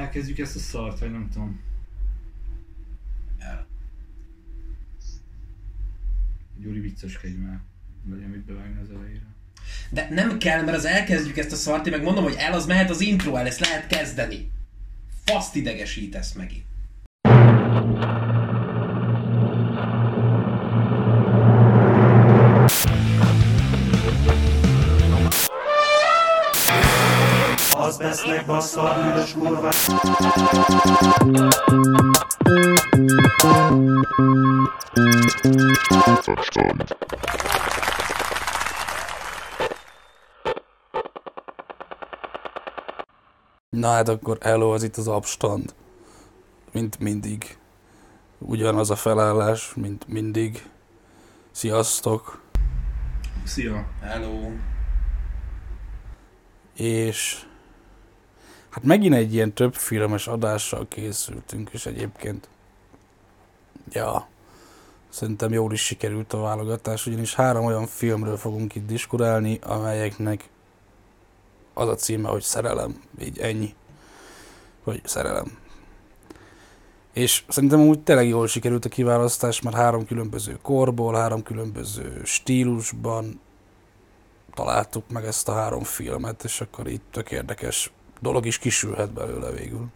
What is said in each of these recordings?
elkezdjük ezt a szart, vagy nem tudom. Gyuri, vicceskedj már. Legyen mit bevágni az elejére. De nem kell, mert az elkezdjük ezt a szart, én meg mondom, hogy az mehet az intro el, ezt lehet kezdeni. Faszt idegesítesz megint. Az vesznek bassza, bűnös kurva. Na hát akkor hello, az itt az Abstand. Mint mindig. Ugyanaz a felállás, mint mindig. Sziasztok. Szia. Hello. És hát megint egy ilyen több filmes adással készültünk, és egyébként szerintem jól is sikerült a válogatás, ugyanis 3 olyan filmről fogunk itt diskurálni, amelyeknek az a címe, hogy Szerelem, így ennyi, hogy Szerelem. És szerintem úgy tényleg jól sikerült a kiválasztás, mert 3 különböző korból, 3 különböző stílusban találtuk meg ezt a 3 filmet, és akkor így tök érdekes dolog is kisülhet belőle végül.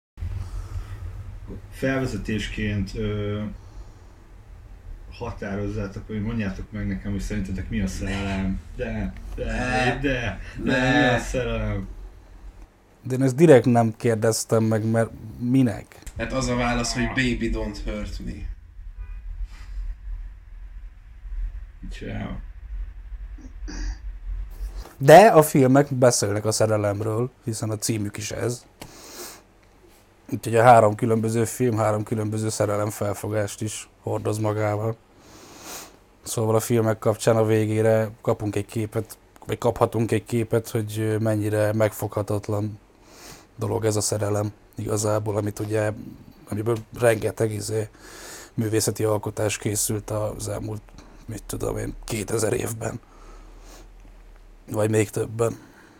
Felvezetésként határozzátok, hogy mondjátok meg nekem, hogy szerintetek mi a szerelem. De mi a szerelem? De én ezt direkt nem kérdeztem meg, mert minek? Hát az a válasz, hogy baby don't hurt me. Ciao. De a filmek beszélnek a szerelemről, hiszen a címük is ez. Úgyhogy a 3 különböző film, 3 különböző szerelem felfogást is hordoz magával. Szóval a filmek kapcsán a végére kapunk egy képet, vagy kaphatunk egy képet, hogy mennyire megfoghatatlan dolog ez a szerelem igazából, amiből rengeteg művészeti alkotás készült az elmúlt, 2000 évben. Vagy még többen.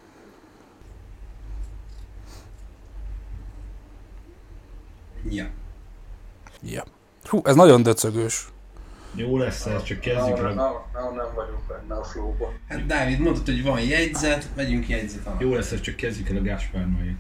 Ja. Hú, ez nagyon döcögős. Jó lesz ez, csak kezdjük el. Nem vagyok benne a flowban. Hát Dávid, mondtad, hogy van jegyzet, megyünk jegyzet alá. Jó lesz ez, csak kezdjük el a Gáspár Noét.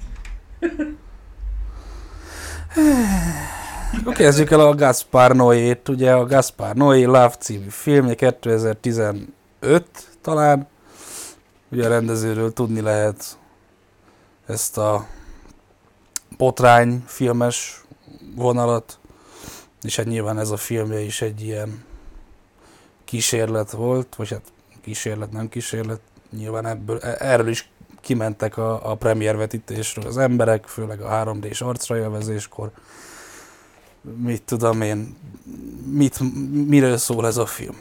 Akkor kezdjük el a Gaspar Noét, ugye a Gaspar Noé Love című filmje 2015 talán. Ugye a rendezőről tudni lehet ezt a botrány filmes vonalat, és hát nyilván ez a filmje is egy ilyen kísérlet volt, vagy hát nem kísérlet, nyilván erről is kimentek a premiervetítésről az emberek, főleg a 3D-s arcraélvezéskor. Mit tudom én, miről szól ez a film?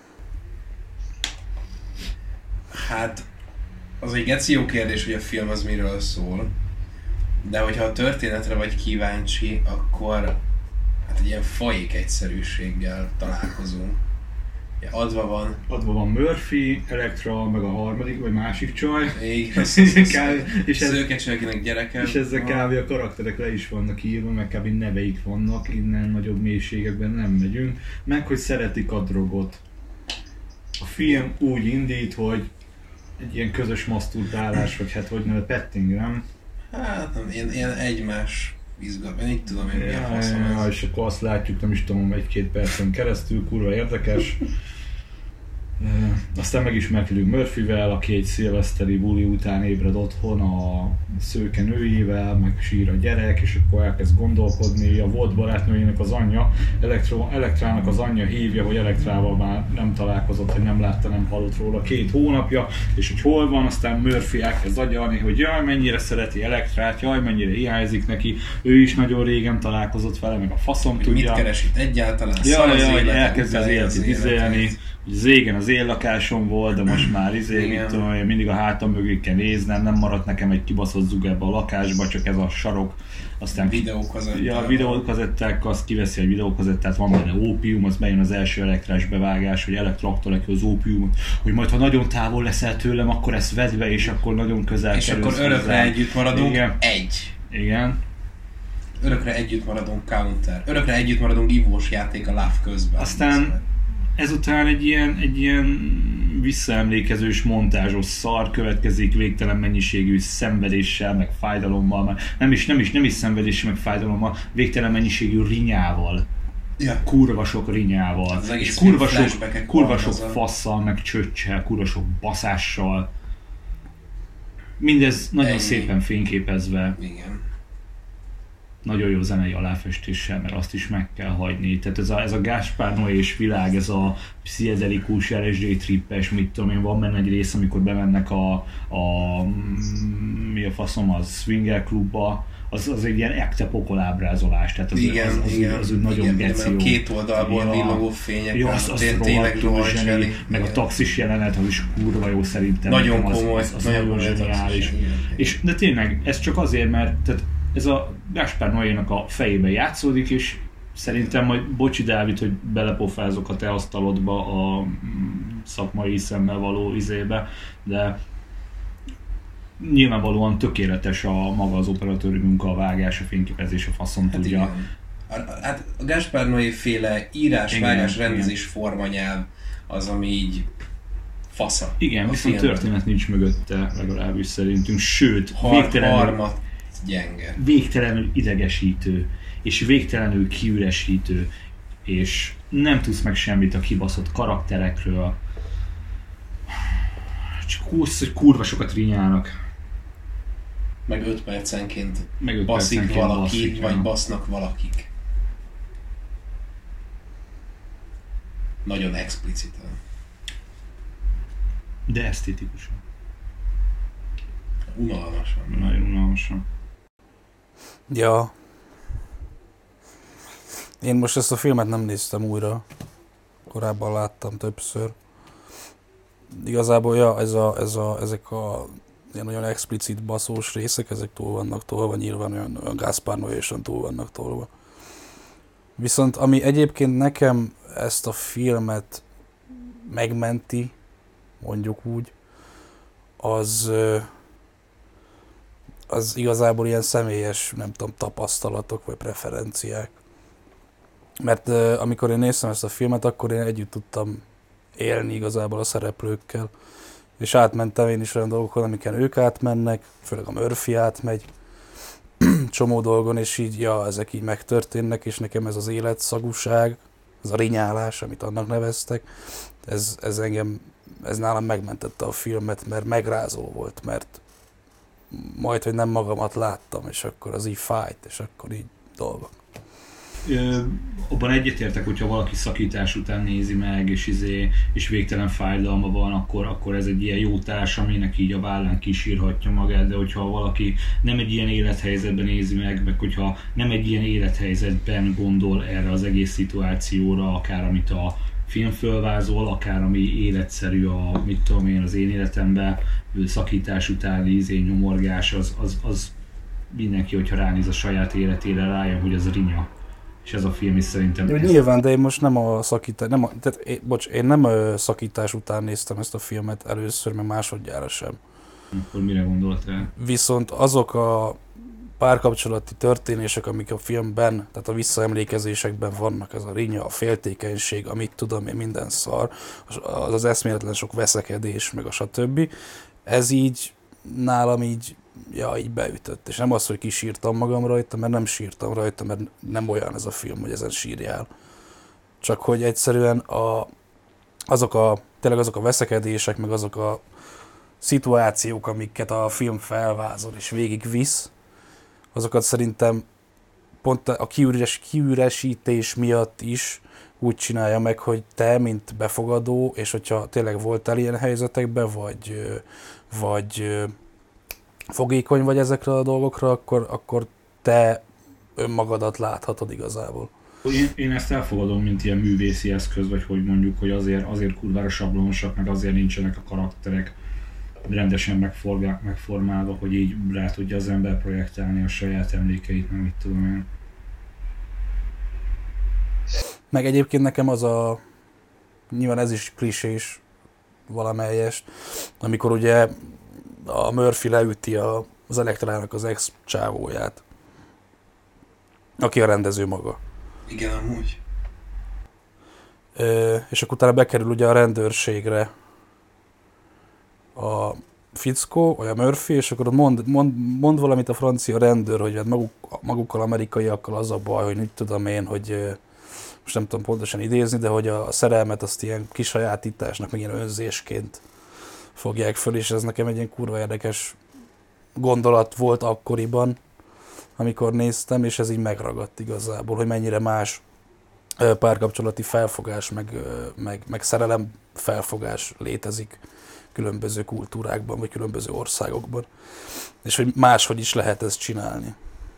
Hát, az egy geci jó kérdés, hogy a film az miről szól. De hogyha a történetre vagy kíváncsi, akkor hát egy ilyen faik egyszerűséggel találkozunk. Adva van Murphy, Elektra, meg a harmadik, vagy másik csaj. Igen, szőkecső, akinek gyereke. És ezzel kb. A karakterek le is vannak írva, meg kb. Neveik vannak, innen nagyobb mélységekben nem megyünk. Meg hogy szeretik a drogot. A film úgy indít, hogy egy ilyen közös maszturbálás, vagy hát hogy neve, petting, nem? Hát nem, ilyen egymás izgalma, én így tudom, hogy milyen faszom ez. És akkor azt látjuk, nem is tudom, 1-2 percen keresztül, kurva érdekes. Aztán megismerkedünk Murphyvel, aki egy szilveszteri buli után ébred otthon a szőke nőjével, meg sír a gyerek, és akkor elkezd gondolkodni. A volt barátnőjének az anyja, Elektrának az anyja hívja, hogy Elektrával már nem találkozott, hogy nem látta, nem hallott róla 2 hónapja, és hogy hol van, aztán Murphy elkezd agyalni, hogy jaj, mennyire szereti Elektrát, jaj, mennyire hiányzik neki, ő is nagyon régen találkozott vele, meg a faszom tudja. Mit keres itt egyáltalán? Jaj, elkezd az életét izélni. Az régen az éllakásom volt, de most már mindig a hátam mögé kell néznem, nem maradt nekem egy kibaszott zug ebbe a lakásba, csak ez a sarok. Aztán videókazettákkal, azt kiveszi egy videókazettát, van benne ópium, az bejön az első elektrás bevágás, hogy Elektra neki az ópiumot, hogy majd ha nagyon távol leszel tőlem, akkor ezt vedd be, és akkor nagyon közel és kerülsz. És akkor örökre együtt maradunk. Igen. Egy. Igen. Örökre együtt maradunk counter. Örökre együtt maradunk ivós játék a Love közben. Aztán ezután egy ilyen visszaemlékezős, montázsos szar következik végtelen mennyiségű szenvedéssel, meg fájdalommal, már nem is szenvedéssel, meg fájdalommal, végtelen mennyiségű rinyával. Ja. Kurva sok rinyával, és kurva sok fasszal, meg csöccsel, kurva sok baszással. Mindez nagyon szépen fényképezve. Igen. Nagyon jó zenei aláfestéssel, mert azt is meg kell hagyni. Tehát ez a Gaspar Noé-s világ, ez a pszichedelikus, LSD trippes, mit tudom én, van benne egy rész, amikor bemennek mi a faszom, az swinger klubba, az egy ilyen ekte pokolábrázolás, tehát az nagyon geci jó. Két oldalból villogó fények, ja, az tényleg zseni. Meg a taxis jelenet, az is kurva jó szerintem. Nagyon komoly, az nagyon zseniális. De tényleg, ez csak azért, mert tehát ez a Gaspar Noé-nak a fejében játszódik, és szerintem majd bocsi Dávid, hogy belepofázok a te asztalodba a szakmai szemmel való izébe, de nyilvánvalóan tökéletes a maga az operatőri munka, a vágás, a fényképezés, a faszom hát tudja. Igen. Hát a Gaspar Noé féle írás, vágás, rendezés, formanyelv az, ami így fasza. Igen, viszont történet nincs mögötte, legalábbis szerintünk, sőt, harmat gyenge. Végtelenül idegesítő, és végtelenül kiüresítő, és nem tudsz meg semmit a kibaszott karakterekről. Csak kurva sokat rinyálnak. Meg 5 percenként baszik valaki, vagy basznak valakik. Nagyon expliciten. De esztétikusan. Unalmasan. Nagyon unalmasan. Ja. Én most ezt a filmet nem néztem újra. Korábban láttam többször. Igazából, ja, ezek a ilyen nagyon explicit baszós részek, ezek túl vannak tolva, nyilván olyan Gaspar Noé-sen túl vannak tolva. Viszont ami egyébként nekem ezt a filmet megmenti, mondjuk úgy, az igazából ilyen személyes, nem tudom, tapasztalatok vagy preferenciák. Mert amikor én néztem ezt a filmet, akkor én együtt tudtam élni igazából a szereplőkkel. És átmentem én is olyan dolgokon, amiken ők átmennek, főleg a Murphy átmegy csomó dolgon, és így, ja, ezek így megtörténnek, és nekem ez az életszagúság, ez a rinyálás, amit annak neveztek, ez nálam megmentette a filmet, mert megrázó volt, mert majd, hogy nem magamat láttam, és akkor az így fájt, és akkor így dolgok. Abban egyetértek, hogyha valaki szakítás után nézi meg, és végtelen fájdalma van, akkor ez egy ilyen jó társ, aminek így a vállán kísírhatja magát, de hogyha valaki nem egy ilyen élethelyzetben nézi meg hogyha nem egy ilyen élethelyzetben gondol erre az egész szituációra, akár amit a film fölvázol, akár ami életszerű mit tudom én, az én életemben, szakítás utáni nyomorgás, az mindenki, hogyha ránéz a saját életére, rájön, hogy az rinya. És ez a film is szerintem... Nyilván, de én most nem a szakítás... én nem a szakítás után néztem ezt a filmet először, meg másodjára sem. Akkor mire gondoltál? Viszont azok a párkapcsolati történések, amik a filmben, tehát a visszaemlékezésekben vannak, ez a rinya, a féltékenység, amit tudom én, minden szar, az eszméletlen sok veszekedés, meg a stb. Ez így nálam így beütött. És nem az, hogy kisírtam magam rajta, mert nem sírtam rajta, mert nem olyan ez a film, hogy ezen sírjál. Csak hogy egyszerűen tényleg azok a veszekedések, meg azok a szituációk, amiket a film felvázol és végigvisz, azokat szerintem pont a kiüresítés miatt is úgy csinálja meg, hogy te, mint befogadó, és hogyha tényleg voltál ilyen helyzetekben, vagy fogékony vagy ezekre a dolgokra, akkor te önmagadat láthatod igazából. Én ezt elfogadom, mint ilyen művészi eszköz, vagy hogy mondjuk, hogy azért kurvára sablonosak, meg azért nincsenek a karakterek rendesen megformálva, hogy így rá tudja az ember projektálni a saját emlékeit, meg mit tudom én. Meg egyébként nekem nyilván ez is klisés valamelyest, amikor ugye a Murphy leüti az Elektrának az ex-csávóját. Aki a rendező maga. Igen, amúgy. És akkor utána bekerül ugye a rendőrségre a fickó, vagy a Murphy, és akkor mond valamit a francia rendőr, hogy hát magukkal amerikaiakkal az a baj, hogy mit tudom én, hogy most nem tudom pontosan idézni, de hogy a szerelmet azt ilyen kisajátításnak, meg ilyen önzésként fogják föl, és ez nekem egy ilyen kurva érdekes gondolat volt akkoriban, amikor néztem, és ez így megragadt igazából, hogy mennyire más párkapcsolati felfogás, meg szerelem felfogás létezik különböző kultúrákban, vagy különböző országokban. És hogy máshogy is lehet ezt csinálni.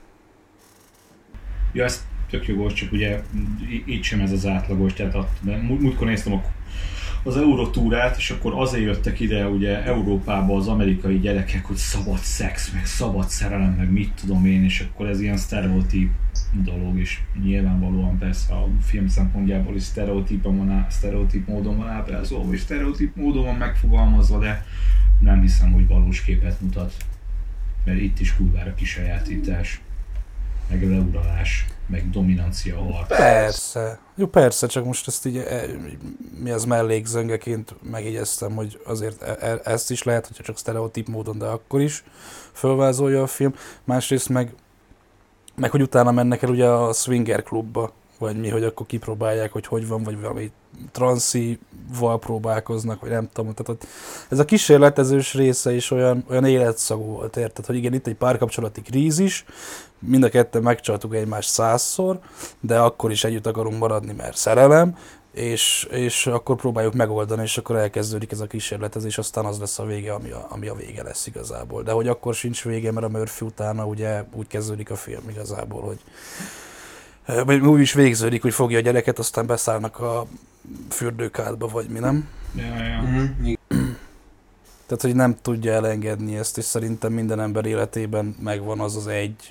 Ja, ez tök jogos, csak ugye így sem ez az átlagos, tehát múltkor néztem az Eurotúrát, és akkor azért jöttek ide ugye Európába az amerikai gyerekek, hogy szabad szex, meg szabad szerelem, meg mit tudom én, és akkor ez ilyen sztereotíp dolog, és nyilvánvalóan persze a film szempontjából is sztereotíp módon van ábrázolva, és sztereotíp módon van megfogalmazva, de nem hiszem, hogy valós képet mutat. Mert itt is kurvára kisajátítás, meg leuralás, meg dominancia harc. Persze. Jó, persze, csak most ezt így mi az mellékzöngeként megjegyeztem, hogy azért ezt is lehet, hogyha csak sztereotíp módon, de akkor is fölvázolja a film. Másrészt meg hogy utána mennek el ugye a swinger klubba, vagy mi, hogy akkor kipróbálják, hogy van, vagy valami transzival próbálkoznak, vagy nem tudom. Tehát ez a kísérletezős része is olyan életszagú volt, érted? Hogy igen, itt egy párkapcsolati krízis, mind a ketten megcsaltuk egymást 100-szor, de akkor is együtt akarunk maradni, mert szerelem, és akkor próbáljuk megoldani, és akkor elkezdődik ez a kísérletezés, aztán az lesz a vége, ami a vége lesz igazából. De hogy akkor sincs vége, mert a Murphy utána ugye úgy kezdődik a film igazából, hogy úgy is végződik, hogy fogja a gyereket, aztán beszállnak a fürdőkádba, vagy mi, nem? Ja. Tehát, hogy nem tudja elengedni ezt, és szerintem minden ember életében megvan az egy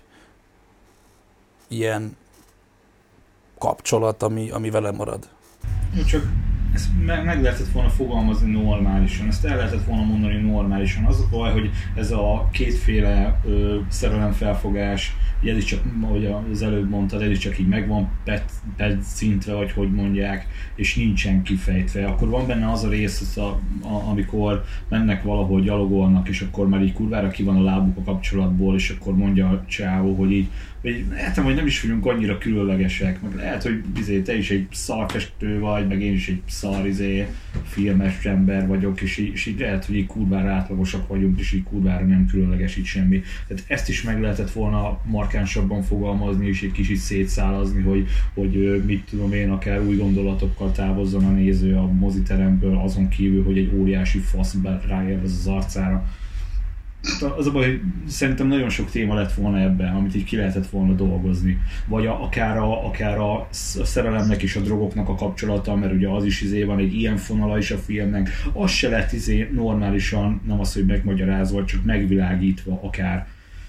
ilyen kapcsolat, ami vele marad. Csak ezt meg lehetett volna fogalmazni normálisan, ezt el lehetett volna mondani normálisan. Az a baj, hogy ez a kétféle szerelemfelfogás, ez is csak, ahogy az előbb mondtad, ez is csak így megvan szintve, vagy hogy mondják, és nincsen kifejtve. Akkor van benne az a rész, amikor mennek valahol, gyalogolnak, és akkor már így kurvára ki van a lábuk a kapcsolatból, és akkor mondja a csávó, hogy így lehetem, hogy nem is vagyunk annyira különlegesek, meg lehet, hogy te is egy szarfestő vagy, meg én is egy szar filmes ember vagyok, és így lehet, hogy így kurvára átlagosak vagyunk, és így kurvára nem különleges itt semmi. Tehát ezt is meg lehetett volna markánsabban fogalmazni, és egy kicsit szétszálazni, hogy mit tudom én, akár új gondolatokkal távozzon a néző a moziteremből, azon kívül, hogy egy óriási fasz ráér az arcára. Az a baj, hogy szerintem nagyon sok téma lett volna ebben, amit így ki lehetett volna dolgozni. Vagy akár a szerelemnek és a drogoknak a kapcsolata, mert ugye az is van egy ilyen fonala is a filmnek. Az se lett normálisan, nem az, hogy megmagyarázva, csak megvilágítva akár.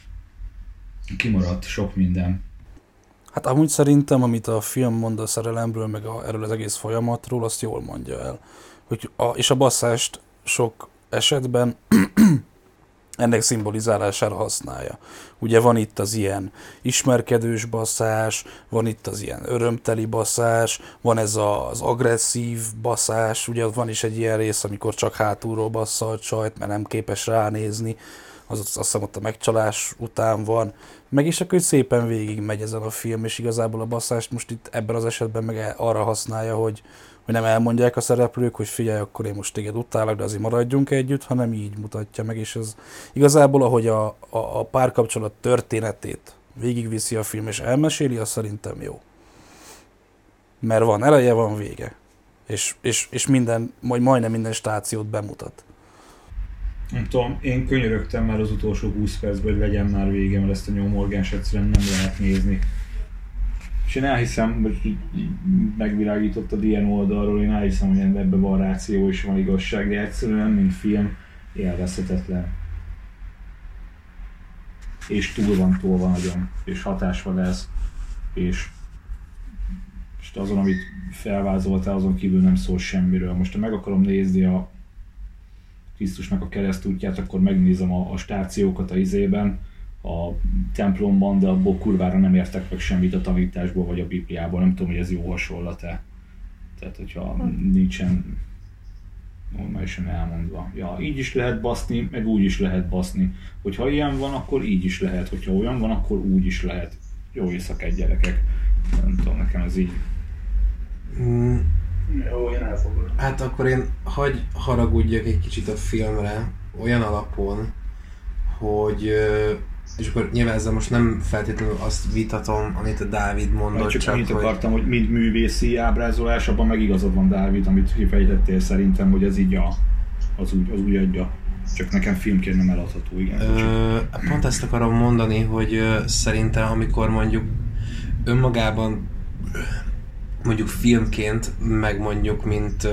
Kimaradt sok minden. Hát amúgy szerintem, amit a film mond a szerelemről, meg erről az egész folyamatról, azt jól mondja el. És a basszást sok esetben ennek szimbolizálására használja. Ugye van itt az ilyen ismerkedős basszás, van itt az ilyen örömteli basszás, van ez az agresszív basszás, ugye van is egy ilyen rész, amikor csak hátulról bassza a csajt, mert nem képes ránézni, azt hiszem ott a megcsalás után van, meg is akkor szépen végig megy ezen a film, és igazából a basszást most itt ebben az esetben meg arra használja, hogy nem elmondják a szereplők, hogy figyelj, akkor én most téged utálok, de azért maradjunk együtt, hanem így mutatja meg, és ez igazából, ahogy a párkapcsolat történetét végigviszi a film, és elmeséli, az szerintem jó. Mert van eleje, van vége. És majdnem minden stációt bemutat. Nem tudom, én könyörögtem már az utolsó 20 percben, hogy legyen már vége, mert ezt a nyomorgást egyszerűen nem lehet nézni. És én elhiszem, hogy megvilágítottad ilyen oldalról, én elhiszem, hogy ebben van ráció és van igazság, de egyszerűen, mint film, élvezhetetlen. És túl van tolva nagyon, és hatásvadász, és azon, amit felvázoltál, azon kívül nem szól semmiről. Most ha meg akarom nézni a Krisztusnak a keresztútját, akkor megnézem a stációkat a izében, a templomban, de abból kurvára nem értek meg semmit a tanításból vagy a Bibliából. Nem tudom, hogy ez jó hasonlat-e. Tehát, hogyha nincsen normálisan elmondva. Ja, így is lehet baszni, meg úgy is lehet baszni. Hogyha ilyen van, akkor így is lehet. Hogyha olyan van, akkor úgy is lehet. Jó éjszakát, gyerekek. Nem tudom, nekem ez így. Jó, én elfogadom. Hát akkor én hagy haragudjak egy kicsit a filmre, olyan alapon, hogy és akkor nyilván ezzel most nem feltétlenül azt vitatom, amit a Dávid mondott, csak annyit hogy... akartam, hogy mind művészi ábrázolás, abban meg igazad van, Dávid, amit kifejtettél szerintem, hogy ez így az úgy adja. Csak nekem filmként nem eladható, igen. Pont ezt akarom mondani, hogy szerintem amikor mondjuk önmagában mondjuk filmként, meg mondjuk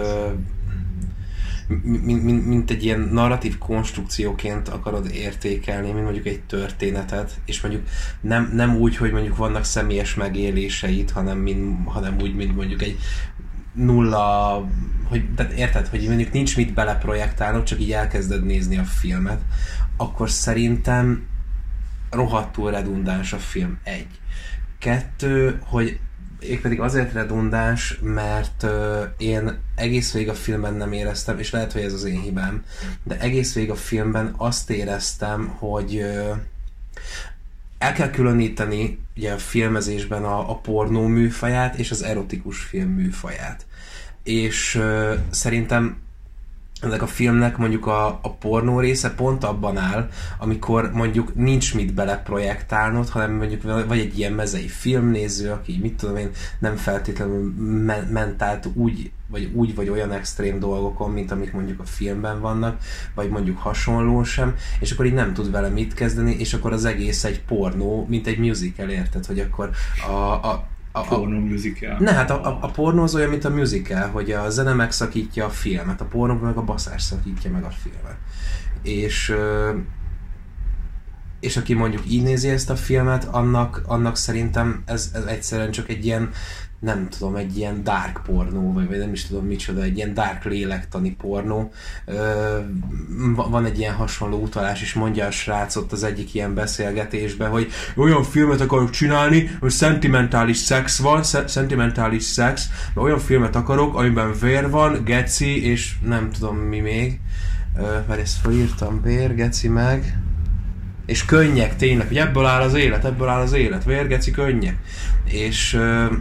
mint egy ilyen narratív konstrukcióként akarod értékelni, mint mondjuk egy történetet, és mondjuk nem úgy, hogy mondjuk vannak személyes megéléseit, hanem úgy, mint mondjuk egy nulla, tehát érted, hogy mondjuk nincs mit beleprojektálnod, csak így elkezded nézni a filmet, akkor szerintem rohadtul redundáns a film. 1. 2, hogy pedig azért redundáns, mert én egész végig a filmben nem éreztem, és lehet, hogy ez az én hibám, de egész végig a filmben azt éreztem, hogy el kell különíteni ugye a filmezésben a pornó műfaját és az erotikus film műfaját. És szerintem ennek a filmnek mondjuk a pornó része pont abban áll, amikor mondjuk nincs mit beleprojektálnod, hanem mondjuk vagy egy ilyen mezei filmnéző, aki mit tudom én, nem feltétlenül ment át úgy vagy olyan extrém dolgokon, mint amik mondjuk a filmben vannak, vagy mondjuk hasonló sem, és akkor így nem tud vele mit kezdeni, és akkor az egész egy pornó, mint egy musical, érted, hogy akkor a pornó musical. Ne, hát a pornó az olyan, mint a musical, hogy a zene megszakítja a filmet, a pornó meg a baszás szakítja meg a filmet. És aki mondjuk így nézi ezt a filmet, annak szerintem ez egyszerűen csak egy ilyen, nem tudom, egy ilyen dark pornó, vagy nem is tudom micsoda, egy ilyen dark lélektani pornó. Van egy ilyen hasonló utalás is, mondja a srác ott az egyik ilyen beszélgetésben, hogy olyan filmet akarok csinálni, hogy szentimentális szex van, szentimentális szex, mert olyan filmet akarok, amiben vér van, geci, és nem tudom mi még. Mert ezt felírtam, vér, geci meg... És könnyek, tényleg, hogy ebből áll az élet, vér, geci, könnyek. És...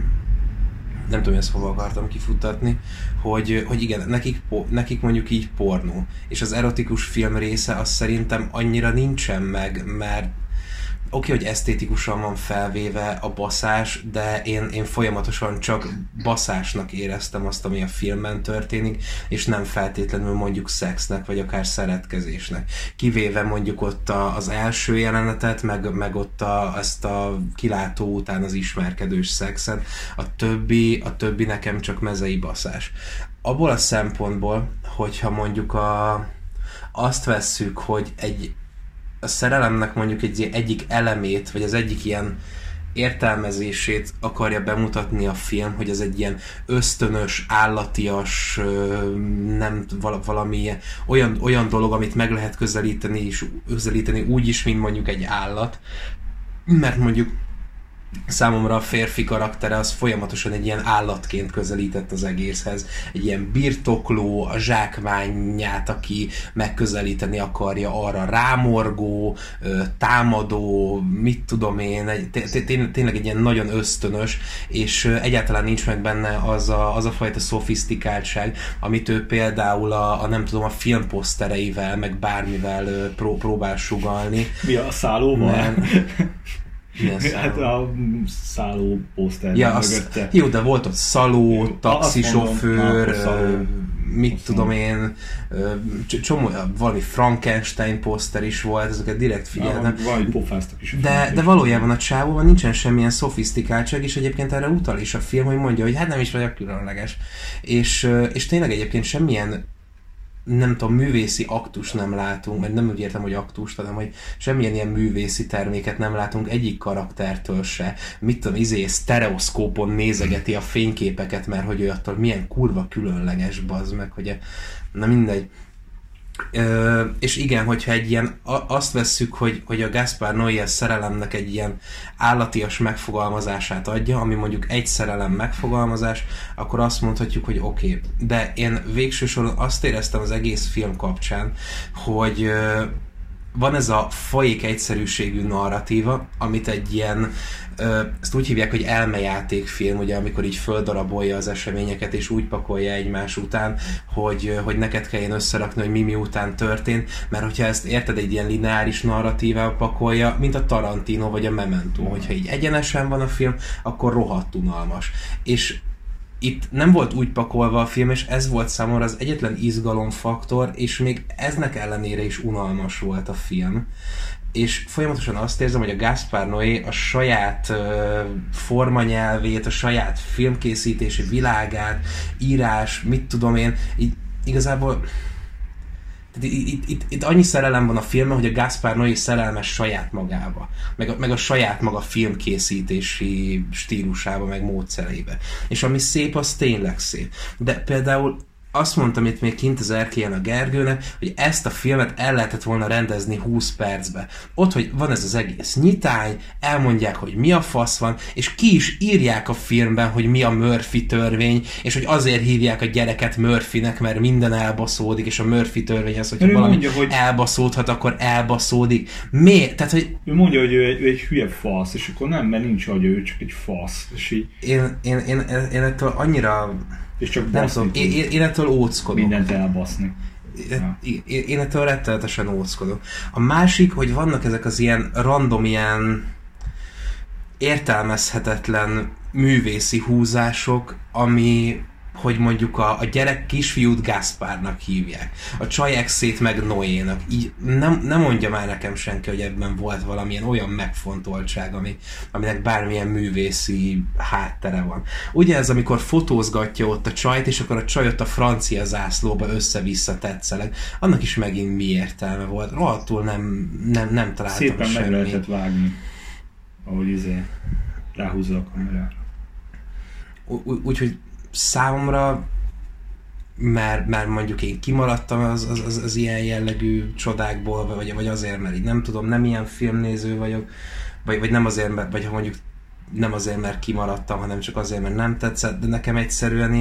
nem tudom, ezt hova akartam kifuttatni, hogy igen, nekik mondjuk így pornó. És az erotikus film része az szerintem annyira nincsen meg, mert oké, hogy esztétikusan van felvéve a baszás, de én folyamatosan csak baszásnak éreztem azt, ami a filmben történik, és nem feltétlenül mondjuk szexnek, vagy akár szeretkezésnek. Kivéve mondjuk ott az első jelenetet, meg ott ezt a kilátó után az ismerkedős szexet, a többi nekem csak mezei baszás. Abból a szempontból, hogyha mondjuk azt vesszük, hogy a szerelemnek mondjuk egyik elemét, vagy az egyik ilyen értelmezését akarja bemutatni a film, hogy ez egy ilyen ösztönös, állatias, nem valami olyan dolog, amit meg lehet közelíteni úgy is, mint mondjuk egy állat, mert mondjuk számomra a férfi karaktere az folyamatosan egy ilyen állatként közelített az egészhez. Egy ilyen birtokló, a zsákmányát, aki megközelíteni akarja, arra rámorgó, támadó, mit tudom én, tényleg egy ilyen nagyon ösztönös, és egyáltalán nincs meg benne az a fajta szofisztikáltság, amit ő például nem tudom, a filmposztereivel, meg bármivel próbál sugallni. Mi a szállóval? Hát a szálló poszter mögötte. Jó, de volt ott szaló, taxisofőr, mit tudom én, csomó, valami Frankenstein poszter is volt, ezeket direkt figyeltem. Valami pofáztak is. De valójában a csávóban nincsen semmilyen szofisztikáltság, és egyébként erre utal is a film, hogy mondja, hogy hát nem is vagyok különleges. És tényleg egyébként semmilyen, nem tudom, művészi aktust nem látunk, mert nem úgy értem, hogy aktust, hanem hogy semmilyen ilyen művészi terméket nem látunk egyik karaktertől se. Mit tudom, sztereoszkópon nézegeti a fényképeket, mert hogy ő attól milyen kurva különleges, bazd meg, hogy na mindegy. És igen, hogyha egy ilyen, azt vesszük, hogy a Gaspar Noé a szerelemnek egy ilyen állatias megfogalmazását adja, ami mondjuk egy szerelem megfogalmazás, akkor azt mondhatjuk, hogy oké. De én végső soron azt éreztem az egész film kapcsán, hogy van ez a fajék egyszerűségű narratíva, amit egy ilyen, ezt úgy hívják, hogy elmejátékfilm, ugye, amikor így földarabolja az eseményeket, és úgy pakolja egymás után, hogy neked kelljen összerakni, hogy mi után történt, mert hogyha ezt érted, egy ilyen lineáris narratívával pakolja, mint a Tarantino vagy a Memento, hogyha így egyenesen van a film, akkor rohadt unalmas. És itt nem volt úgy pakolva a film, és ez volt számomra az egyetlen izgalomfaktor, és még eznek ellenére is unalmas volt a film. És folyamatosan azt érzem, hogy a Gaspar Noé a saját formanyelvét, a saját filmkészítési világát, írás, mit tudom én, így igazából itt annyi szerelem van a filmben, hogy a Gaspar Noé szerelmes saját magába, meg a saját maga filmkészítési stílusába, meg módszereibe. És ami szép, az tényleg szép. De például azt mondtam itt még kint az erkélyen a Gergőnek, hogy ezt a filmet el lehetett volna rendezni 20 percbe. Ott, hogy van ez az egész nyitány, elmondják, hogy mi a fasz van, és ki is írják a filmben, hogy mi a Murphy törvény, és hogy azért hívják a gyereket Murphynek, mert minden elbaszódik, és a Murphy törvény az, hogyha valami mondja, hogy elbaszódhat, akkor elbaszódik. Miért? Tehát, hogy... Ő mondja, hogy ő egy hülye fasz, és akkor nem, mert nincs agya, ő csak egy fasz. És így... Én ettől annyira... És csak nem tudom, én ettől óckodom. Mindent elbaszni. Én ettől rettenetesen óckodom. A másik, hogy vannak ezek az ilyen random, ilyen értelmezhetetlen művészi húzások, ami, hogy mondjuk a gyerek kisfiút Gaspárnak hívják. A csaj exét meg Noénak. Így nem mondja már nekem senki, hogy ebben volt valamilyen olyan megfontoltság, aminek bármilyen művészi háttere van. Ugye ez, amikor fotózgatja ott a csajt, és akkor a csaj ott a francia zászlóba össze-vissza tetszeleg. Annak is megint mi értelme volt. Rohadtul nem találtam szépen semmi. Szépen meg lehetett vágni, ahogy ráhúzza a kamerára. Úgyhogy számomra, mert mondjuk én kimaradtam az ilyen jellegű csodákból, vagy azért, mert így nem tudom, nem ilyen filmnéző vagyok, vagy nem azért, vagy ha mondjuk nem azért, mert kimaradtam, hanem csak azért, mert nem tetszett, de nekem egyszerűen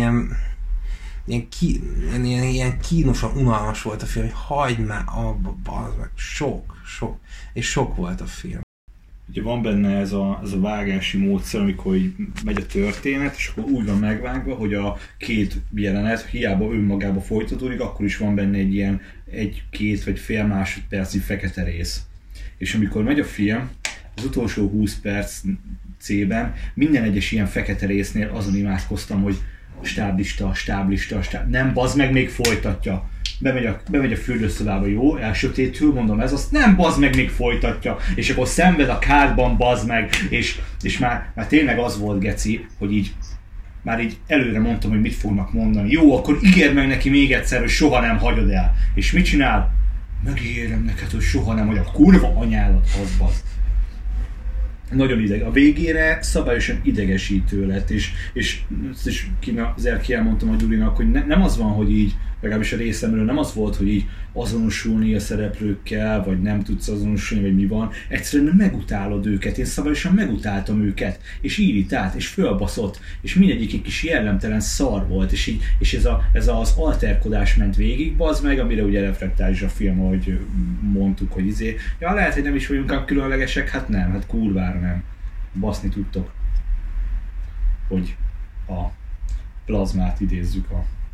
ilyen kínosan unalmas volt a film, hogy hagyd már abba, bazd meg, sok volt a film. Ugye van benne ez a vágási módszer, amikor megy a történet, és akkor úgy van megvágva, hogy a két jelenet hiába önmagába folytatódik, akkor is van benne egy ilyen 1-2 vagy fél másodpercnyi fekete rész. És amikor megy a film, az utolsó 20 percében minden egyes ilyen fekete résznél azon imádkoztam, hogy stáblista. Nem, bazd meg, még folytatja. Bemegy a fürdőszobába, jó, elsötétül, mondom, ez azt nem, bazd meg, még folytatja, és akkor szenved a kádban, bazd meg, és már tényleg az volt, geci, hogy így, már így előre mondtam, hogy mit fognak mondani. Jó, akkor ígérd meg neki még egyszer, hogy soha nem hagyod el. És mit csinál? Megígérem neked, hogy soha nem hagyod. Kurva anyálat, az bazd. Nagyon ideg. A végére szabályosan idegesítő lett, és az Erki elmondtam a Gyurinak, hogy nem az van, hogy így, legalábbis a részemről nem az volt, hogy így azonosulni a szereplőkkel, vagy nem tudsz azonosulni, vagy mi van. Egyszerűen megutálod őket, én szabályosan megutáltam őket, és irritált, és fölbaszott, és mindegyik egy kis jellemtelen szar volt, és ez az alterkodás ment végig, bazd meg, amire ugye reflektál is a film, ahogy mondtuk, hogy ja, lehet, hogy nem is vagyunk különlegesek, hát nem, hát kurvára nem. Baszni tudtok, hogy a plazmát idézzük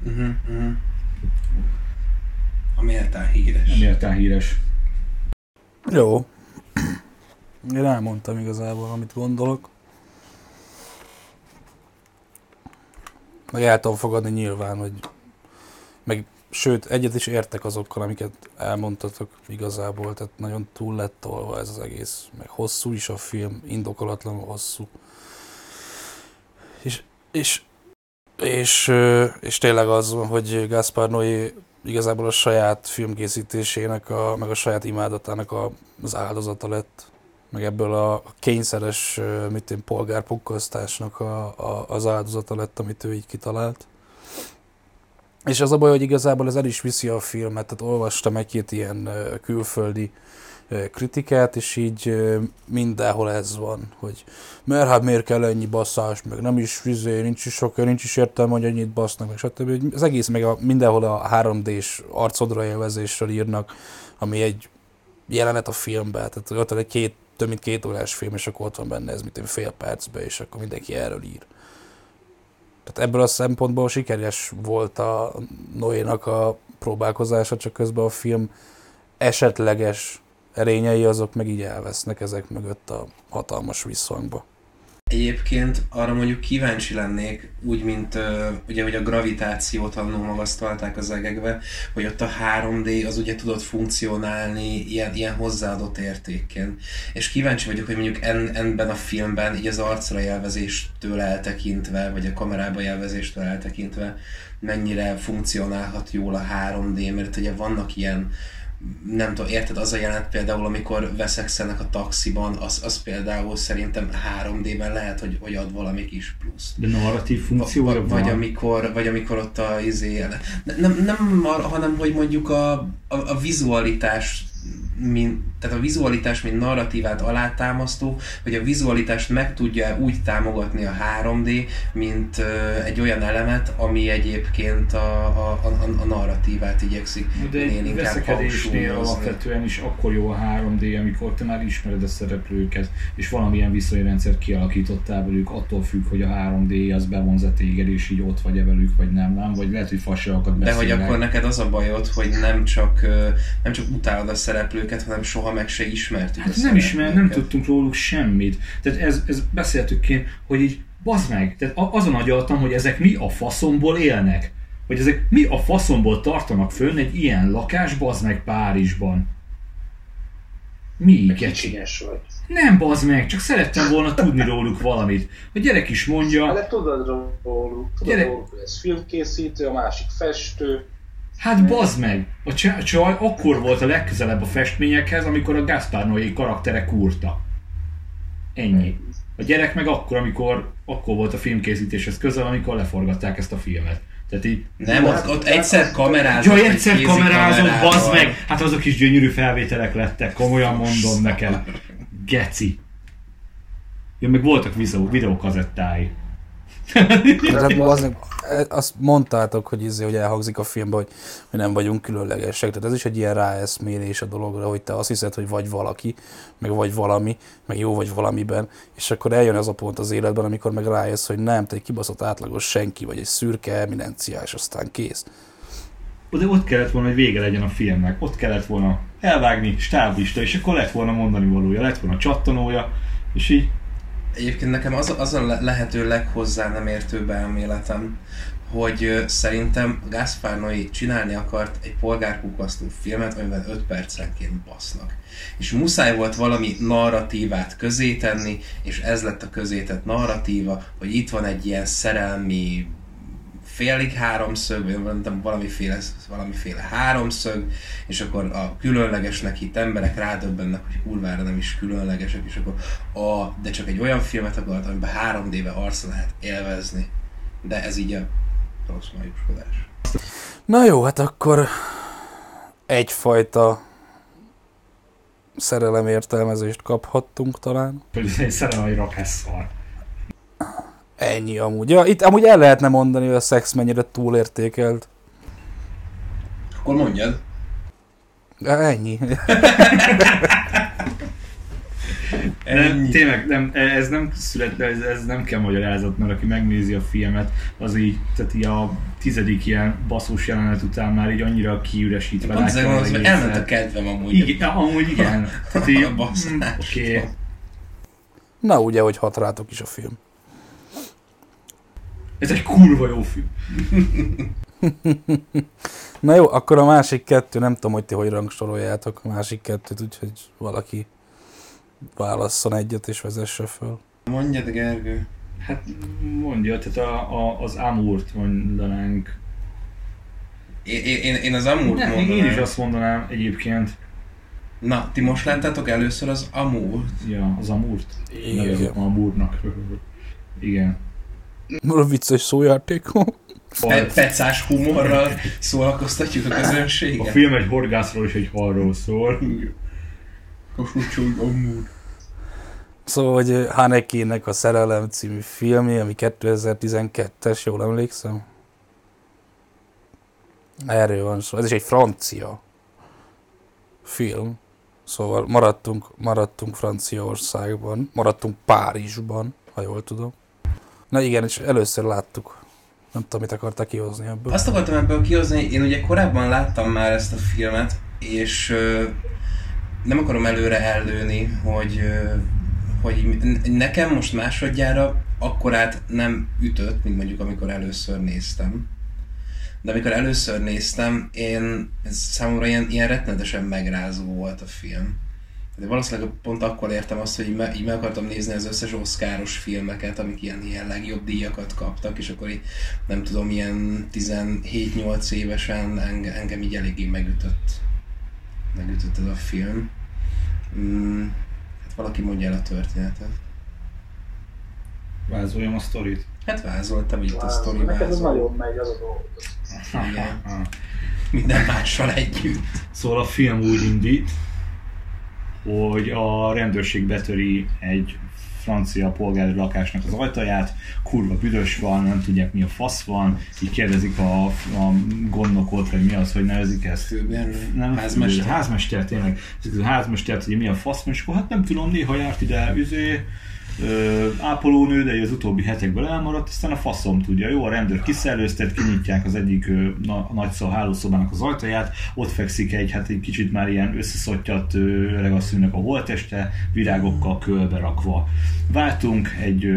a méltán híres. A méltán híres. Jó. Én elmondtam igazából, amit gondolok. Meg el tudom fogadni nyilván, hogy sőt, egyet is értek azokkal, amiket elmondtatok igazából, tehát nagyon túl lett tolva ez az egész. Meg hosszú is a film, indokolatlanul hosszú. És tényleg az van, hogy Gaspar Noé igazából a saját filmkészítésének, meg a saját imádatának az áldozata lett, meg ebből a kényszeres polgárpukkolsztásnak az áldozata lett, amit ő így kitalált. És az a baj, hogy igazából ez el is viszi a filmet, tehát olvastam egy-két ilyen külföldi kritikát, és így mindenhol ez van, hogy mert hát miért kell ennyi basszás, meg nem is nincs is értelme, hogy ennyit basznak, meg stb. Az egész meg mindenhol a 3D-s arcodra élvezésről írnak, ami egy jelenet a filmben, tehát ott van egy több mint 2 órás film, és akkor ott van benne ez, mint fél percben, és akkor mindenki erről ír. Tehát ebből a szempontból sikeres volt a Noé-nak a próbálkozása, csak közben a film esetleges erényei azok meg így elvesznek ezek mögött a hatalmas visszhangba. Egyébként arra mondjuk kíváncsi lennék, úgy, mint ugye, hogy a gravitációt annól magasztalták az egekbe, hogy ott a 3D az ugye tudott funkcionálni ilyen hozzáadott értékként. És kíváncsi vagyok, hogy mondjuk ebben a filmben így az arcra jelvezéstől eltekintve, vagy a kamerába jelvezéstől eltekintve mennyire funkcionálhat jól a 3D, mert ugye vannak ilyen, nem tudom, érted, az a jelenet például, amikor veszekszenek a taxiban, az például szerintem 3D-ben lehet, hogy ad valami kis pluszt. De narratív funkcióra van? Vagy amikor ott a nem arra, hanem hogy mondjuk a vizualitás, tehát a vizualitás, mint narratívát alátámasztó, hogy a vizualitást meg tudja úgy támogatni a 3D, mint egy olyan elemet, ami egyébként a narratívát igyekszik minél inkább hangsúlyozni. Alapvetően is akkor jó a 3D, amikor te már ismered a szereplőket, és valamilyen viszonyrendszert kialakítottál velük, attól függ, hogy a 3D az bevonza téged, és így ott vagy-e velük, vagy nem, vagy lehet, hogy fasságokat beszélnek. De hogy akkor neked az a bajod, hogy nem csak utálod a szereplőket, hanem soha meg se ismertük. Hát nem tudtunk róluk semmit. Tehát ez beszéltük ki, hogy így bazd meg, tehát azon agyaltam, hogy ezek mi a faszomból élnek. Hogy ezek mi a faszomból tartanak fönn egy ilyen lakás, bazd meg, Párizsban. Mi? Kicsinyes vagy. Nem, bazd meg, csak szerettem volna tudni róluk valamit. A gyerek is mondja... De tudod róluk, hogy ez filmkészítő, a másik festő. Hát bazd meg! A csaj akkor volt a legközelebb a festményekhez, amikor a Gaspar Noé karaktere kurta. Ennyi. A gyerek meg akkor volt a filmkészítéshez közel, amikor leforgatták ezt a filmet. Tehát így... Nem, ott egyszer kamerázott. Jaj, egyszer kamerázott, bazd meg! Hát azok is gyönyörű felvételek lettek, komolyan mondom neked. Geci. Ja, meg voltak videókazettái. Azt mondtátok, hogy elhangzik a filmben, hogy nem vagyunk különlegesek. Tehát ez is egy ilyen ráeszmélés a dologra, hogy te azt hiszed, hogy vagy valaki, meg vagy valami, meg jó vagy valamiben, és akkor eljön az a pont az életben, amikor meg rájössz, hogy nem, te egy kibaszott átlagos senki, vagy egy szürke eminencia, és aztán kész. De ott kellett volna, hogy vége legyen a filmnek. Ott kellett volna elvágni, stáblista, és akkor lett volna mondani valója, lett volna csattanója, és így... Egyébként nekem az a lehető leghozzá nem értőbb elméletem, hogy szerintem Gaspar Noé csinálni akart egy polgárpukasztó filmet, amiben 5 percenként basznak. És muszáj volt valami narratívát közé tenni, és ez lett a közétett narratíva, hogy itt van egy ilyen szerelmi félig háromszög, vagy valamiféle háromszög, és akkor a különlegesnek hitt emberek rádöbbennek, hogy kurvára nem is különlegesek, és akkor de csak egy olyan filmet akart, amiben 3D-be arcra lehet élvezni. De ez így a rossz majuskodás. Na jó, hát akkor egyfajta szerelemértelmezést kaphattunk talán. Egy szerelmi rakesszar. Ennyi amúgy. Ja, itt amúgy el lehetne mondani, hogy a szex mennyire túlértékelt. Akkor mondjad. Ennyi. Nem, tényleg, nem, ez nem szület, ez nem kell magyarázat, mert aki megnézi a filmet, az így, tehát így a 10. ilyen basszós jelenet után már így annyira kiüresítve látja az egészet. Elment a kedvem amúgy. Igen, amúgy igen. Tehát így, oké. Na ugye, hogy hat rátok is a film. Ez egy kurva jó film. Na jó, akkor a másik kettő, nem tudom, hogy ti hogy rangsoroljátok a másik kettőt, úgyhogy valaki válasszon egyet és vezesse föl. Mondjad, Gergő. Hát mondja, tehát az Amourt mondanánk. Én az Amourt mondanám. Én is azt mondanám egyébként. Na, ti most láttátok először az Amourt? Ja, az Amourt. Igen. Amournak. Igen. Vicces szójáték. Pecás humorral szórakoztatjuk a közönséget. A film egy horgászról és egy halról szól. Szóval, hogy Hanekének a Szerelem című filmje, ami 2012-es, jól emlékszem? Erről van szó. Ez is egy francia film. Szóval maradtunk Franciaországban, maradtunk Párizsban, ha jól tudom. Na igen, és először láttuk. Nem tudom, mit akartak kihozni ebből. Azt akartam ebből kihozni, én ugye korábban láttam már ezt a filmet, és nem akarom előre ellőni, hogy nekem most másodjára akkorát nem ütött, mint mondjuk amikor először néztem. De amikor először néztem, számomra ilyen rettenetesen megrázó volt a film. De valószínűleg pont akkor értem azt, hogy így meg akartam nézni az összes Oscaros filmeket, amik ilyen legjobb díjakat kaptak, és akkor így, nem tudom, ilyen 17-8 évesen engem így eléggé megütött ez a film. Hát valaki mondja el a történetet. Vázoljam a sztorit? Hát vázoltam, itt a sztori Neked ez vázol. nagyon megy, az a dolog. Igen. Minden mással együtt. Szóval a film úgy indít, hogy a rendőrség betöri egy francia polgári lakásnak az ajtaját, kurva büdös van, nem tudják mi a fasz van, így kérdezik a gondnokot, vagy mi az, hogy nevezik ezt. Főbérnő, házmester, tényleg. A házmestert, hogy mi a fasz van, és akkor hát nem tudom, néha járt ide ápolónő, de az utóbbi hetekben elmaradt, aztán a faszom tudja. Jó, a rendőr kiszellőztet, kinyitják az egyik nagy hálószobának az ajtaját, ott fekszik egy kicsit már ilyen összeszottyat öregasszonynak a holtteste, virágokkal körbe rakva. Váltunk,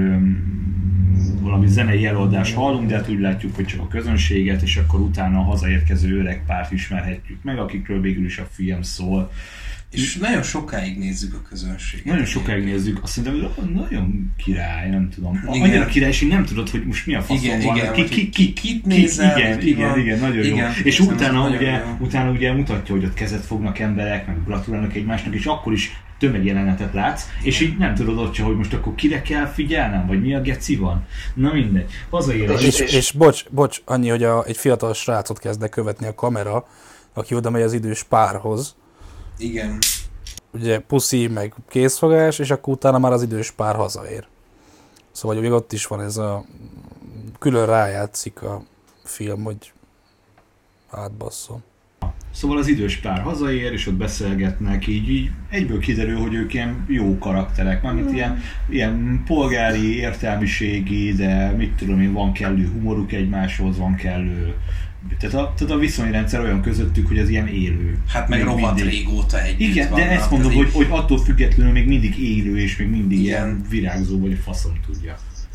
valami zenei előadást hallunk, de hát úgy látjuk, hogy csak a közönséget, és akkor utána a hazaérkező öreg párt ismerhetjük meg, akikről végül is a film szól. És nagyon sokáig nézzük a közönséget. Nagyon sokáig nézzük, azt szerintem nagyon király, nem tudom. Igen. Annyira király, és így nem tudod, hogy most mi a faszom van. Igen, kit nézel, igen, nagyon igen, jó. És utána ugye mutatja, hogy ott kezet fognak emberek, meg gratulálnak egymásnak, és akkor is tömegjelenetet látsz, és így nem tudod ott, hogy most akkor kire kell figyelnem, vagy mi a geci van. Na mindegy. És bocs, annyi, hogy egy fiatal srácot kezdne követni a kamera, aki oda megy az idős párhoz. Igen. Ugye puszi, meg készfogás, és akkor utána már az idős pár hazaér. Szóval hogy még ott is van ez a... Külön rájátszik a film, hogy átbasszom. Szóval az idős pár hazaér, és ott beszélgetnek, így egyből kiderül, hogy ők ilyen jó karakterek, mármint ilyen polgári, értelmiségi, de mit tudom én, van kellő humoruk egymáshoz, van kellő... Tehát a viszonyrendszer olyan közöttük, hogy az ilyen élő. Hát meg rohadt régóta együtt. Igen, vannak, de ezt mondom, hogy attól függetlenül még mindig élő, és még mindig ilyen virágzó, vagy a faszom tudja.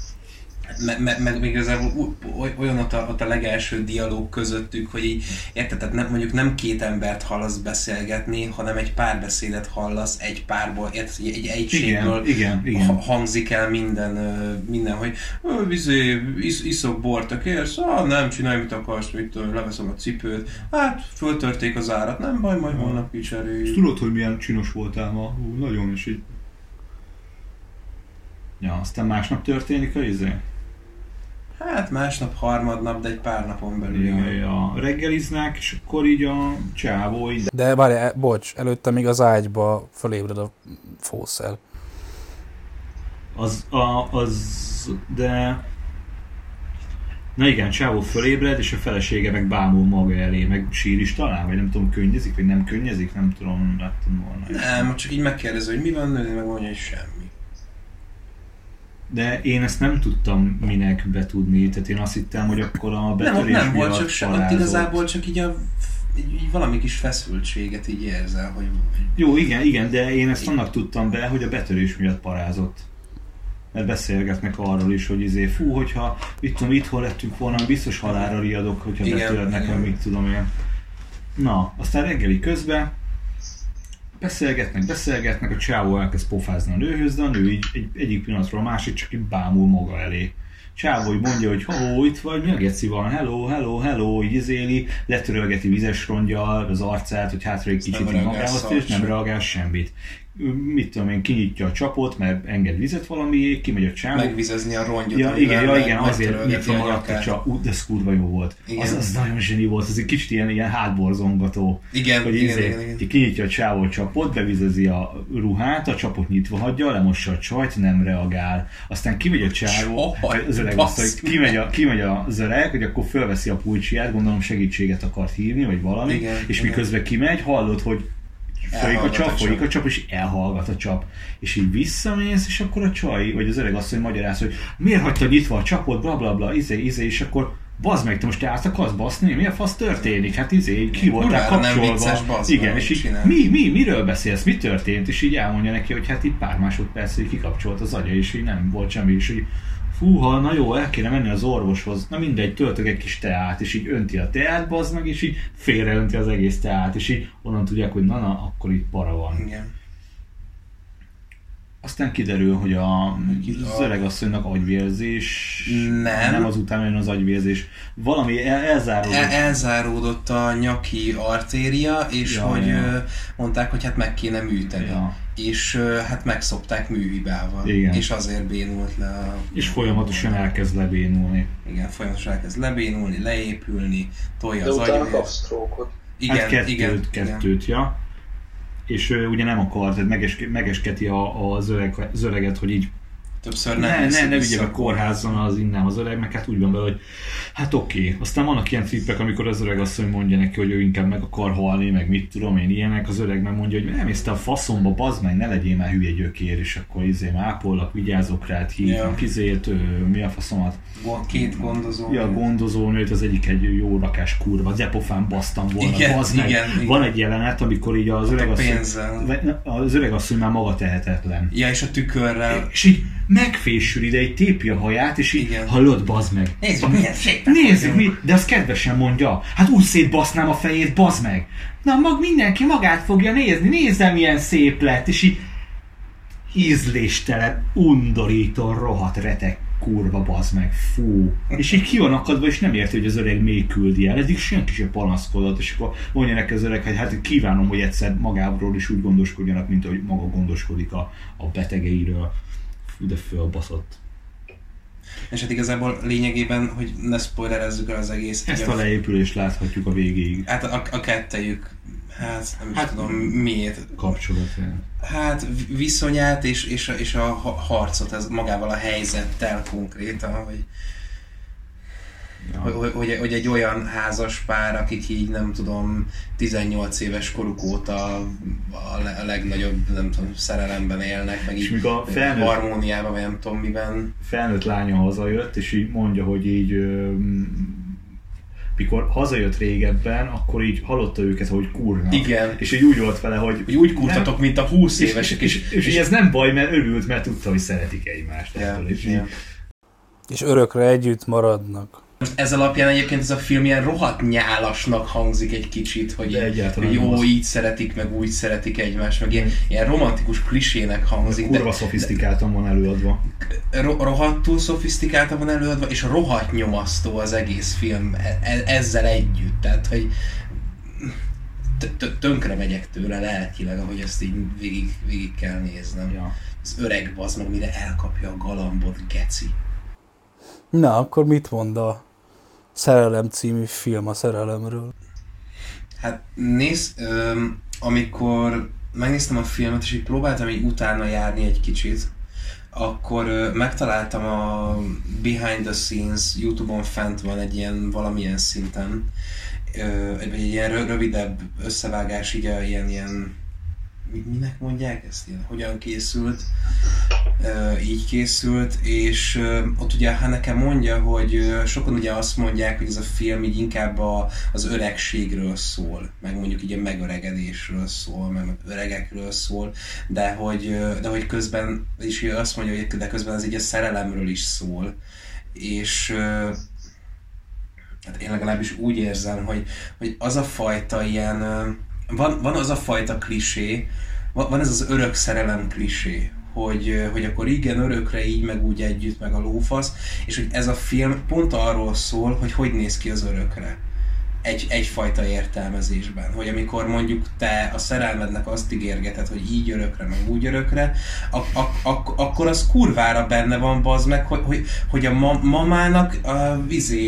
Meg igazából olyan ott a legelső dialóg közöttük, hogy így, érted, tehát mondjuk nem két embert hallasz beszélgetni, hanem egy párbeszédet hallasz egy párból, érted, egy egységből igen. hangzik el minden, hogy iszok bort, te kérsz? Nem, csinálj, mit akarsz, leveszem a cipőt, hát föltörték az árat, nem baj, majd holnap kicseréljük. Tudod, hogy milyen csinos voltál ma? Nagyon is így. Ja, aztán másnap történik a izé? Hát másnap, harmadnap, de egy pár napon belül. Ja, reggeliznek, és akkor így a csávó így... De várj, bocs, előtte még az ágyba fölébred a fószel. De... Na igen, csávó fölébred, és a felesége meg bámul maga elé, meg sír is talán, vagy nem tudom, könnyezik, vagy nem könnyezik, nem tudom, láttam volna. Nem, csak így megkérdező, hogy mi van, nőni, meg mondja, hogy semmi. De én ezt nem tudtam minek betudni, tehát én azt hittem, hogy akkor a betörés nem miatt volt, csak ott igazából csak így így valami kis feszültséget így érzel, hogy... Jó, igen, de én ezt annak tudtam be, hogy a betörés miatt parázott. Mert beszélgetnek arról is, hogy hogyha itthon lettünk volna, biztos halálra riadok, hogyha betörnek, vagy mit tudom én. Na, aztán reggeli közben beszélgetnek, a csávó elkezd pofázni a nőhöz, de a nő így egyik pillanatról a másik csak így bámul maga elé. Csávó így mondja, hogy itt vagy, mi a geci van, hello, így izéli, letörölgeti vizes rongyal az arcát, hogy hátra egy kicsit magához tér, és nem reagál semmit. mit tudom én, kinyitja a csapot, mert enged vizet valami, kimegy a csávó. Megvizezni a rongyot. Ja, igen, azért nyitva maradt a csapot. De ez kurva jó volt. Az nagyon zseni volt, ez egy kicsit ilyen hátborzongató. Igen, hogy igen. Kinyitja a csávó a csapot, bevizezi a ruhát, a csapot nyitva hagyja, lemossa a csajt, nem reagál. Aztán kimegy a csávó, az öreg azt, hogy kimegy az öreg, hogy akkor fölveszi a pulcsiját, gondolom segítséget akart hívni, vagy valami, igen, és miközben kimegy, hallod, hogy folyik a csap, és elhallgat a csap. És így visszamész, és akkor a csaj, vagy az öreg asszony magyaráz, hogy miért hagytad nyitva a csapot, blablabla, és akkor bazd meg, te most át akarsz baszni? Mi a fasz történik? Hát ki voltál kapcsolva. Igen, és így miről beszélsz? Mi történt? És így elmondja neki, hogy hát így pár másodpercig kikapcsolt az agya, és így nem volt semmi, és így fúha, na jó, el kéne menni az orvoshoz. Na mindegy, töltök egy kis teát, és így önti a teát, bazd meg, és így félreönti az egész teát, és így onnan tudják, hogy na, akkor itt para van. Igen. Aztán kiderül, hogy az öreg asszonynak agyvérzés, nem azután jön az agyvérzés, valami elzáródott a nyaki artéria, és hogy mondták, hogy hát meg kéne műteni. Ja. És hát megszopták műhibával. Igen. És azért bénult le és folyamatosan elkezd lebénulni. Igen, folyamatosan elkezd lebénulni, leépülni, tolja az agyvért. De utána stroke-ot. Igen, hát kettőt, ja. És ugye nem akar, tehát megesketi az öreget, hogy így többször ne vigye be kórházzon az innen az öreg, meg hát úgy van vele, hogy hát oké. Aztán vannak ilyen trippek, amikor az öreg asszony mondja neki, hogy ő inkább meg akar halni, meg mit tudom én, ilyenek, az öreg meg mondja, hogy elmész te a faszomba, bazd meg, ne legyél már hülye gyökér, és akkor ápollak, vigyázok rád, hívnak mi a faszomat. Két gondozó. Ja, gondozónőt, az egyik egy jó rakás kurva, zepofán basztam volna, bazd meg. Igen. Van egy jelenet, amikor így az öreg asszony már maga tehetetlen. Ja, és a tükörrel. És így megfésül ide, így tépi a haját, és így hallod, bazd meg. Nézzük, milyen szépen. Nézzük, de azt kedvesen mondja. Hát úgy szétbasznám a fejét, bazd meg. Na, mindenki magát fogja nézni, nézzem, milyen szép lett, és így ízléstelen, undorító, rohadt retek kurva, bazd meg, fú. És így ki van akadva, és nem érti, hogy az öreg még küldi el, eddig senki sem panaszkodott, és akkor mondja neki az öreg, hogy hát kívánom, hogy egyszer magáról is úgy gondoskodjanak, mint ahogy maga gondoskodik a betegeiről. De fölbaszott. És hát igazából lényegében, hogy ne spoilerezzük el az egész. Ezt a leépülést láthatjuk a végéig. Hát a kettejük, hát nem is tudom miért. Kapcsolatján. Hát viszonyát és a harcot ez magával a helyzettel konkrétan, hogy egy olyan házas pár, akik így nem tudom 18 éves koruk óta a legnagyobb nem tudom, szerelemben élnek, meg így harmóniában, vagy nem tudom miben. Felnőtt lánya hazajött, és így mondja, hogy így mikor hazajött régebben, akkor így hallotta őket, hogy kurnak. Igen. És így úgy volt vele, hogy úgy kurtatok, mint a 20 évesek. És ez nem baj, mert örült, mert tudta, hogy szeretik egymást. És örökre együtt maradnak. Ez alapján egyébként ez a film ilyen rohadt nyálasnak hangzik egy kicsit, hogy jó, így szeretik, meg úgy szeretik egymást, meg ilyen romantikus klisének hangzik. Kurva szofisztikáltan van előadva. Rohadtul szofisztikáltan van előadva, és rohadt nyomasztó az egész film ezzel együtt. Tehát, hogy tönkre megyek tőle lelkileg, ahogy ezt így végig kell néznem. Ja. Az öreg bazd meg, mire elkapja a galambot, geci. Na, akkor mit mond a Szerelem című film a szerelemről? Hát nézd, amikor megnéztem a filmet, és így próbáltam így utána járni egy kicsit, akkor megtaláltam a Behind the Scenes, YouTube-on fent van egy ilyen valamilyen szinten, egy ilyen rövidebb összevágás, így ilyen minek mondják ezt? Hogyan készült? Így készült, és ott ugye Haneke mondja, hogy sokan ugye azt mondják, hogy ez a film így inkább az öregségről szól, meg mondjuk így a megöregedésről szól, meg öregekről szól, de hogy közben, és azt mondja, hogy de közben ez így a szerelemről is szól, és hát én legalábbis úgy érzem, hogy az a fajta ilyen, van az a fajta klisé, van ez az örök szerelem klisé, hogy akkor igen, örökre így, meg úgy együtt, meg a lófasz, és hogy ez a film pont arról szól, hogy néz ki az örökre. egyfajta értelmezésben. Hogy amikor mondjuk te a szerelmednek azt ígérgeted, hogy így örökre, meg úgy örökre, akkor az kurvára benne van, bazd meg, hogy a mamának a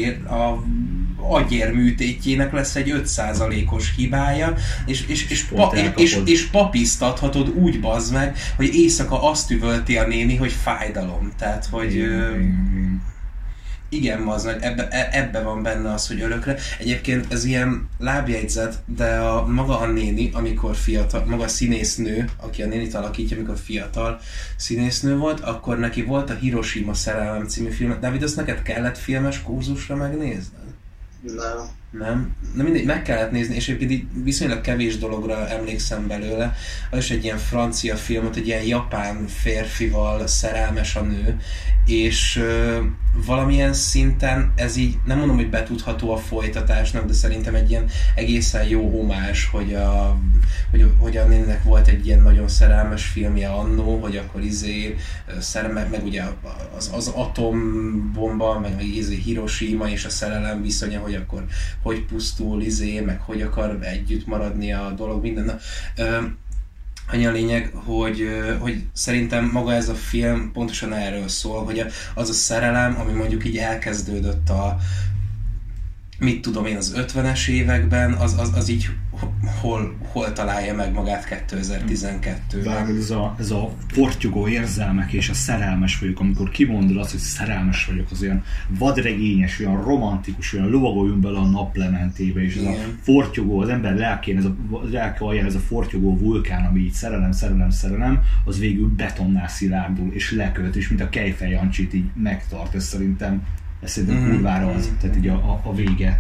agyérműtétjének lesz egy 5%-os hibája, és papisztathatod úgy, bazd meg, hogy éjszaka azt üvölti a néni, hogy fájdalom. Tehát, hogy... Igen, bazd meg, ebbe van benne az, hogy örökre. Egyébként ez ilyen lábjegyzet, de maga a néni, amikor fiatal, maga a színésznő, aki a nénit alakítja, amikor fiatal színésznő volt, akkor neki volt a Hiroshima szerelem című film. Dávid, azt neked kellett filmes kurzusra megnézned? Nem? Na mindegy, meg kellett nézni, és egyébként így viszonylag kevés dologra emlékszem belőle. Az is egy ilyen francia film, egy ilyen japán férfival szerelmes a nő, és valamilyen szinten ez így, nem mondom, hogy betudható a folytatásnak, de szerintem egy ilyen egészen jó homás, hogy a néninek volt egy ilyen nagyon szerelmes filmje annó, hogy akkor meg ugye az atombomba, meg Hiroshima és a szerelem viszonya, hogy akkor hogy pusztul, meg hogy akar együtt maradni a dolog, minden. Annyi a lényeg, hogy szerintem maga ez a film pontosan erről szól, hogy az a szerelem, ami mondjuk így elkezdődött mit tudom én, az 50-es években, az így hol találja meg magát 2012-ben. Ez a portyogó érzelmek és a szerelmes vagyok, amikor kimondod azt, hogy szerelmes vagyok, az olyan vadregényes, olyan romantikus, olyan lovagoljunk bele a naplementébe, és ez a fortyogó, az ember lelke alján ez a fortyogó vulkán, ami így szerelem, az végül betonnál szilárdul, és lekölt, és mint a Kejfej Jancsit így megtart, ez szerintem kurvára az, tehát így a vége.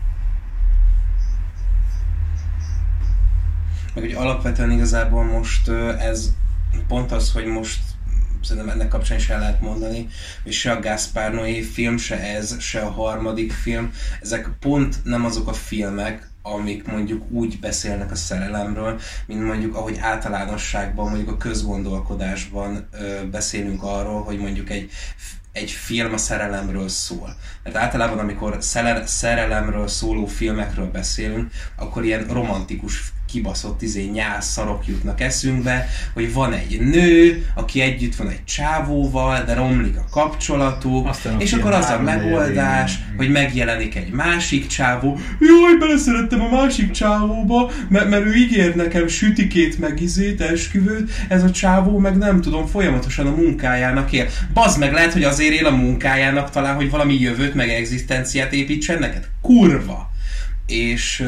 Meg hogy alapvetően igazából most ez pont az, hogy most szerintem ennek kapcsán is el lehet mondani, hogy se a Gaspar Noé film, se ez, se a harmadik film, ezek pont nem azok a filmek, amik mondjuk úgy beszélnek a szerelemről, mint mondjuk ahogy általánosságban, mondjuk a közgondolkodásban beszélünk arról, hogy mondjuk egy film a szerelemről szól. Mert általában, amikor szerelemről szóló filmekről beszélünk, akkor ilyen romantikus, kibaszott nyálszarok jutnak eszünkbe, hogy van egy nő, aki együtt van egy csávóval, de romlik a kapcsolatuk, és akkor az a megoldás, hogy megjelenik egy másik csávó, jaj, beleszerettem a másik csávóba, mert ő ígér nekem sütikét, meg esküvőt, ez a csávó meg nem tudom, folyamatosan a munkájának él. Bazd meg, lehet, hogy azért él a munkájának talán, hogy valami jövőt, meg egzisztenciát építsen neked. Kurva! És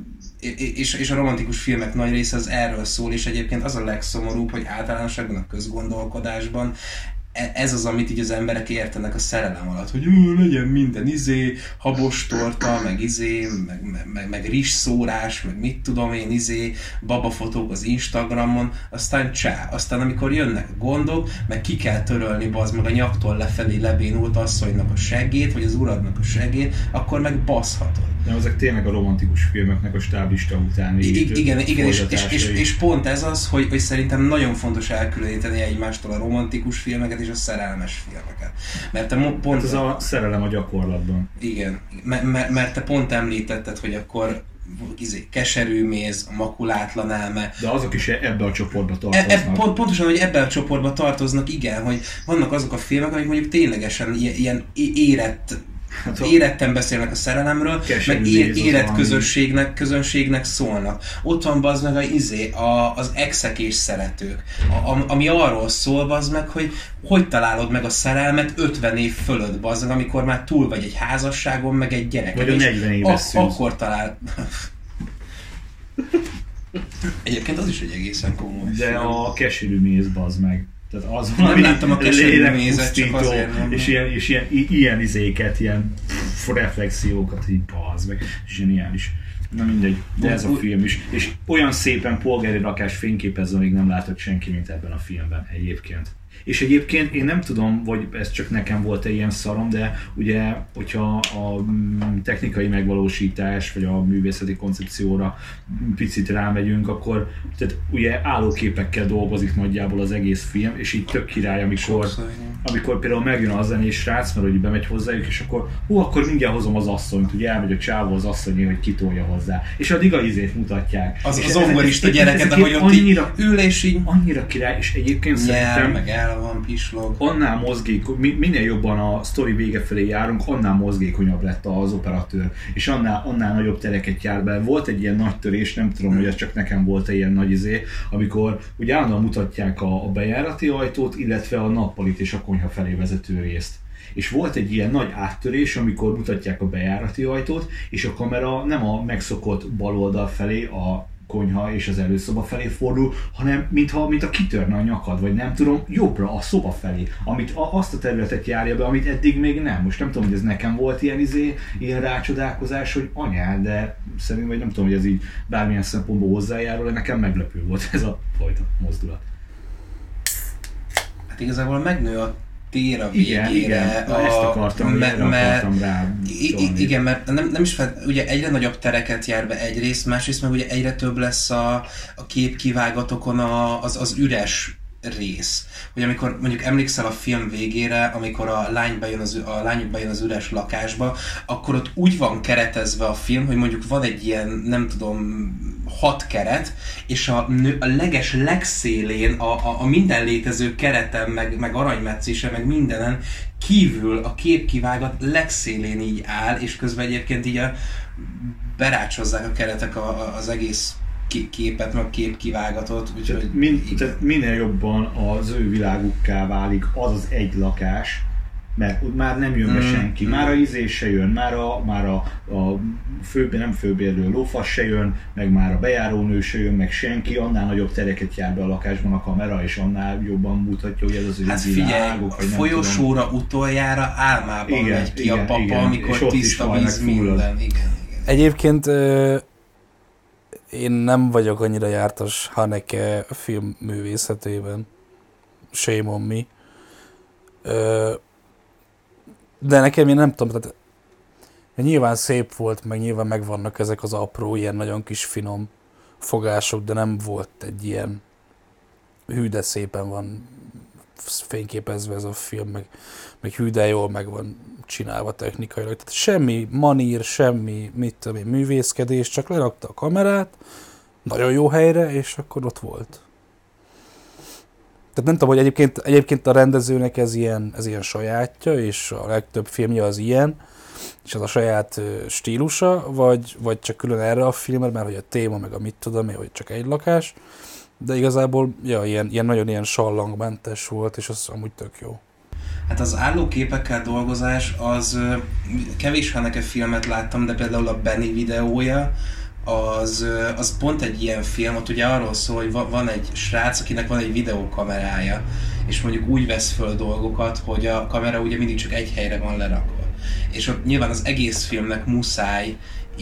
a romantikus filmek nagy része az erről szól, és egyébként az a legszomorúbb, hogy általánosságban a közgondolkodásban ez az, amit így az emberek értenek a szerelem alatt, hogy legyen minden habostorta, meg rizsszórás, meg mit tudom én, babafotók az Instagramon, aztán aztán amikor jönnek gondok, meg ki kell törölni bazd meg a nyaktól lefelé lebénult asszonynak a seggét, vagy az uradnak a seggét, akkor meg baszhatod. De ezek tényleg a romantikus filmeknek a stáblista utáni igen, és pont ez az, hogy szerintem nagyon fontos elkülöníteni egymástól a romantikus filmeket és a szerelmes filmeket. Mert te pont... ez a szerelem a gyakorlatban. Igen, mert te pont említetted, hogy akkor keserű méz, a makulátlan elme. De azok is ebbe a csoportba tartoznak. Pontosan, hogy ebbe a csoportba tartoznak, igen, hogy vannak azok a filmek, amik mondjuk ténylegesen ilyen éretten beszélnek a szerelemről, meg érett közönségnek szólnak. Ott van bazd meg az exek és szeretők, ami arról szól bazd meg, hogy találod meg a szerelmet 50 év fölött bazd meg, amikor már túl vagy egy házasságon, meg egy gyereken. Vagy a 40 éves szűz. Akkor talál... Egyébként az is egy egészen komoly de film. A keserű méz bazd meg. Tehát az nem láttam a keserű mézet, csak azért nem. És ilyen izéket, ilyen reflexiókat így bazd meg. Zseniális. Na mindegy, de ez a film is. És olyan szépen polgári rakás fényképezve még nem látott senki, mint ebben a filmben egyébként. És egyébként én nem tudom, vagy ez csak nekem volt-e ilyen szarom, de ugye, hogyha a technikai megvalósítás, vagy a művészeti koncepcióra picit rámegyünk, akkor tehát ugye állóképekkel dolgozik nagyjából az egész film, és így tök király, amikor például megjön a zenés srác, mert hogy bemegy hozzájuk, és akkor mindjárt hozom az asszonyt, ugye elmegy a csávó az asszonyé, hogy kitolja hozzá. És addig a izét mutatják. Az zongorista gyereket, ahogy ott annyira, ül és így... Annyira király, és egyébként szerintem... meg el van, pislog. Annál mozgékony, minél jobban a sztori vége felé járunk, annál mozgékonyabb lett az operatőr, és annál nagyobb tereket jár be. Volt egy ilyen nagy törés, nem tudom, hogy ez csak nekem volt egy ilyen nagy amikor ugye állandóan mutatják a bejárati ajtót, illetve a nappalit és a konyha felé vezető részt. És volt egy ilyen nagy áttörés, amikor mutatják a bejárati ajtót, és a kamera nem a megszokott bal oldal felé, a konyha és az előszoba felé fordul, hanem mintha kitörne a nyakad, vagy nem tudom, jobbra, a szoba felé, amit azt a területet járja be, amit eddig még nem. Most nem tudom, hogy ez nekem volt ilyen rácsodálkozás, hogy anyád, de szerintem, vagy nem tudom, hogy ez így bármilyen szempontból hozzájárul, de nekem meglepő volt ez a fajta mozdulat. Hát igazából megnő a tér a végére. Igen, ezt akartam rá. Igen, mert nem is ugye egyre nagyobb tereket jár be egyrészt, másrészt meg ugye egyre több lesz a képkivágatokon az üres rész. Hogy amikor mondjuk emlékszel a film végére, amikor a lányuk bejön az üres lakásba, akkor ott úgy van keretezve a film, hogy mondjuk van egy ilyen, nem tudom, 6 keret, és a legszélén, a minden létező kereten, meg aranymetszése, meg mindenen kívül a képkivágat legszélén így áll, és közben egyébként így berácsozzák a keretek az egész képet, meg képkivágatot. Tehát minél jobban az ő világukká válik az egy lakás, mert már nem jön be senki, már a izés se jön, már a nem főbérlő lófasz se jön, meg már a bejárónő se jön, meg senki, annál nagyobb tereket jár be a lakásban a kamera, és annál jobban mutatja, hogy ez az ő világok, vagy nem folyosóra tudom. Utoljára álmában megy ki a papa, amikor tiszta víz minden. Igen. Egyébként én nem vagyok annyira jártas Haneke film művészetében. Shame on me. De nekem én nem tudom, tehát nyilván szép volt, meg nyilván megvannak ezek az apró, ilyen nagyon kis finom fogások, de nem volt egy ilyen hű, de szépen van fényképezve ez a film, meg hű, de jól meg van csinálva technikailag. Tehát semmi manír, semmi művészkedés, csak lerakta a kamerát, nagyon jó helyre, és akkor ott volt. Tehát nem tudom, hogy egyébként a rendezőnek ez ilyen sajátja, és a legtöbb filmje az ilyen, és az a saját stílusa, vagy csak külön erre a filmre, mert hogy a téma, meg a mit tudom én, hogy csak egy lakás, de igazából ilyen nagyon ilyen sallangmentes volt, és az amúgy tök jó. Hát az állóképekkel dolgozás, az kevés Haneke filmet láttam, de például a Benny videója, az pont egy ilyen film, ott ugye arról szól, hogy van egy srác, akinek van egy videókamerája, és mondjuk úgy vesz föl dolgokat, hogy a kamera ugye mindig csak egy helyre van lerakva. És ott nyilván az egész filmnek muszáj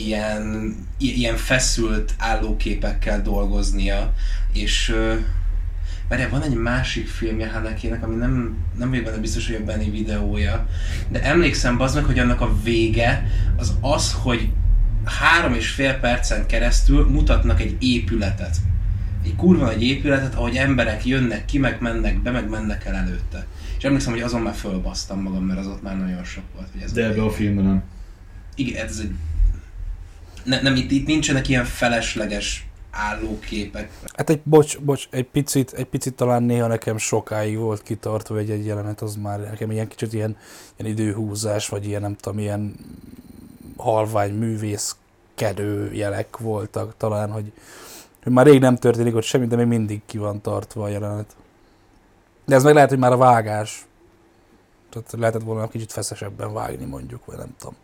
ilyen feszült állóképekkel dolgoznia, és van egy másik filmje Hanekének, ami nem vagyok benne biztos, hogy a Benny videója, de emlékszem bazd meg, hogy annak a vége az, hogy 3,5 percen keresztül mutatnak egy épületet. Egy kurva nagy épületet, ahogy emberek jönnek ki, meg mennek be, meg mennek el előtte. És emlékszem, hogy azon már fölbasztam magam, mert az ott már nagyon sok volt. Hogy ez de ebbe a filmben nem. Igen, ez egy... Nem, itt nincsenek ilyen felesleges állóképek. Hát egy picit talán néha nekem sokáig volt kitartva egy jelenet, az már nekem ilyen kicsit ilyen időhúzás, vagy ilyen nem tudom, ilyen halvány művészkedő jelek voltak talán, hogy már rég nem történik ott semmi, de még mindig ki van tartva a jelenet. De ez meg lehet, hogy már a vágás. Tehát lehetett volna kicsit feszesebben vágni mondjuk, vagy nem tudom.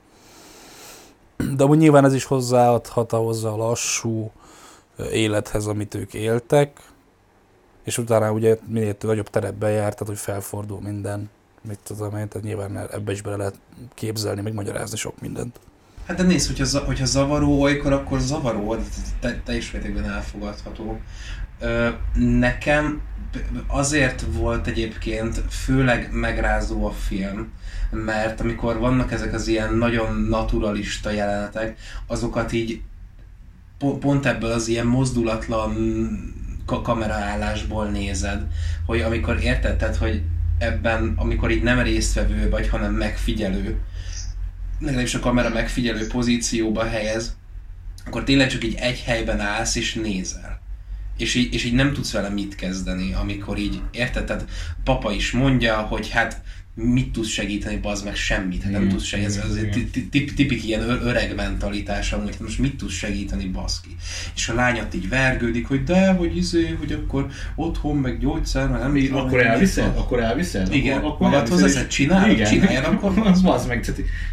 De amúgy nyilván ez is hozzáadhat hozzá a lassú élethez, amit ők éltek, és utána ugye minél nagyobb terepben járt, tehát hogy felfordul minden, mit tudom én, tehát nyilván ebbe is bele lehet képzelni, meg magyarázni sok mindent. Hát de nézd, hogyha zavaró olykor, akkor zavaró, teljes mértékben elfogadható. Nekem azért volt egyébként főleg megrázó a film, mert amikor vannak ezek az ilyen nagyon naturalista jelenetek, azokat így pont ebből az ilyen mozdulatlan kameraállásból nézed, hogy amikor értetted, hogy ebben, amikor így nem résztvevő vagy, hanem megfigyelő, legalábbis a kamera megfigyelő pozícióba helyez, akkor tényleg csak így egy helyben állsz és nézel. És így nem tudsz vele mit kezdeni, amikor így érted, papa is mondja, hogy hát mit tudsz segíteni, bazd meg semmit, nem tudsz segíteni, ez tipik ilyen öreg mentalitás amúgy, most mit tudsz segíteni, baszki. És a lányat így vergődik, hogy de, hogy akkor otthon, meg gyógyszer, meg nem tudom. Akkor elviszed? Igen, magadhoz ezt csináljad, akkor bazd meg,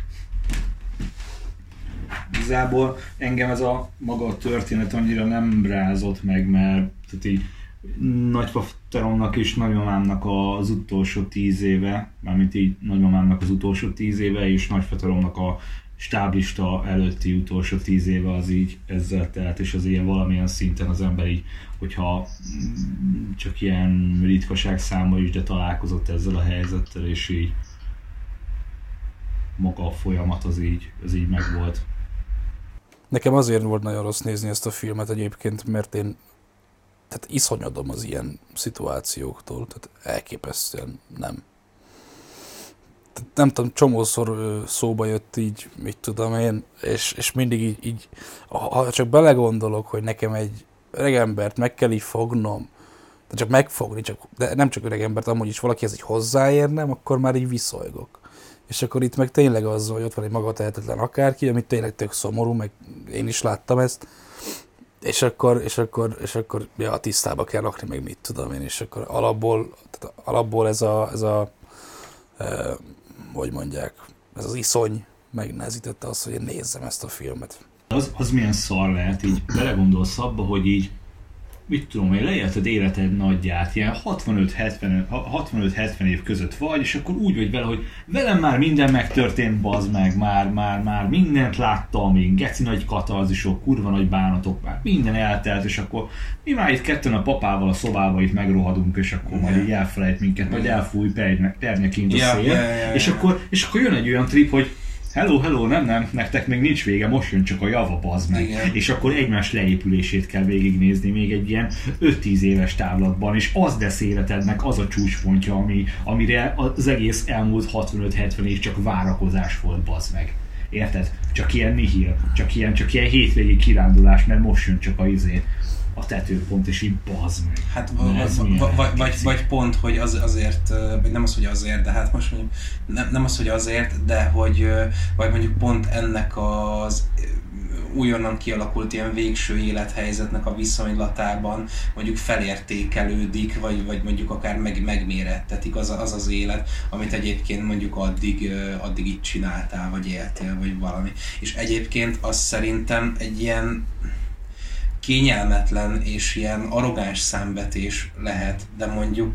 igazából engem ez a maga a történet annyira nem rázott meg, mert tehát így nagypateromnak és nagymamámnak az utolsó 10 éve, mármint így nagymamámnak az utolsó 10 éve, és nagypateromnak a stáblista előtti utolsó 10 éve az így ezzel telt, és az ilyen valamilyen szinten az ember így, hogyha csak ilyen ritkaság számba is, de találkozott ezzel a helyzettel, és így maga a folyamat az így megvolt. Nekem azért volt nagyon rossz nézni ezt a filmet egyébként, mert én tehát iszonyodom az ilyen szituációktól, tehát elképesztően nem. Tehát nem tudom, csomószor szóba jött így, mit tudom én, és mindig így, ha csak belegondolok, hogy nekem egy öregembert meg kell így fognom, de csak megfogni, de nem csak öregembert, amúgy is valakihez így hozzáérnem, akkor már így viszolygok. És akkor itt meg tényleg az, hogy ott van egy magatehetetlen akárki, amit tényleg tök szomorú, meg én is láttam ezt, és akkor ja, tisztába kell rakni, meg mit tudom én, és akkor alapból ez a hogy mondják, ez az iszony megnehezítette azt, hogy én nézzem ezt a filmet. Az milyen szar lehet, így belegondolsz abba, hogy így mit tudom én, leélted életed nagyját, ilyen 65-70 év között vagy, és akkor úgy vagy vele, hogy velem már minden megtörtént, bazd meg, már mindent láttam, én geci nagy katarzisok, kurva nagy bánatok, már minden eltelt, és akkor mi már itt ketten a papával a szobába itt megrohadunk, és akkor majd így elfelejt minket, vagy elfúj pernyeként a szél, és akkor jön egy olyan trip, hogy hello, nem, nektek még nincs vége, most jön csak a java, bazd meg. Igen. És akkor egymás leépülését kell végignézni még egy ilyen 5-10 éves távlatban, és az lesz életednek az a csúcspontja, amire az egész elmúlt 65-70 év csak várakozás volt, bazd meg. Érted? Csak ilyen nihil, csak ilyen hétvégi kirándulás, mert most jön csak a tetőpont, és így bazd meg. Hát vagy pont, hogy azért, vagy nem az, hogy azért, de hát most mondjuk, nem az, hogy azért, de hogy vagy mondjuk pont ennek az újonnan kialakult ilyen végső élethelyzetnek a viszonylatában mondjuk felértékelődik, vagy mondjuk akár megmérettetik az élet, amit egyébként mondjuk addig így csináltál, vagy éltél, vagy valami. És egyébként az szerintem egy ilyen kényelmetlen és ilyen arrogáns számvetés lehet, de mondjuk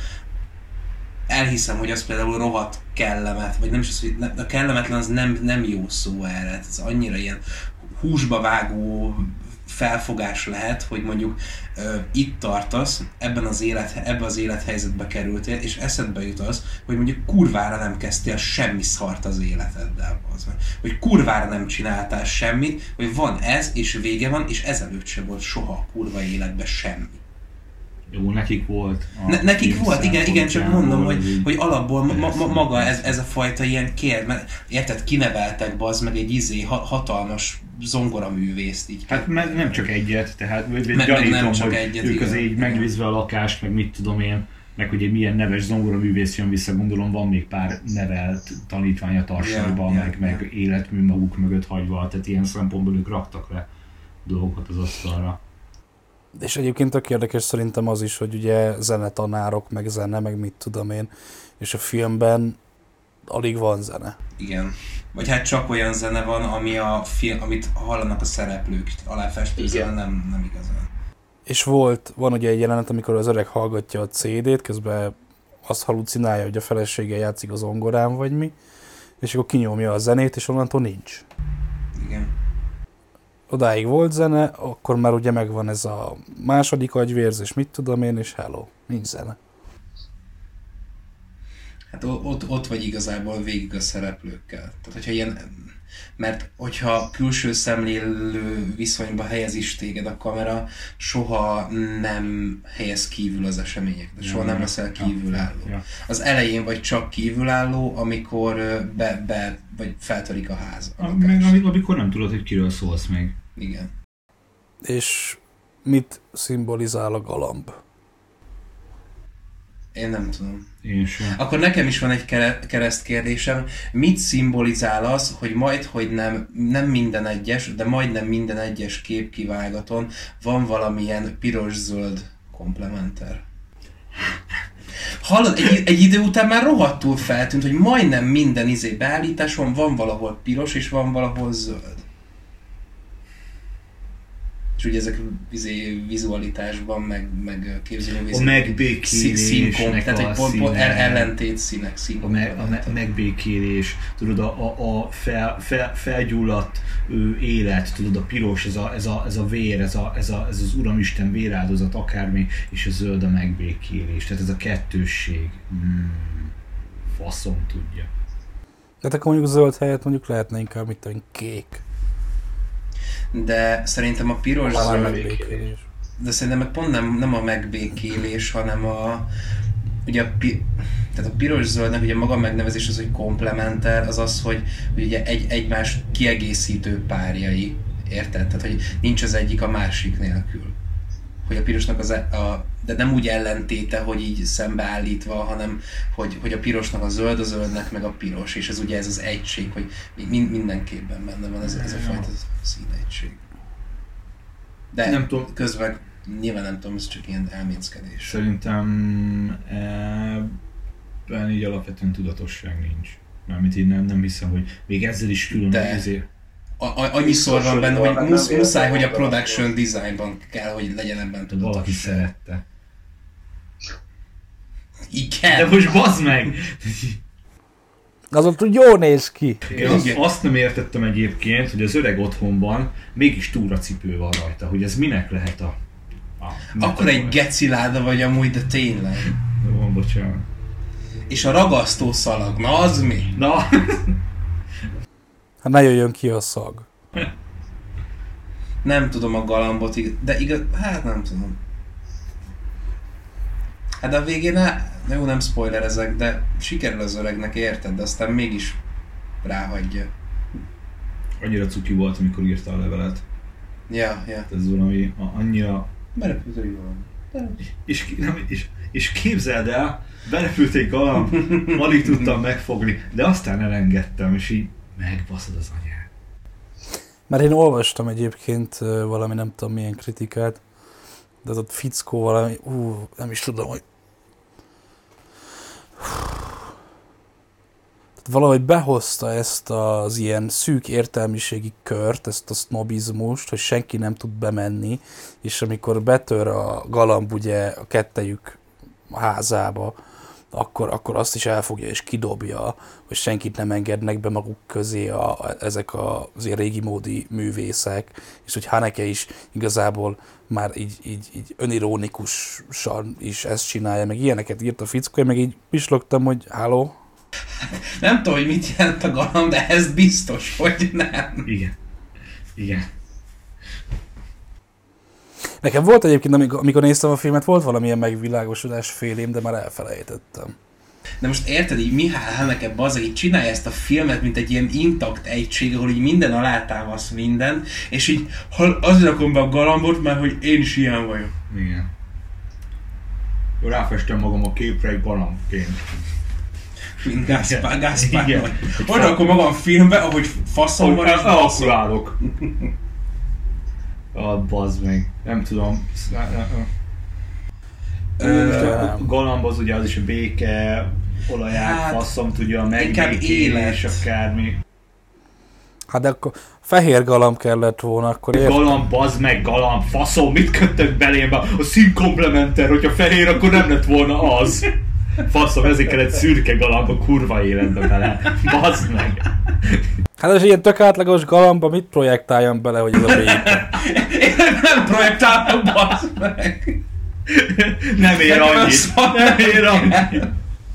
elhiszem, hogy az például rohadt kellemet, vagy nem is az, hogy a kellemetlen az nem jó szó erre, ez annyira ilyen húsba vágó felfogás lehet, hogy mondjuk itt tartasz, ebbe az élethelyzetbe kerültél, és eszedbe jut az, hogy mondjuk kurvára nem kezdtél semmi szart az életeddel. Hogy kurvára nem csináltál semmit, hogy van ez, és vége van, és ezelőtt sem volt soha a kurva életben semmi. Jó, nekik volt. Nekik volt, igen, csak mondom, hogy alapból maga ez a fajta ilyen mert érted, kineveltek bazd meg egy hatalmas zongoraművészt így. Hát nem csak egyet, tehát nem csak hogy egyet, ők azért így megnézve a lakást, meg mit tudom én, meg hogy egy milyen neves zongoraművész jön vissza, gondolom van még pár nevelt tanítvány a Tarsajban, meg életmű maguk mögött hagyva, tehát ilyen szempontból ők raktak le dolgokat az asztalra. És egyébként tök érdekes szerintem az is, hogy ugye zenetanárok, meg zene, meg mit tudom én, és a filmben alig van zene. Igen. Vagy hát csak olyan zene van, amit hallanak a szereplők, aláfestő zene nem igazán. És van ugye egy jelenet, amikor az öreg hallgatja a CD-t, közben azt halucinálja, hogy a felesége játszik az zongorán, vagy mi, és akkor kinyomja a zenét, és onnantól nincs. igen. Odáig volt zene, akkor már ugye megvan ez a második agyvérzés, mit tudom én, és hello, nincs zene. Hát ott vagy igazából végig a szereplőkkel. Tehát, hogyha ilyen, mert hogyha külső szemlélő viszonyba helyez is téged a kamera, soha nem helyez kívül az események, de soha nem leszel kívülálló. Ja. Az elején vagy csak kívülálló, amikor vagy feltörik a ház. Amikor nem tudod, hogy kiről szólsz még. Igen. És mit szimbolizál a galamb? Én nem tudom. Én sem. Akkor nekem is van egy keresztkérdésem. Mit szimbolizál az, hogy majdhogy nem minden egyes, de majdnem minden egyes képkivágaton van valamilyen piros-zöld komplementer? Hallod, egy idő után már rohadtul feltűnt, hogy majdnem minden beállításon van valahol piros és van valahol zöld. És ugye ezek vizualitásban, meg képzelőművészet. A megbékélésnek tehát egy pont ellentét színek, a megbékélés, tudod, a felgyulladt élet, tudod, a piros, ez a vér, ez az Uramisten véráldozat, akármi, és a zöld a megbékélés. Tehát ez a kettősség. Faszom tudja. Tehát akkor mondjuk zöld helyett mondjuk lehetne inkább mit tudom, kék. De szerintem a piros Talán zöld... megbékélés. De szerintem meg pont nem a megbékélés, hanem ugye tehát a piros-zöldnek ugye maga megnevezés az, hogy komplementer, az az, hogy ugye egymás kiegészítő párjai, érted? Tehát, hogy nincs az egyik a másik nélkül. Hogy a pirosnak de nem úgy ellentéte, hogy így szembeállítva, hanem hogy a pirosnak a zöldnek meg a piros, és ez ugye ez az egység, hogy mindenképpen benne van ez a fajta színegység. De nem tudom, közben nyilván nem tudom, ez csak ilyen elméckedés. Szerintem ebben így alapvetően tudatosság nincs. Mármint így nem hiszem, hogy még ezzel is külön ezért. Annyiszor van benne, hogy muszáj, hogy a production designban kell, hogy legyen ebben tudatosság. Valaki szerette. Igen. De most bazd meg! Azon tud jól néz ki. Én azt nem értettem egyébként, hogy az öreg otthonban mégis túracipő van rajta, hogy ez minek lehet akkor egy geciláda vagy amúgy, de tényleg. Jó, bocsánat. És a ragasztószalag, na az mi? Na! Hát ne jöjjön ki a szag. Nem tudom a galambot, de hát nem tudom. Hát de a végén, jó, nem spoilerezek, de sikerül az öregnek, érted, de aztán mégis ráhagyja. Annyira cuki volt, amikor írta a levelet. Ja. Ez valami annyira... Berepült egy galamb. És képzeld el, berepült egy galamb, alig tudtam megfogni, de aztán elengedtem, és így megbaszod az anyát. Mert én olvastam egyébként valami nem tudom milyen kritikát, de az ott fickó valami, nem is tudom, hogy valahogy behozta ezt az ilyen szűk értelmiségi kört, ezt a sznobizmust, hogy senki nem tud bemenni, és amikor betör a galamb ugye a kettejük házába, akkor azt is elfogja és kidobja, hogy senkit nem engednek be maguk közé ezek az ilyen régi módi művészek, és hogy Haneke is igazából már így önironikusan is ezt csinálja, meg ilyeneket írt a fickó, én meg így pislogtam, hogy halló? Nem tudom, hogy mit jelent a galamb, de ez biztos, hogy nem. Igen. Nekem volt egyébként, amikor néztem a filmet, volt valamilyen megvilágosodás félém, de már elfelejtettem. De most érted, így Mihály Haneke bazzeg, így csinálja ezt a filmet, mint egy ilyen intakt egység, ahol így minden alátámasz minden, és így azért rakom be a galambot, mert hogy én is ilyen vagyok. Igen. Ráfestem magam a képre egy galambként. Mint Gaspar. Hogy rakom magam filmbe, ahogy faszom van, és akkor állok. Bazd meg. Nem tudom. A galamb az ugye az is a béke, olaját, faszom tudja, a megbékélés, akármi. Hát de akkor fehér galamb kellett volna, akkor értem. Galamb, bazd meg, galamb, faszom, mit köttek belémbe? A színkomplementer, hogyha fehér, akkor nem lett volna az. Faszom, ezért kellett szürke galamb a kurva életbe bele. Bazd meg. Hát az ilyen tök átlagos galamba mit projektáljam bele, hogy ez a béke? Én nem projektálom, bassz meg! Nem ér annyit. Nem ér annyit.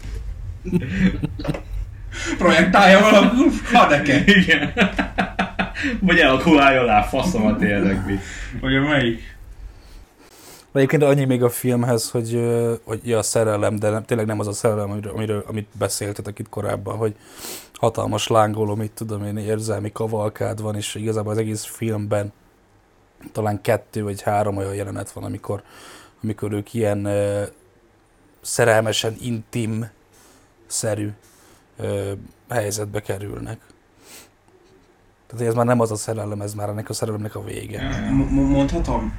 Projektálja valami hadeke. Igen. Vagy elkulálja alá, faszomat érdekli. Vagy a melyik? Egyébként annyi még a filmhez, hogy a szerelem, de nem, tényleg nem az a szerelem, amit beszéltetek itt korábban, hogy hatalmas lángoló, mit tudom én, érzelmi kavalkád van, és igazából az egész filmben talán 2 vagy 3 olyan jelenet van, amikor ők ilyen szerelmesen intim-szerű helyzetbe kerülnek. Tehát ez már nem az a szerelem, ez már ennek a szerelemnek a vége. Mondhatom?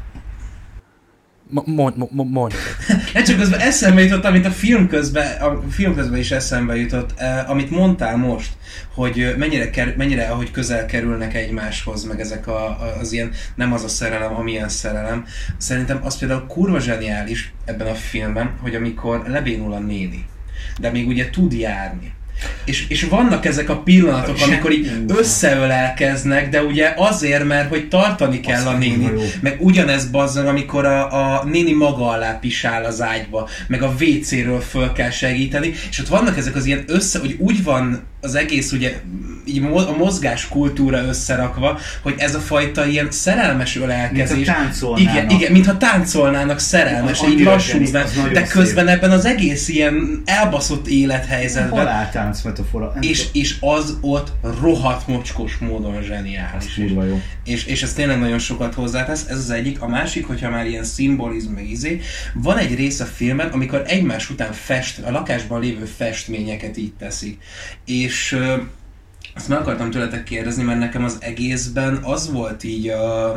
Mondjad. Csak közben eszembe jutott, amit a film közben is eszembe jutott, amit mondtál most, hogy mennyire ahogy közel kerülnek egymáshoz, meg ezek az ilyen, nem az a szerelem, amilyen szerelem. Szerintem az például kurva zseniális ebben a filmben, hogy amikor lebénul a néni, de még ugye tud járni. És vannak ezek a pillanatok, amikor így összeölelkeznek, de ugye azért, mert hogy tartani kell a néni. Meg ugyanez bazzag, amikor a néni maga alá pisál az ágyba, meg a WC-ről föl kell segíteni, és ott vannak ezek az ilyen hogy úgy van az egész ugye így a mozgás kultúra összerakva, hogy ez a fajta ilyen szerelmes ölelkezés. Igen, mintha táncolnának szerelmes, így lassúznak, de közben szép. Ebben az egész ilyen elbaszott élethelyzetben. Haláltánc metafora. És az ott rohadt mocskos módon zseniális. És ez tényleg nagyon sokat hozzátesz, ez az egyik. A másik, hogyha már ilyen szimbolizm meg van egy rész a filmen, amikor egymás után a lakásban lévő festményeket így teszik. És azt meg akartam tőletek kérdezni, mert nekem az egészben az volt így